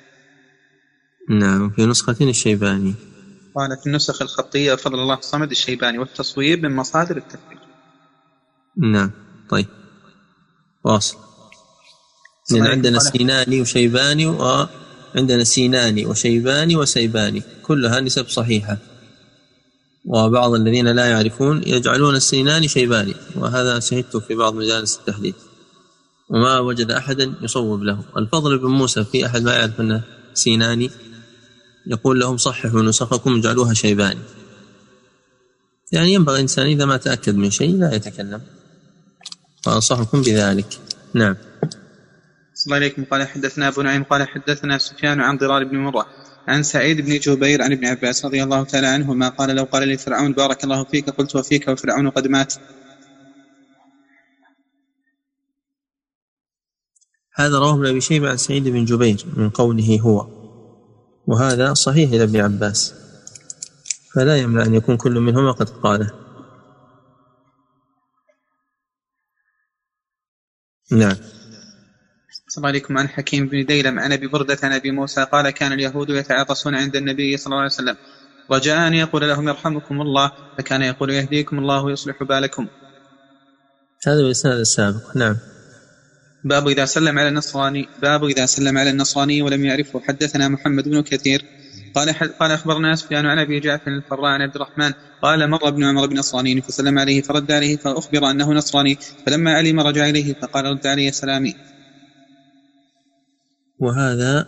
نعم. في نسخة الشيباني. قال في النسخ الخطية فضل الله الصمد الشيباني، والتصويب من مصادر التفسير. نعم. طيب واصل. لأن عندنا سيناني وشيباني، وعندنا سيناني وشيباني وسيباني، كلها نسب صحيحة، وبعض الذين لا يعرفون يجعلون السيناني شيباني، وهذا شهدته في بعض مجالس التحديث وما وجد أحدا يصوب له. الفضل بن موسى في أحد ما يعرف أنه سيناني يقول لهم صححوا نسخكم اجعلوها شيباني. يعني ينبغي الإنسان إذا ما تأكد من شيء لا يتكلم، وأنصحكم بذلك. نعم. صلى الله عليكم. قال حدثنا أبو نعيم قال حدثنا سفيان عن ضرار بن مرة عن سعيد بن جبير عن ابن عباس رضي الله تعالى عنهما قال لو قال لي فرعون بارك الله فيك قلت وفيك وفرعون قد مات. هذا رواه ابن أبي شيبة عن سعيد بن جبير من قوله هو، وهذا صحيح إلى ابن عباس، فلا يمنع أن يكون كل منهما قد قاله. نعم. صلى الله عليكم. عن حكيم بن ديلم عن أبي بردة عن أبي موسى قال كان اليهود يتعاطسون عند النبي صلى الله عليه وسلم رجاء أن يقول لهم يرحمكم الله، فكان يقول يهديكم الله ويصلح بالكم. هذا بالإسناد السابق. نعم. باب إذا سلم على النصراني ولم يعرفه. حدثنا محمد بن كثير قال أخبرنا سفيان عن أبي جعفر الفراء عن عبد الرحمن قال مر ابن عمر بن نصراني فسلم عليه فرد عليه فأخبر أنه نصراني، فلما علم رجع إليه فقال رد علي سلامي. وهذا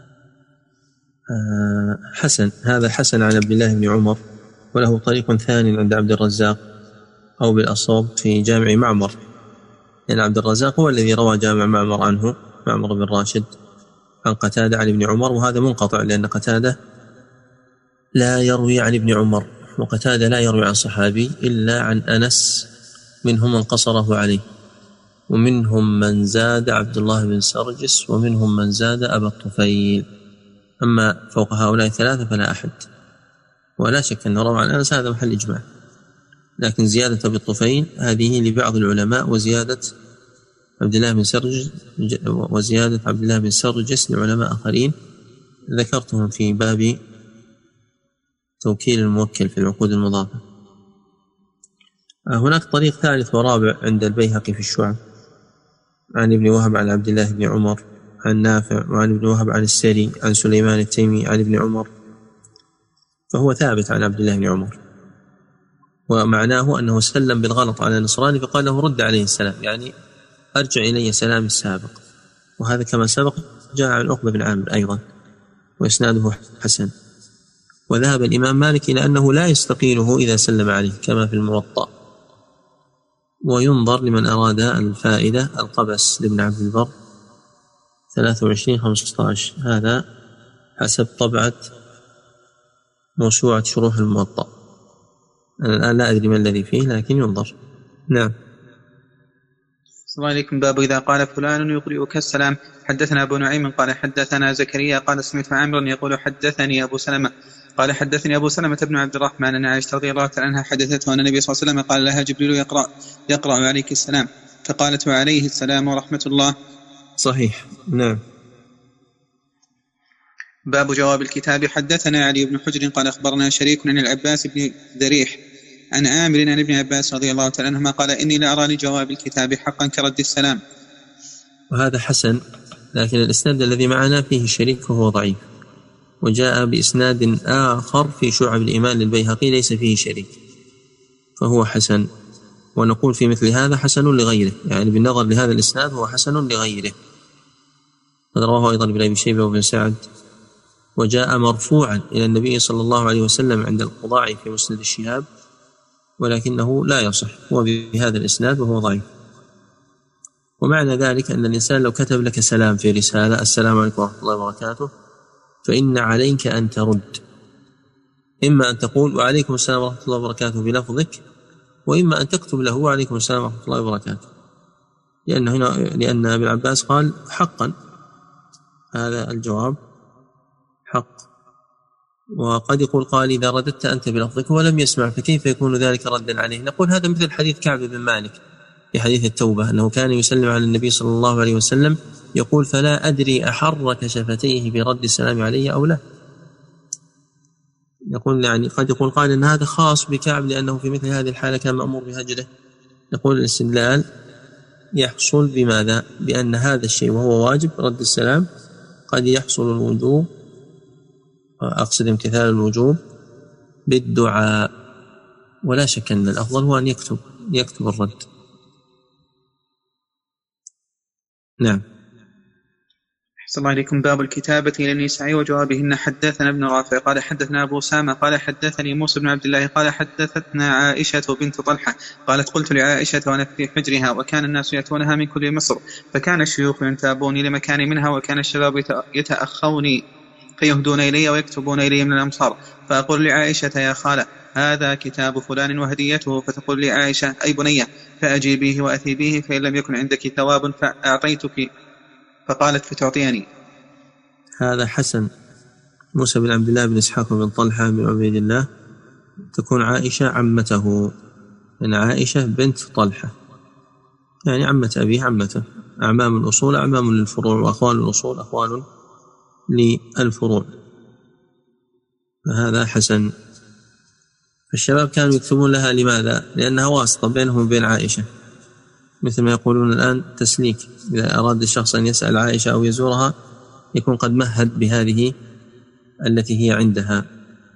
حسن. هذا حسن عن عبد الله بن عمر، وله طريق ثاني عند عبد الرزاق أو بالأصوب في جامع معمر، لأن عبد الرزاق هو الذي روى جامع معمر عنه، معمر بن راشد عن قتادة عن ابن عمر، وهذا منقطع لأن قتادة لا يروي عن ابن عمر، وقتادة لا يروي عن صحابي إلا عن أنس، منهم من قصره عليه، ومنهم من زاد عبد الله بن سرجس، ومنهم من زاد أبا الطفيل. أما فوق هؤلاء الثلاثة فلا أحد، ولا شك أن روى عن أنس هذا محل إجماع، لكن زيادة أبي الطفيل هذه لبعض العلماء، وزيادة عبد الله بن سرجس لعلماء آخرين ذكرتهم في باب توكيل الموكل في العقود المضافة. هناك طريق ثالث ورابع عند البيهقي في الشعب عن ابن وهب عن عبد الله بن عمر عن نافع، وعن ابن وهب عن السري عن سليمان التيمي عن ابن عمر، فهو ثابت عن عبد الله بن عمر، ومعناه أنه سلم بالغلط على النصراني فقال له رد عليه السلام، يعني أرجع إلي سلام السابق، وهذا كما سبق جاء عن عقبة بن عامر أيضا وإسناده حسن. وذهب الإمام مالك إلى أنه لا يستقيله إذا سلم عليه كما في الموطأ. وينظر لمن أراد الفائدة القبس لابن عبد البر 23-15، هذا حسب طبعة موسوعة شروح الموطأ. أنا الآن لا أدري ما الذي فيه لكن ينظر. نعم. السلام عليكم. باب إذا قال فلان يقرئك السلام. حدثنا أبو نعيم قال حدثنا زكريا قال سمعت عامرا يقول حدثني أبو سلمة قال حدثني أبو سلمة بن عبد الرحمن أن عائشة رضي الله عنها حدثته أن النبي صلى الله عليه وسلم قال لها جبريل يقرأ عليك السلام، فقالت وعليه السلام ورحمة الله. صحيح. نعم. باب جواب الكتاب. حدثنا علي بن حجر قال أخبرنا شريك عن العباس بن ذريح عن عامر عن ابن عباس رضي الله تعالى عنهما قال إني لا أرى لجواب الكتاب حقا كرد السلام. وهذا حسن، لكن الإسناد الذي معنا فيه شريك وهو ضعيف، وجاء بإسناد آخر في شعب الإيمان للبيهقي ليس فيه شريك فهو حسن. ونقول في مثل هذا حسن لغيره، يعني بالنظر لهذا الإسناد هو حسن لغيره. قد رواه أيضا ابن أبي شيبة وابن سعد، وجاء مرفوعا إلى النبي صلى الله عليه وسلم عند القضاعي في مسند الشهاب، ولكنه لا يصح، هو بهذا الإسناد وهو ضعيف. ومعنى ذلك أن الإنسان لو كتب لك سلام في رسالة السلام عليكم ورحمة الله وبركاته، فإن عليك أن ترد، إما أن تقول وعليكم السلام ورحمة الله وبركاته بلفظك، وإما أن تكتب له وعليكم السلام ورحمة الله وبركاته، لأن ابن عباس قال حقا، هذا الجواب حق. وقد يقول قال إذا رددت أنت بلفظك ولم يسمع فكيف يكون ذلك ردا عليه؟ نقول هذا مثل حديث كعب بن مالك في حديث التوبة أنه كان يسلم على النبي صلى الله عليه وسلم يقول فلا أدري أحرك شفتيه برد السلام عليه أو لا. يقول يعني قد يقول قال إن هذا خاص بكعب لأنه في مثل هذه الحالة كان مأمور بهجره. نقول الاستدلال يحصل بماذا؟ بأن هذا الشيء وهو واجب رد السلام قد يحصل الوجوب، أقصد امتثال الوجوب بالدعاء، ولا شك أن الأفضل هو أن يكتب الرد. نعم. أحسن الله عليكم. باب الكتابة إلى النساء وجوابهن. حدثنا ابن رافع قال حدثنا أبو سامة قال حدثني موسى بن عبد الله قال حدثتنا عائشة بنت طلحة قالت قلت لعائشة وأنا في حجرها وكان الناس يأتونها من كل مصر، فكان الشيوخ ينتابوني لمكاني منها، وكان الشباب يتأخوني فيهدون إلي ويكتبون إلي من الأمصار، فأقول لعائشة يا خالة هذا كتاب فلان وهديته، فتقول لي عائشة أي بنية فأجيبيه وأتي به، فإن لم يكن عندك ثواب فأعطيتك، فقالت فتعطيني. هذا حسن. موسى بن عبد الله بن إسحاق بن طلحة بن عبيد الله تكون عائشة عمته، لأن عائشة بنت طلحة يعني عمة أبيه عمته، أعمام الأصول أعمام للفروع، وأخوان الأصول أخوان للفروع، فهذا حسن. فالشباب كانوا يكتبون لها لماذا؟ لأنها واسطة بينهم وبين عائشة، مثل ما يقولون الآن تسليك، إذا أراد الشخص أن يسأل عائشة أو يزورها يكون قد مهد بهذه التي هي عندها،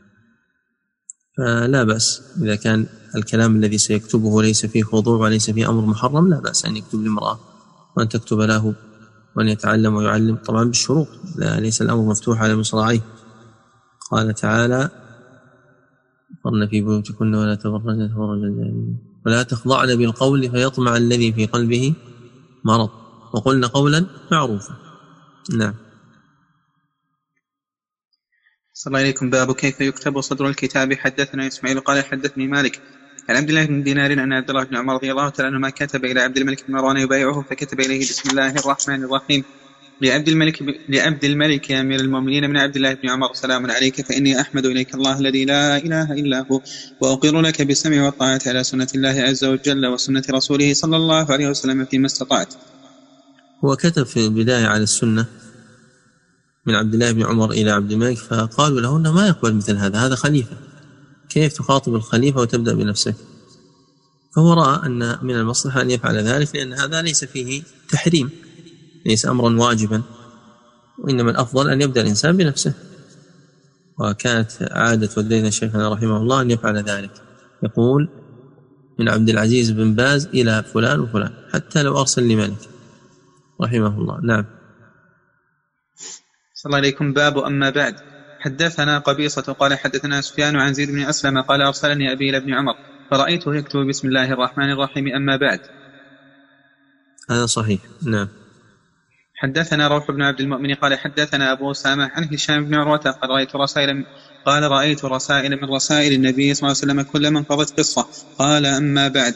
فلا بأس إذا كان الكلام الذي سيكتبه ليس فيه خضوع وليس فيه أمر محرم، لا بأس أن يكتب لامرأة وأن تكتب له وأن يتعلم ويعلم، طبعا بالشروط، ليس الأمر مفتوح على مصراعيه. قال تعالى قرن في بيوتكن ولا تبرجن تبرج الجاهلية ولا تخضعن بالقول فيطمع الذي في قلبه مرض وقلن قولا معروفا. نعم. صلى الله عليكم. باب كيف يكتب صدر الكتاب. حدثنا إسماعيل قال حدثني مالك عن عبد الله بن دينار أن عبد الله بن عمر رضي الله تعالى عنهما كتب إلى عبد الملك بن مروان يبايعه، فكتب إليه بسم الله الرحمن الرحيم لعبد الملك يا أمير المؤمنين من عبد الله بن عمر سلام عليك، فإني أحمد إليك الله الذي لا إله إلا هو، وأقر لك بالسمع والطاعة على سنة الله عز وجل وسنة رسوله صلى الله عليه وسلم فيما استطعت. هو كتب في البداية على السنة من عبد الله بن عمر إلى عبد الملك، فقالوا له أنه ما يقبل مثل هذا خليفة، كيف تخاطب الخليفة وتبدأ بنفسك؟ فهو رأى أن من المصلحة أن يفعل ذلك، لأن هذا ليس فيه تحريم، ليس أمرا واجبا، وإنما الأفضل أن يبدأ الإنسان بنفسه. وكانت عادة والدينا شيخنا رحمه الله أن يفعل ذلك، يقول من عبد العزيز بن باز إلى فلان وفلان، حتى لو أرسل لمالك رحمه الله. نعم. صلى الله عليكم. باب أما بعد. حدثنا قبيصة قال حدثنا سفيان عن زيد بن أسلم قال أرسلني أبي إلى ابن عمر فرأيته يكتب بسم الله الرحمن الرحيم أما بعد. هذا صحيح. نعم. حدثنا روح بن عبد المؤمن قال حدثنا أبو أسامة عن هشام بن عروة قال رأيت رسائل من رسائل النبي صلى الله عليه وسلم كلما انقضت قصة قال أما بعد.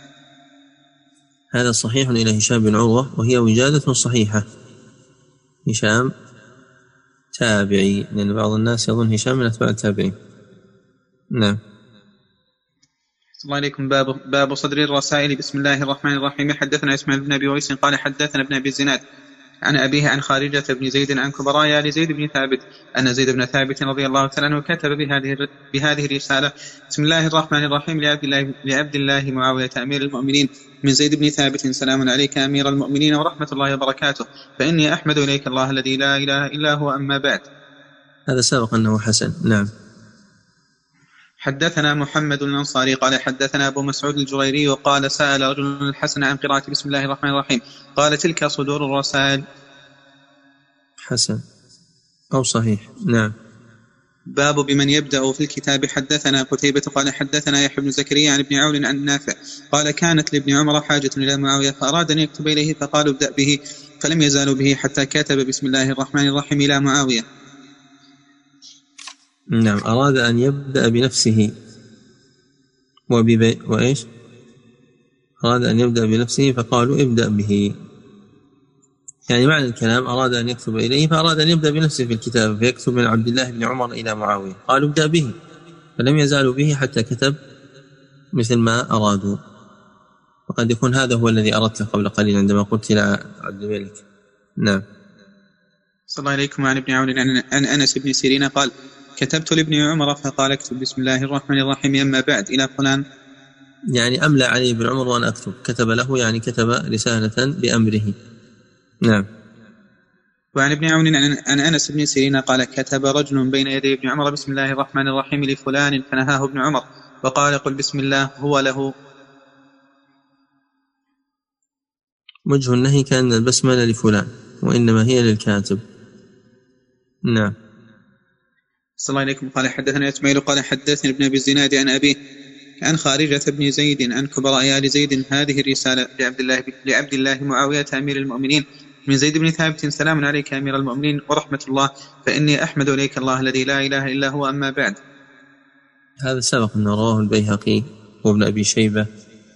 هذا صحيح إلى هشام بن عروة، وهي وجادة صحيحة. هشام تابعي، لأن بعض الناس يظن هشام من أتباع التابعين. نعم. الله عليكم. باب صدر الرسائل بسم الله الرحمن الرحيم. حدثنا إسماعيل بن أبي ويس قال حدثنا ابن أبي الزناد عن أبيه عن خارجة بن زيد عن كبراء آل زيد بن ثابت أن زيد بن ثابت رضي الله تعالى عنه كتب بهذه الرسالة: بسم الله الرحمن الرحيم لعبد الله معاوية أمير المؤمنين من زيد بن ثابت: سلام عليك أمير المؤمنين ورحمة الله وبركاته، فإني أحمد إليك الله الذي لا إله إلا هو أما بعد. هذا سبق أنه حسن. نعم. حدثنا محمد الأنصاري قال حدثنا أبو مسعود الجريري وقال سأل رجل الحسن عن قراءة بسم الله الرحمن الرحيم قال: تلك صدور الرسائل. حسن أو صحيح. نعم. باب بمن يبدأ في الكتاب. حدثنا قتيبة قال حدثنا يحيى بن زكريا عن ابن عون عن نافع قال: كانت لابن عمر حاجة إلى معاوية فأراد أن يكتب إليه فقالوا: ابدأ به، فلم يزالوا به حتى كتب بسم الله الرحمن الرحيم إلى معاوية. نعم. أراد أن يبدأ بنفسه وإيش؟ أراد أن يبدأ بنفسه فقالوا: ابدأ به. يعني معنى الكلام أراد أن يكتب إليه فأراد أن يبدأ بنفسه في الكتاب، فيكتب من عبد الله بن عمر إلى معاوية، قالوا: ابدأ به، فلم يزالوا به حتى كتب مثل ما أرادوا. وقد يكون هذا هو الذي أردته قبل قليل عندما قلت إلى عبد الملك. نعم. صلى الله عليكم. عن ابن عون عن أنس بن سيرين قال: كتبت لابن عمر فقال: اكتب بسم الله الرحمن الرحيم أما بعد إلى فلان. يعني أملى عليه ابن عمر وأن أكتب، كتب له يعني كتب رسالة بأمره. نعم. وعن ابن عون عن أنس بن سيرين قال: كتب رجل بين يدي ابن عمر بسم الله الرحمن الرحيم لفلان فنهاه ابن عمر وقال: قل بسم الله هو له. وجه النهي كان البسملة لفلان وإنما هي للكاتب. نعم. صلى الله عليكم. قال حدثنا إسماعيل قال حدثني ابن أبي الزناد عن أبيه عن خارجة بن زيد عن كبراء آل زيد هذه الرسالة لعبد الله معاوية أمير المؤمنين من زيد بن ثابت: سلام عليك أمير المؤمنين ورحمة الله، فإني أحمد إليك الله الذي لا إله إلا هو أما بعد. هذا سبق أن رواه البيهقي وابن أبي شيبة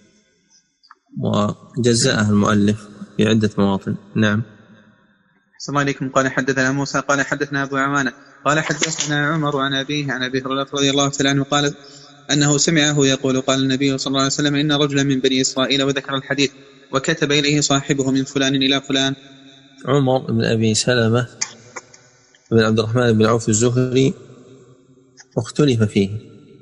وجزأه المؤلف في عدة مواطن. نعم. صلى الله عليكم. قال حدثنا موسى قال حدثنا أبو عوانة قال حدثنا عمر عن أبيه عن أبي هريرة رضي الله تعالى عنه قال أنه سمعه يقول: قال النبي صلى الله عليه وسلم: إن رجلا من بني إسرائيل، وذكر الحديث، وكتب إليه صاحبه من فلان إلى فلان. عمر بن أبي سلمة بن عبد الرحمن بن عوف الزهري واختلف فيه،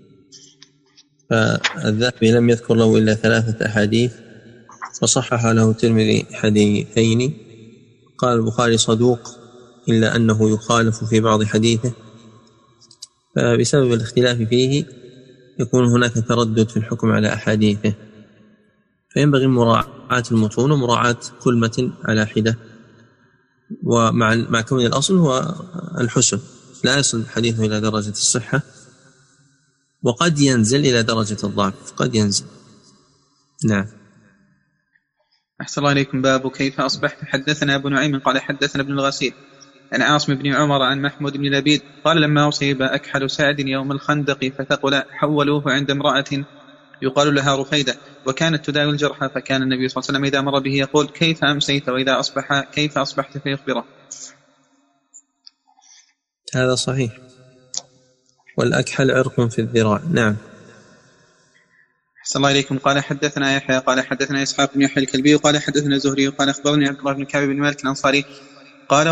فالذهبي لم يذكر له إلا 3 أحاديث، وصحح له الترمذي حديثين. قال البخاري صدوق إلا أنه يخالف في بعض حديثه، فبسبب الاختلاف فيه يكون هناك تردد في الحكم على أحاديثه، فينبغي مراعاة المتون ومراعاة كل متن على حدة، ومع كون الأصل هو الحسن، لا يصل حديثه إلى درجة الصحة، وقد ينزل إلى درجة الضعف، قد ينزل. نعم. أحسن الله عليكم. باب كيف أصبحت. حدثنا أبو نعيم قال حدثنا ابن الغسيل عن عاصم بن عمر عن محمود بن لبيد قال: لما أصيب أكحل سعد يوم الخندق فثقل حولوه عند امرأة يقال لها رفيدة، وكانت تداوي الجرحى، فكان النبي صلى الله عليه وسلم إذا مر به يقول: كيف أمسيت؟ وإذا أصبح: كيف أصبحت؟ فيخبره. هذا صحيح. والأكحل عرق في الذراع. نعم. أحسن الله إليكم. قال حدثنا يحيى قال حدثنا إسحاق بن يحيى الكلبي قال حدثنا الزهري قال أخبرني عبد الله بن كعب بن مالك الأنصاري قال: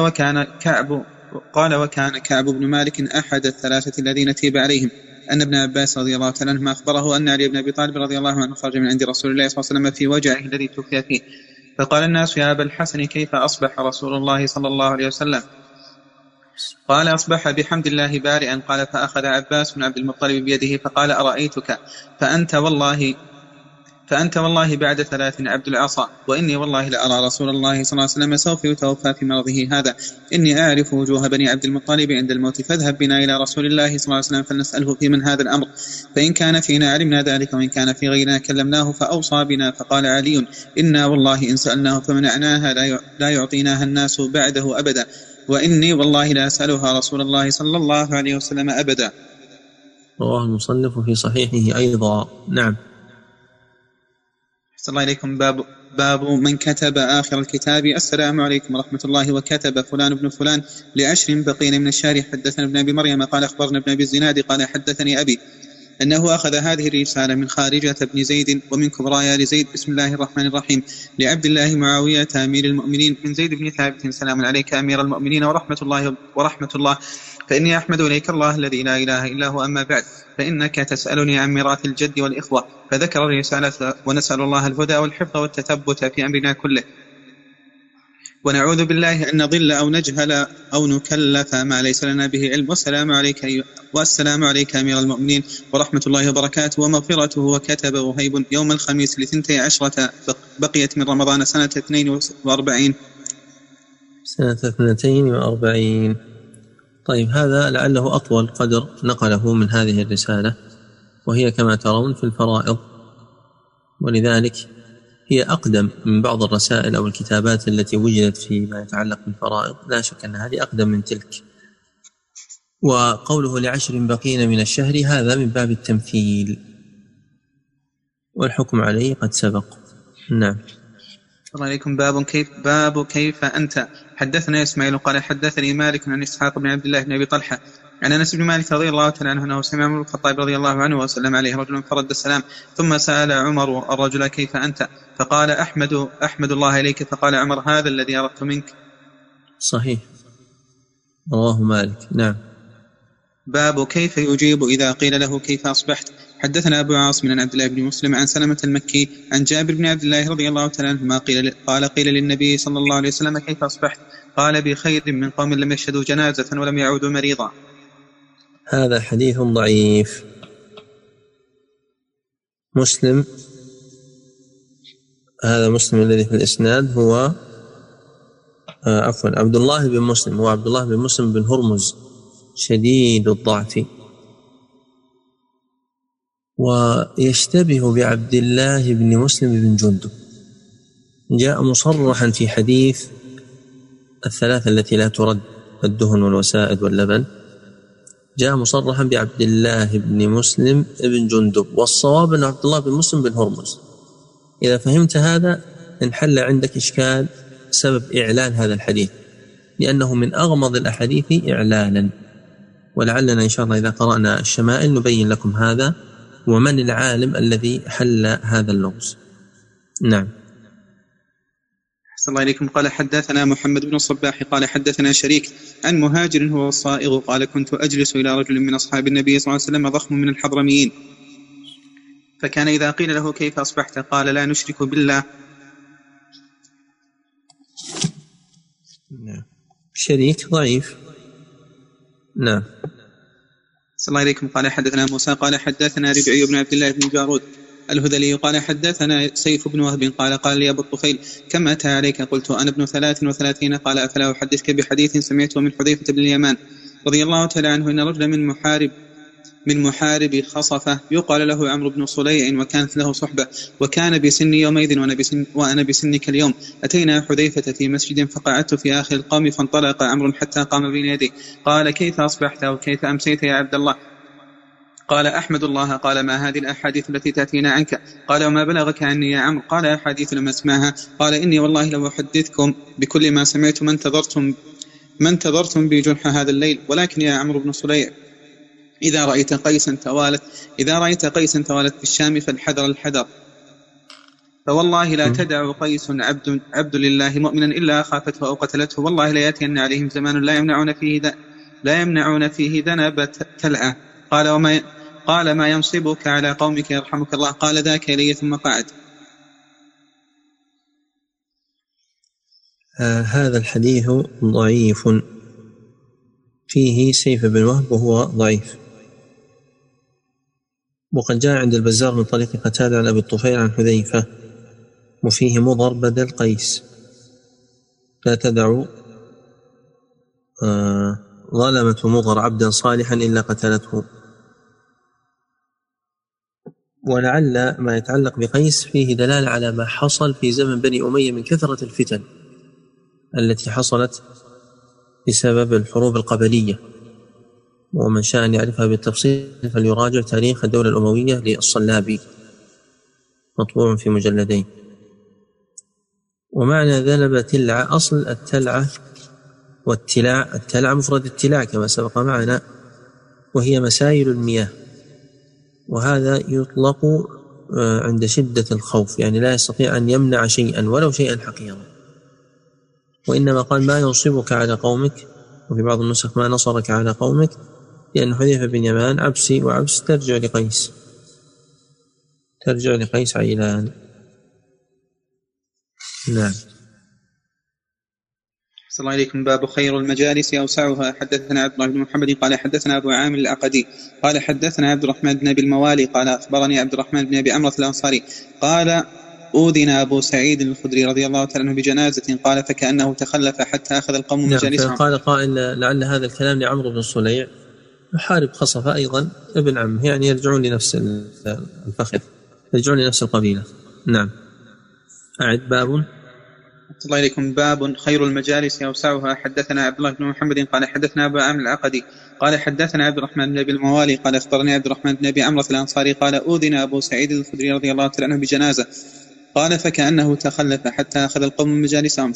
وكان كعب بن مالك أحد الثلاثة الذين تيب عليهم، أن ابن عباس رضي الله تعالى عنهما أخبره أن علي بن أبي طالب رضي الله عنه خرج من عند رسول الله صلى الله عليه وسلم في وجعه الذي توفي فيه، فقال الناس: يا أبا الحسن، كيف أصبح رسول الله صلى الله عليه وسلم؟ قال: أصبح بحمد الله بارئا. قال: فأخذ عباس بن عبد المطلب بيده فقال: أرأيتك فأنت والله فأنت والله بعد 3 عبد العصا، وإني والله لأرى رسول الله صلى الله عليه وسلم سوف يتوفى في مرضه هذا. إني أعرف وجوه بني عبد المطلب عند الموت، فاذهب بنا إلى رسول الله صلى الله عليه وسلم فلنسأله في من هذا الأمر، فإن كان فينا علمنا ذلك، وإن كان في غيرنا كلمناه فأوصى بنا. فقال علي: إنا والله إن سألناه فمنعناها لا يعطيناها الناس بعده أبدا، وإني والله لا أسألها رسول الله صلى الله عليه وسلم أبدا. رواه المصنف في صحيحه أيضا. نعم. صلى الله عليكم. باب من كتب آخر الكتاب: السلام عليكم ورحمة الله، وكتب فلان بن فلان ل10 بقين من الشهر. حدثنا ابن أبي مريم قال أخبرنا ابن أبي الزناد قال حدثني أبي أنه أخذ هذه الرسالة من خارجة بن زيد ومن كبرايا لزيد: بسم الله الرحمن الرحيم، لعبد الله معاوية أمير المؤمنين من زيد بن ثابت: سلام عليك أمير المؤمنين ورحمة الله، فإني أحمد إليك الله الذي لا إله إلا هو، أما بعد، فإنك تسألني عن ميراث الجد والإخوة. فذكر الرسالة: ونسأل الله الهدى والحفظ والتثبت في أمرنا كله، ونعوذ بالله أن نضل أو نجهل أو نكلف ما ليس لنا به علم. والسلام عليك أمير المؤمنين ورحمة الله وبركاته ومغفرته. وكتب وهيب يوم الخميس 12 بقيت من رمضان سنة 42. سنة 42. طيب، هذا لعله أطول قدر نقله من هذه الرسالة، وهي كما ترون في الفرائض، ولذلك هي أقدم من بعض الرسائل أو الكتابات التي وجدت فيما يتعلق بالفرائض. لا شك أن هذه أقدم من تلك. وقوله ل10 بقين من الشهر هذا من باب التمثيل، والحكم عليه قد سبق. نعم. السلام عليكم. باب كيف أنت. حدثنا إسماعيل قال حدثني مالك عن إسحاق بن عبد الله بن أبي طلحة عن أنس بن مالك رضي الله تعالى عنه أنه سمع عمر بن الخطاب رضي الله عنه وسلم عليه رجل فرد السلام، ثم سأل عمر الرجل: كيف أنت؟ فقال: أحمد الله إليك. فقال عمر: هذا الذي أردت منك. صحيح، رواه مالك. نعم. باب كيف يجيب إذا قيل له: كيف أصبحت. حدثنا أبو عاصم عن عبد الله بن مسلم عن سلمة المكي عن جابر بن عبد الله رضي الله تعالى عنهما قال: قيل للنبي صلى الله عليه وسلم: كيف أصبحت؟ قال: بخير من قوم لم يشهدوا جنازة ولم يعودوا مريضا. هذا حديث ضعيف. مسلم، هذا مسلم الذي في الإسناد هو عبد الله بن مسلم، هو عبد الله بن مسلم بن هرمز شديد الضعف، ويشتبه بعبد الله بن مسلم بن جندب. جاء مصرحا في حديث الثلاثة التي لا ترد: الدهن والوسائد واللبن، جاء مصرحا بعبد الله بن مسلم بن جندب، والصواب أن عبد الله بن مسلم بن هرمز. إذا فهمت هذا انحل عندك إشكال سبب إعلان هذا الحديث، لأنه من أغمض الأحاديث إعلانا، ولعلنا إن شاء الله إذا قرأنا الشمائل نبين لكم هذا ومن العالم الذي حل هذا اللغز. نعم. صلى الله عليكم. قال حدثنا محمد بن الصباح قال حدثنا شريك عن مهاجر هو الصائغ قال: كنت أجلس إلى رجل من أصحاب النبي صلى الله عليه وسلم ضخم من الحضرميين، فكان إذا قيل له: كيف أصبحت؟ قال: لا نشرك بالله. شريك ضعيف. نعم. صلى الله عليكم. قال حدثنا موسى قال حدثنا ربعي بن عبد الله بن جارود الهذلي قال حدثنا سيف بن وهب قال لي أبو الطفيل: كم أتى عليك؟ قلت: أنا ابن 33. قال: أفلا أحدثك بحديث سمعته من حذيفة بن اليمان رضي الله تعالى عنه إن رجلا من محارب خصفة يقال له عمرو بن صليع وكانت له صحبة، وكان بسني يومئذ وأنا بسنك اليوم. أتينا حذيفة في مسجد فقعدت في آخر القوم، فانطلق عمرو حتى قام بين يدي. قال: كيف أصبحت أو كيف أمسيت يا عبد الله؟ قال: أحمد الله. قال: ما هذه الأحاديث التي تأتينا عنك؟ قال: وما بلغك عني يا عمرو؟ قال: أحاديث لم أسمعها. قال: إني والله لو أحدثكم بكل ما سمعت ما انتظرتم بجنح هذا الليل، ولكن يا عمرو بن صليع إذا رأيت قيسا توالت في الشام فالحذر الحذر، فوالله لا تدع قيس عبد لله مؤمنا إلا خافته أو قتلته، والله لا يأتين عليهم زمان لا يمنعون فيه ذنب تلعة. قال: ما ينصبك على قومك يرحمك الله؟ قال: ذاك إلي ثم قعد. هذا الحديث ضعيف، فيه سيف بن وهب وهو ضعيف، وقد جاء عند البزار من طريق قتادة عن أبي الطفيل عن حذيفة وفيه مضر بدل قيس، لا تدع ظلمة مضر عبدا صالحا إلا قتلته. ولعل ما يتعلق بقيس فيه دلالة على ما حصل في زمن بني أمية من كثرة الفتن التي حصلت بسبب الحروب القبلية، ومن شاء أن يعرفها بالتفصيل فليراجع تاريخ الدولة الأموية للصلابي مطبوع في مجلدين. ومعنى ذنب تلع أصل التلعة والتلاع، التلع مفرد التلاع كما سبق معنا، وهي مسائل المياه، وهذا يطلق عند شدة الخوف، يعني لا يستطيع أن يمنع شيئا ولو شيئا حقيرا، وإنما قال ما ينصبك على قومك، وفي بعض النسخ ما نصرك على قومك، لأن حذيفة بن يمان عبسي، وعبس ترجع لقيس عيلان. نعم. صلى الله عليكم. باب خير المجالس أوسعها. حدثنا عبد الله بن محمد قال حدثنا أبو عامر العقدي قال حدثنا عبد الرحمن بن أبي الموالي قال أخبرني عبد الرحمن بن أبي عمرة الأنصاري قال أوذن أبو سعيد الخدري رضي الله تعالى عنه بجنازة قال فكأنه تخلف حتى أخذ القوم مجالسهم. قال قائل لعل هذا الكلام لعمرو بن الصليع محارب خصف أيضا ابن عمه، يعني يرجعون لنفس الفخذ، يرجعون لنفس القبيلة. نعم. أعد. باب الله إليكم. باب خير المجالس أوسعها. حدثنا عبد الله بن محمد قال حدثنا أبو عامر العقدي قال حدثنا عبد الرحمن بن أبي الموالي قال أخبرني عبد الرحمن بن أبي عمرة الأنصاري قال أوذن أبو سعيد الخدري رضي الله تعالى عنه بجنازة قال فكأنه تخلف حتى أخذ القوم مجالسهم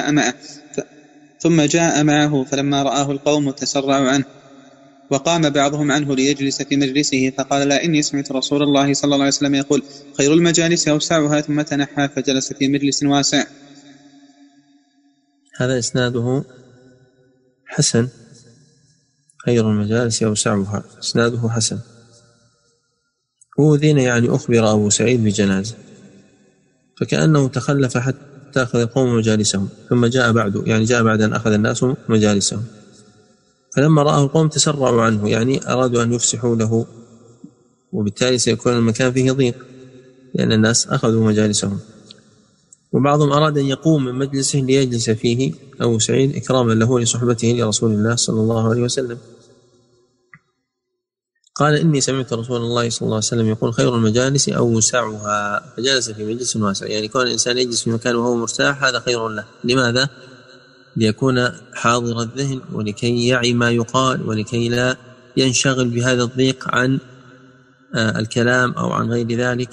ثم جاء معه فلما رآه القوم تسرعوا عنه وقام بعضهم عنه ليجلس في مجلسه فقال لا إني سمعت رسول الله صلى الله عليه وسلم يقول خير المجالس أوسعها، ثم تنحى فجلس في مجلس واسع. هذا إسناده حسن. خير المجالس أوسعها إسناده حسن. أوذن يعني أخبر أبو سعيد بجنازة فكأنه تخلف حتى أخذ القوم مجالسهم، ثم جاء بعد، يعني جاء بعد أن أخذ الناس مجالسهم، فلما رآه القوم تسرعوا عنه، يعني أرادوا أن يفسحوا له، وبالتالي سيكون المكان فيه ضيق لأن الناس أخذوا مجالسهم. وبعضهم أراد أن يقوم من مجلسه ليجلس فيه أبو سعيد إكراما له لصحبته لرسول الله صلى الله عليه وسلم. قال إني سمعت رسول الله صلى الله عليه وسلم يقول خير المجالس أوسعها، فجلس في مجلس واسع، يعني كون الإنسان يجلس في مكان وهو مرتاح هذا خير له. لماذا؟ ليكون حاضر الذهن، ولكي يعي ما يقال، ولكي لا ينشغل بهذا الضيق عن الكلام أو عن غير ذلك.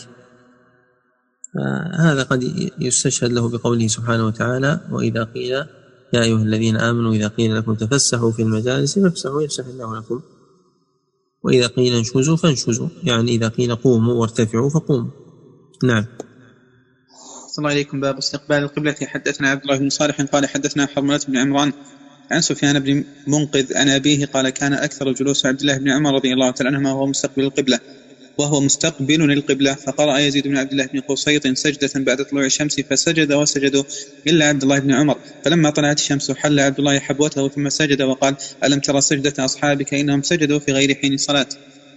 هذا قد يستشهد له بقوله سبحانه وتعالى وإذا قيل يا أيها الذين آمنوا إذا قيل لكم تفسحوا في المجالس فافسحوا يفسح الله لكم، وإذا قيل انشزوا فانشزوا، يعني إذا قيل قوموا وارتفعوا فقوموا. نعم. صلى الله عليكم. باب استقبال القبلة. حدثنا عبد الله بن صالح قال حدثنا حرملة بن عمران عن سفيان بن منقذ عن أبيه قال كان أكثر جلوس عبد الله بن عمر رضي الله تعالى عنهما وهو مستقبل القبلة، فقرأ يزيد بن عبد الله بن قصيط سجدة بعد طلوع الشمس فسجد وسجدوا إلا عبد الله بن عمر، فلما طلعت الشمس حل عبد الله حبوته ثم سجد وقال ألم ترى سجدة أصحابك إنهم سجدوا في غير حين الصلاة.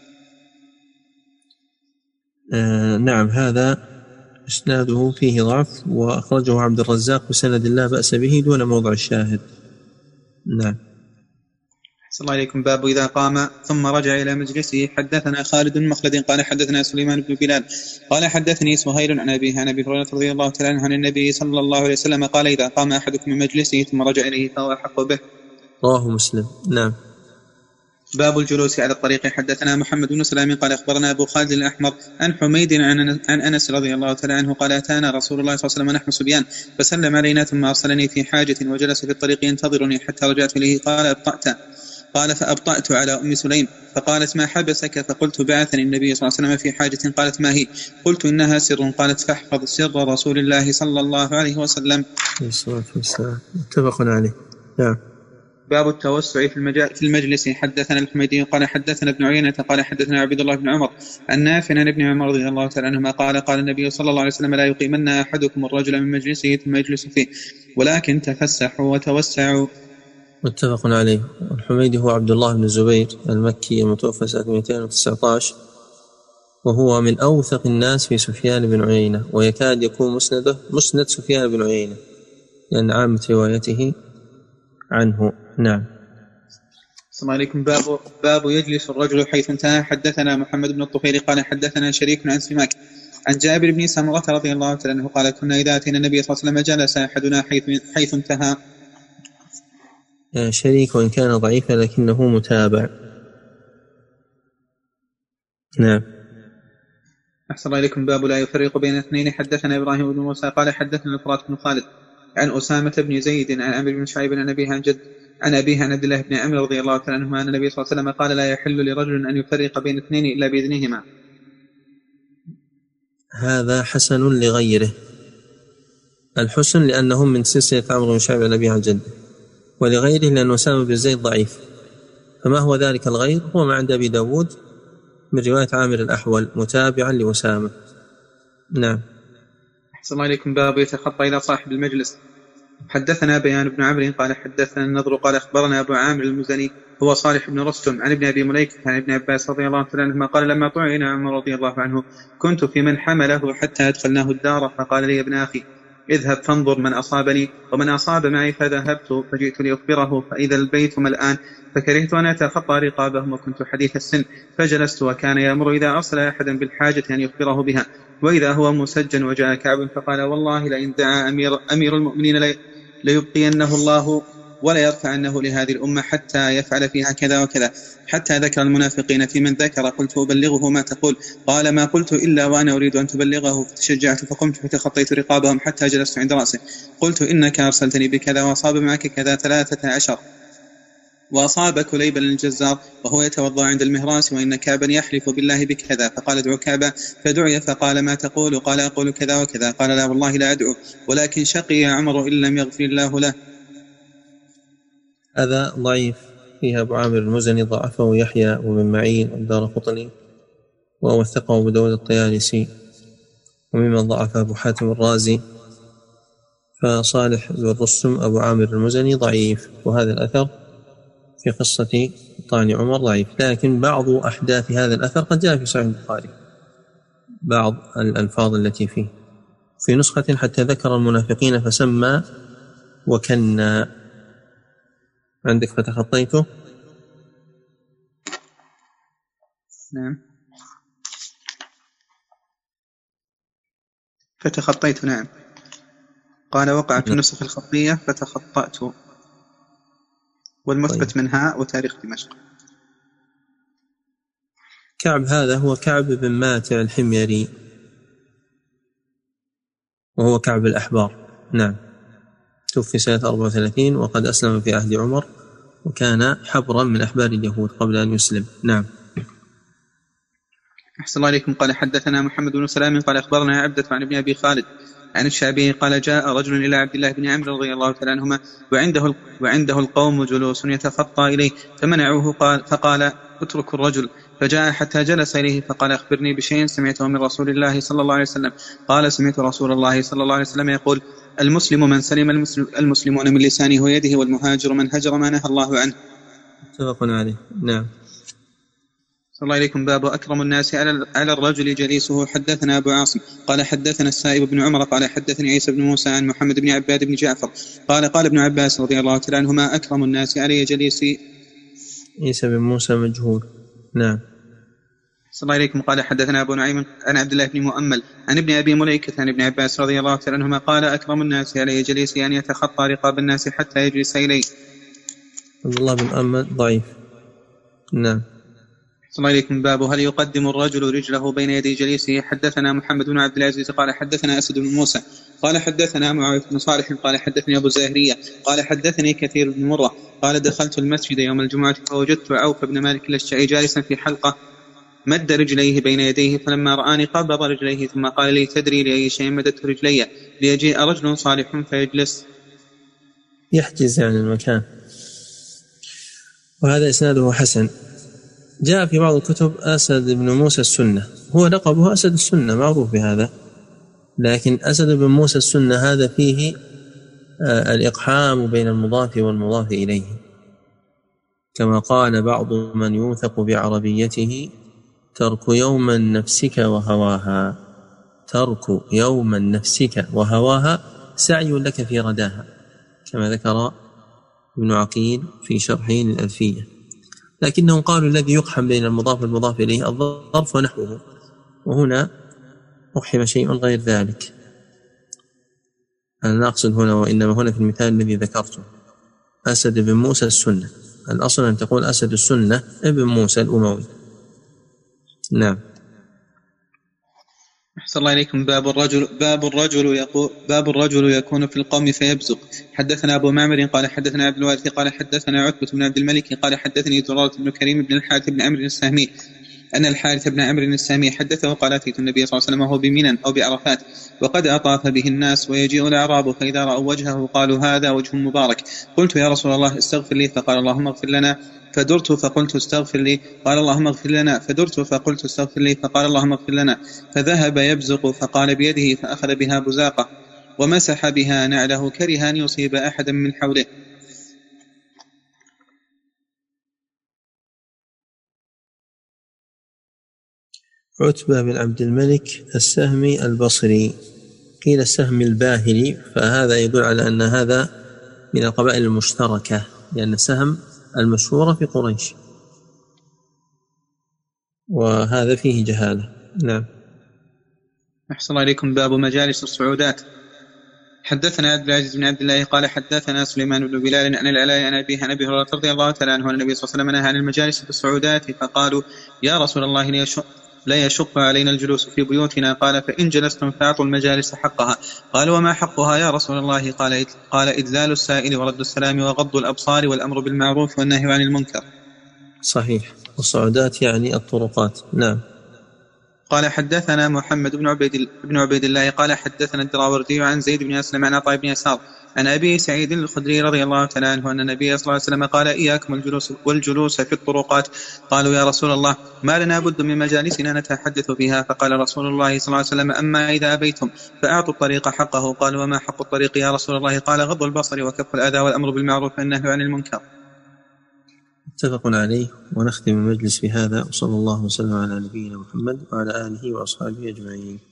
نعم. هذا إسناده فيه ضعف، وأخرجه عبد الرزاق بسند لا بأس به دون موضع الشاهد. نعم. صلى الله عليكم. باب إذا قام ثم رجع إلى مجلسه. حدثنا خالد بن مخلد قال حدثنا سليمان بن بلال قال حدثني سهيل عن أبيه عن أبي هريرة رضي الله تعالى عنه عن النبي صلى الله عليه وسلم قال إذا قام أحدكم من مجلسه ثم رجع إليه فهو أحق به. رواه مسلم. نعم. باب الجلوس على الطريق. حدثنا محمد بن سلام قال أخبرنا أبو خالد الأحمر عن حميد عن أنس رضي الله تعالى عنه قال أتانا رسول الله صلى الله عليه وسلم نحن صبيان فسلم علينا ثم أرسلني في حاجة وجلس في الطريق ينتظرني حتى رجعت إليه قال فأبطأت على أم سليم فقالت ما حبسك؟ فقلت بعثني النبي صلى الله عليه وسلم في حاجة. قالت ما هي؟ قلت إنها سر. قالت فاحفظ سر رسول الله صلى الله عليه وسلم. متفق عليه. نعم. باب التوسع في المجلس. حدثنا الحميدي قال حدثنا ابن عيينة قال حدثنا عبد الله بن عمر عن نافع عن ابن عمر رضي الله تعالى عنهما قال النبي صلى الله عليه وسلم لا يقيمن أحدكم الرجل من مجلسه ثم يجلس فيه ولكن تفسحوا وتوسعوا. متفق عليه. الحميدي هو عبد الله بن الزبير المكي المتوفى سنة 219، وهو من أوثق الناس في سفيان بن عيينة، ويكاد يكون مسند سفيان بن عيينة لأن عامة روايته عنه. نعم. السلام عليكم. باب يجلس الرجل حيث انتهى. حدثنا محمد بن الطفيل قال حدثنا شريك عن سماك عن جابر بن سمرة رضي الله عنه قال كنا إذا أتينا النبي صلى الله عليه وسلم جلس أحدنا حيث انتهى. شريك وإن كان ضعيفا لكنه متابع. نعم. أحسن الله إليكم. باب لا يفرق بين اثنين. حدثنا إبراهيم بن موسى قال حدثنا الفرات بن خالد عن أسامة بن زيد عن عمرو بن شعيب عن أبيه عن عبد الله بن عمرو رضي الله عنهما أن النبي صلى الله عليه وسلم قال لا يحل لرجل أن يفرق بين اثنين إلا بإذنهما. هذا حسن لغيره. الحسن لأنهم من سلسلة عمرو بن شعيب عن أبيه عن جده، ولغيره لأن أسامة بن زيد ضعيف. فما هو ذلك الغير؟ هو ما عند أبي داود من رواية عامر الأحول متابعا لأسامة. نعم. أحسن الله إليكم. باب يتخطى إلى صاحب المجلس. حدثنا بيان بن عمرو قال حدثنا النضر قال أخبرنا أبو عامر المزني هو صالح بن رستم عن ابن أبي مليكة عن ابن عباس رضي الله عنهما قال لما طعن عمر رضي الله عنه كنت في من حمله حتى أدخلناه الدار فقال لي يا ابن أخي اذهب فانظر من أصابني ومن أصاب معي، فذهبت فجئت لأخبره فإذا البيت ملآن، فكرهت أن أتخطى رقابهم وكنت حديث السن، فجلست وكان يأمر إذا أرسل أحدا بالحاجة أن يخبره بها، وإذا هو مسجن وجاء كعب فقال والله لئن دعا أمير المؤمنين ليبقينه الله ولا يرفعنه لهذه الأمة حتى يفعل فيها كذا وكذا، حتى ذكر المنافقين في من ذكر. قلت أبلغه ما تقول؟ قال ما قلت إلا وأنا أريد أن تبلغه، فتشجعت فقمت فتخطيت رقابهم حتى جلست عند رأسه، قلت إنك أرسلتني بكذا وأصاب معك كذا 13، وأصاب كليبا الجزار وهو يتوضأ عند المهراس، وإن كعبا يحلف بالله بكذا، فقال ادعو كعبا، فدعي فقال ما تقول؟ قال أقول كذا وكذا، قال لا والله لا أدعو، ولكن شقي عمر إن لم يغفر الله له. هذا ضعيف. فيها أبو عامر المزني ضعفه يحيى وابن معين والدارقطني ووثقه أبو داود الطيالسي، وممن ضعف أبو حاتم الرازي. فصالح بن رستم أبو عامر المزني ضعيف، وهذا الأثر في قصة طعن عمر ضعيف، لكن بعض أحداث هذا الأثر قد جاء في صحيح البخاري، بعض الألفاظ التي فيه في نسخة حتى ذكر المنافقين فسمى وكنا. عندك فتخطيته؟ نعم فتخطيت. نعم. قال وقع في النسخ الخطية فتخطأت، والمثبت منها وتاريخ دمشق. كعب هذا هو كعب بن ماتع الحميري، وهو كعب الأحبار. نعم. توفي سنة 34 وقد أسلم في عهد عمر، وكان حبرا من أحبار اليهود قبل أن يسلم. نعم. أحسن الله عليكم. قال حدثنا محمد بن سلام قال أخبرنا عبدة عن ابن أبي خالد عن الشعبي قال جاء رجل إلى عبد الله بن عمرو رضي الله عنهما وعنده القوم جلوس يتخطى إليه فمنعوه، فقال اترك الرجل، فجاء حتى جلس إليه فقال أخبرني بشيء سمعته من رسول الله صلى الله عليه وسلم. قال سمعت رسول الله صلى الله عليه وسلم يقول المسلم من سلم المسلمون من لسانه ويده، والمهاجر من هجر ما نهى الله عنه. متفق عليه. نعم. صلى الله عليكم. باب أكرم الناس على الرجل جليسه. حدثنا أبو عاصم قال حدثنا السائب بن عمر قال حدثني عيسى بن موسى عن محمد بن عباد بن جعفر قال ابن عباس رضي الله عنهما أكرم الناس علي جليسي. عيسى بن موسى مجهول. نعم. صلى الله عليكم. قال حدثنا أبو نعيم عن عبد الله بن مؤمل عن ابن أبي مليكة عن ابن عباس رضي الله عنهما قال أكرم الناس علي جليسي أن يتخطى رقاب الناس حتى يجلس إليه. عبد الله بن مؤمل ضعيف. نعم. صلى الله عليكم. باب هل يقدم الرجل رجله بين يدي جليسه. حدثنا محمد بن عبد العزيز قال حدثنا أسد بن موسى قال حدثنا معاوية بن صالح قال حدثني أبو الزاهرية قال حدثني كثير بن مرة قال دخلت المسجد يوم الجمعة فوجدت عوف بن مالك الأشجعي جالسا في حلقة مد رجليه بين يديه، فلما رآني قبض رجليه ثم قال لي تدري لأي شيء مددت رجلي؟ ليجيء رجل صالح فيجلس. يحجز عن المكان. وهذا إسناده حسن. جاء في بعض الكتب أسد بن موسى السنة، هو لقبه أسد السنة معروف بهذا، لكن أسد بن موسى السنة هذا فيه الإقحام بين المضاف والمضاف إليه، كما قال بعض من يوثق بعربيته ترك يوما نفسك وهواها، ترك يوما نفسك وهواها سعي لك في رداها، كما ذكر ابن عقيل في شرحه للألفية. لكنهم قالوا الذي يقحم بين المضاف والمضاف إليه الظرف ونحوه، وهنا أقحم شيء غير ذلك. أنا أقصد هنا وإنما هنا في المثال الذي ذكرته أسد بن موسى السنة، الأصل أن تقول أسد السنة ابن موسى الأموي. نعم. أحسن الله إليكم. باب الرجل يكون في القوم فيبزق. حدثنا أبو معمر قال حدثنا عبد الوارث قال حدثنا عتبة بن عبد الملك قال حدثني زرارة بن كريم بن الحارث بن عمرو السهمي أن الحارث بن عمرو السهمي حدثه قال أتيت النبي صلى الله عليه وسلم وهو بمنى أو بعرفات وقد أطاف به الناس ويجيء الأعراب فإذا رأوا وجهه قالوا هذا وجه مبارك. قلت يا رسول الله استغفر لي، فقال اللهم اغفر لنا، فدرت فقلت استغفر لي، قال اللهم اغفر لنا، فدرت فقلت استغفر لي، فقال اللهم اغفر لنا، فذهب يبزق فقال بيده فأخذ بها بزاقة ومسح بها نعله كره أن يصيب أحدا من حوله. عتبة بن عبد الملك السهمي البصري، قيل السهمي الباهلي، فهذا يدل على أن هذا من القبائل المشتركة، لأن سهم المشهورة في قريش، وهذا فيه جهالة. نعم. أحسن الله إليكم. باب مجالس الصعودات. حدثنا عبد العزيز بن عبد الله قال حدثنا سليمان بن بلال عن العلاء عن أبيه عن أبي هريرة رضي الله تعالى عنه أن النبي صلى الله عليه وسلم نهى عن المجالس في الصعودات، فقالوا يا رسول الله لا يشق علينا الجلوس في بيوتنا، قال فإن جلستم فأعطوا المجالس حقها. قال وما حقها يا رسول الله؟ قال إذلال السائل ورد السلام وغض الأبصار والأمر بالمعروف والنهي عن المنكر. صحيح. والصعودات يعني الطرقات. نعم. قال حدثنا محمد بن عبيد الله قال حدثنا الدراوردي عن زيد بن أسلم عن عطاء بن يسار عن أبي سعيد الخدري رضي الله تعالى عنه أن النبي صلى الله عليه وسلم قال إياكم والجلوس في الطرقات. قالوا يا رسول الله ما لنا بد من مجالسنا نتحدث فيها، فقال رسول الله صلى الله عليه وسلم أما إذا أبيتم فأعطوا الطريق حقه. قالوا وما حق الطريق يا رسول الله؟ قال غض البصر وكف الأذى والأمر بالمعروف والنهي عن المنكر. متفق عليه. ونختم المجلس بهذا، وصلى الله وسلم على نبينا محمد وعلى آله وأصحابه أجمعين.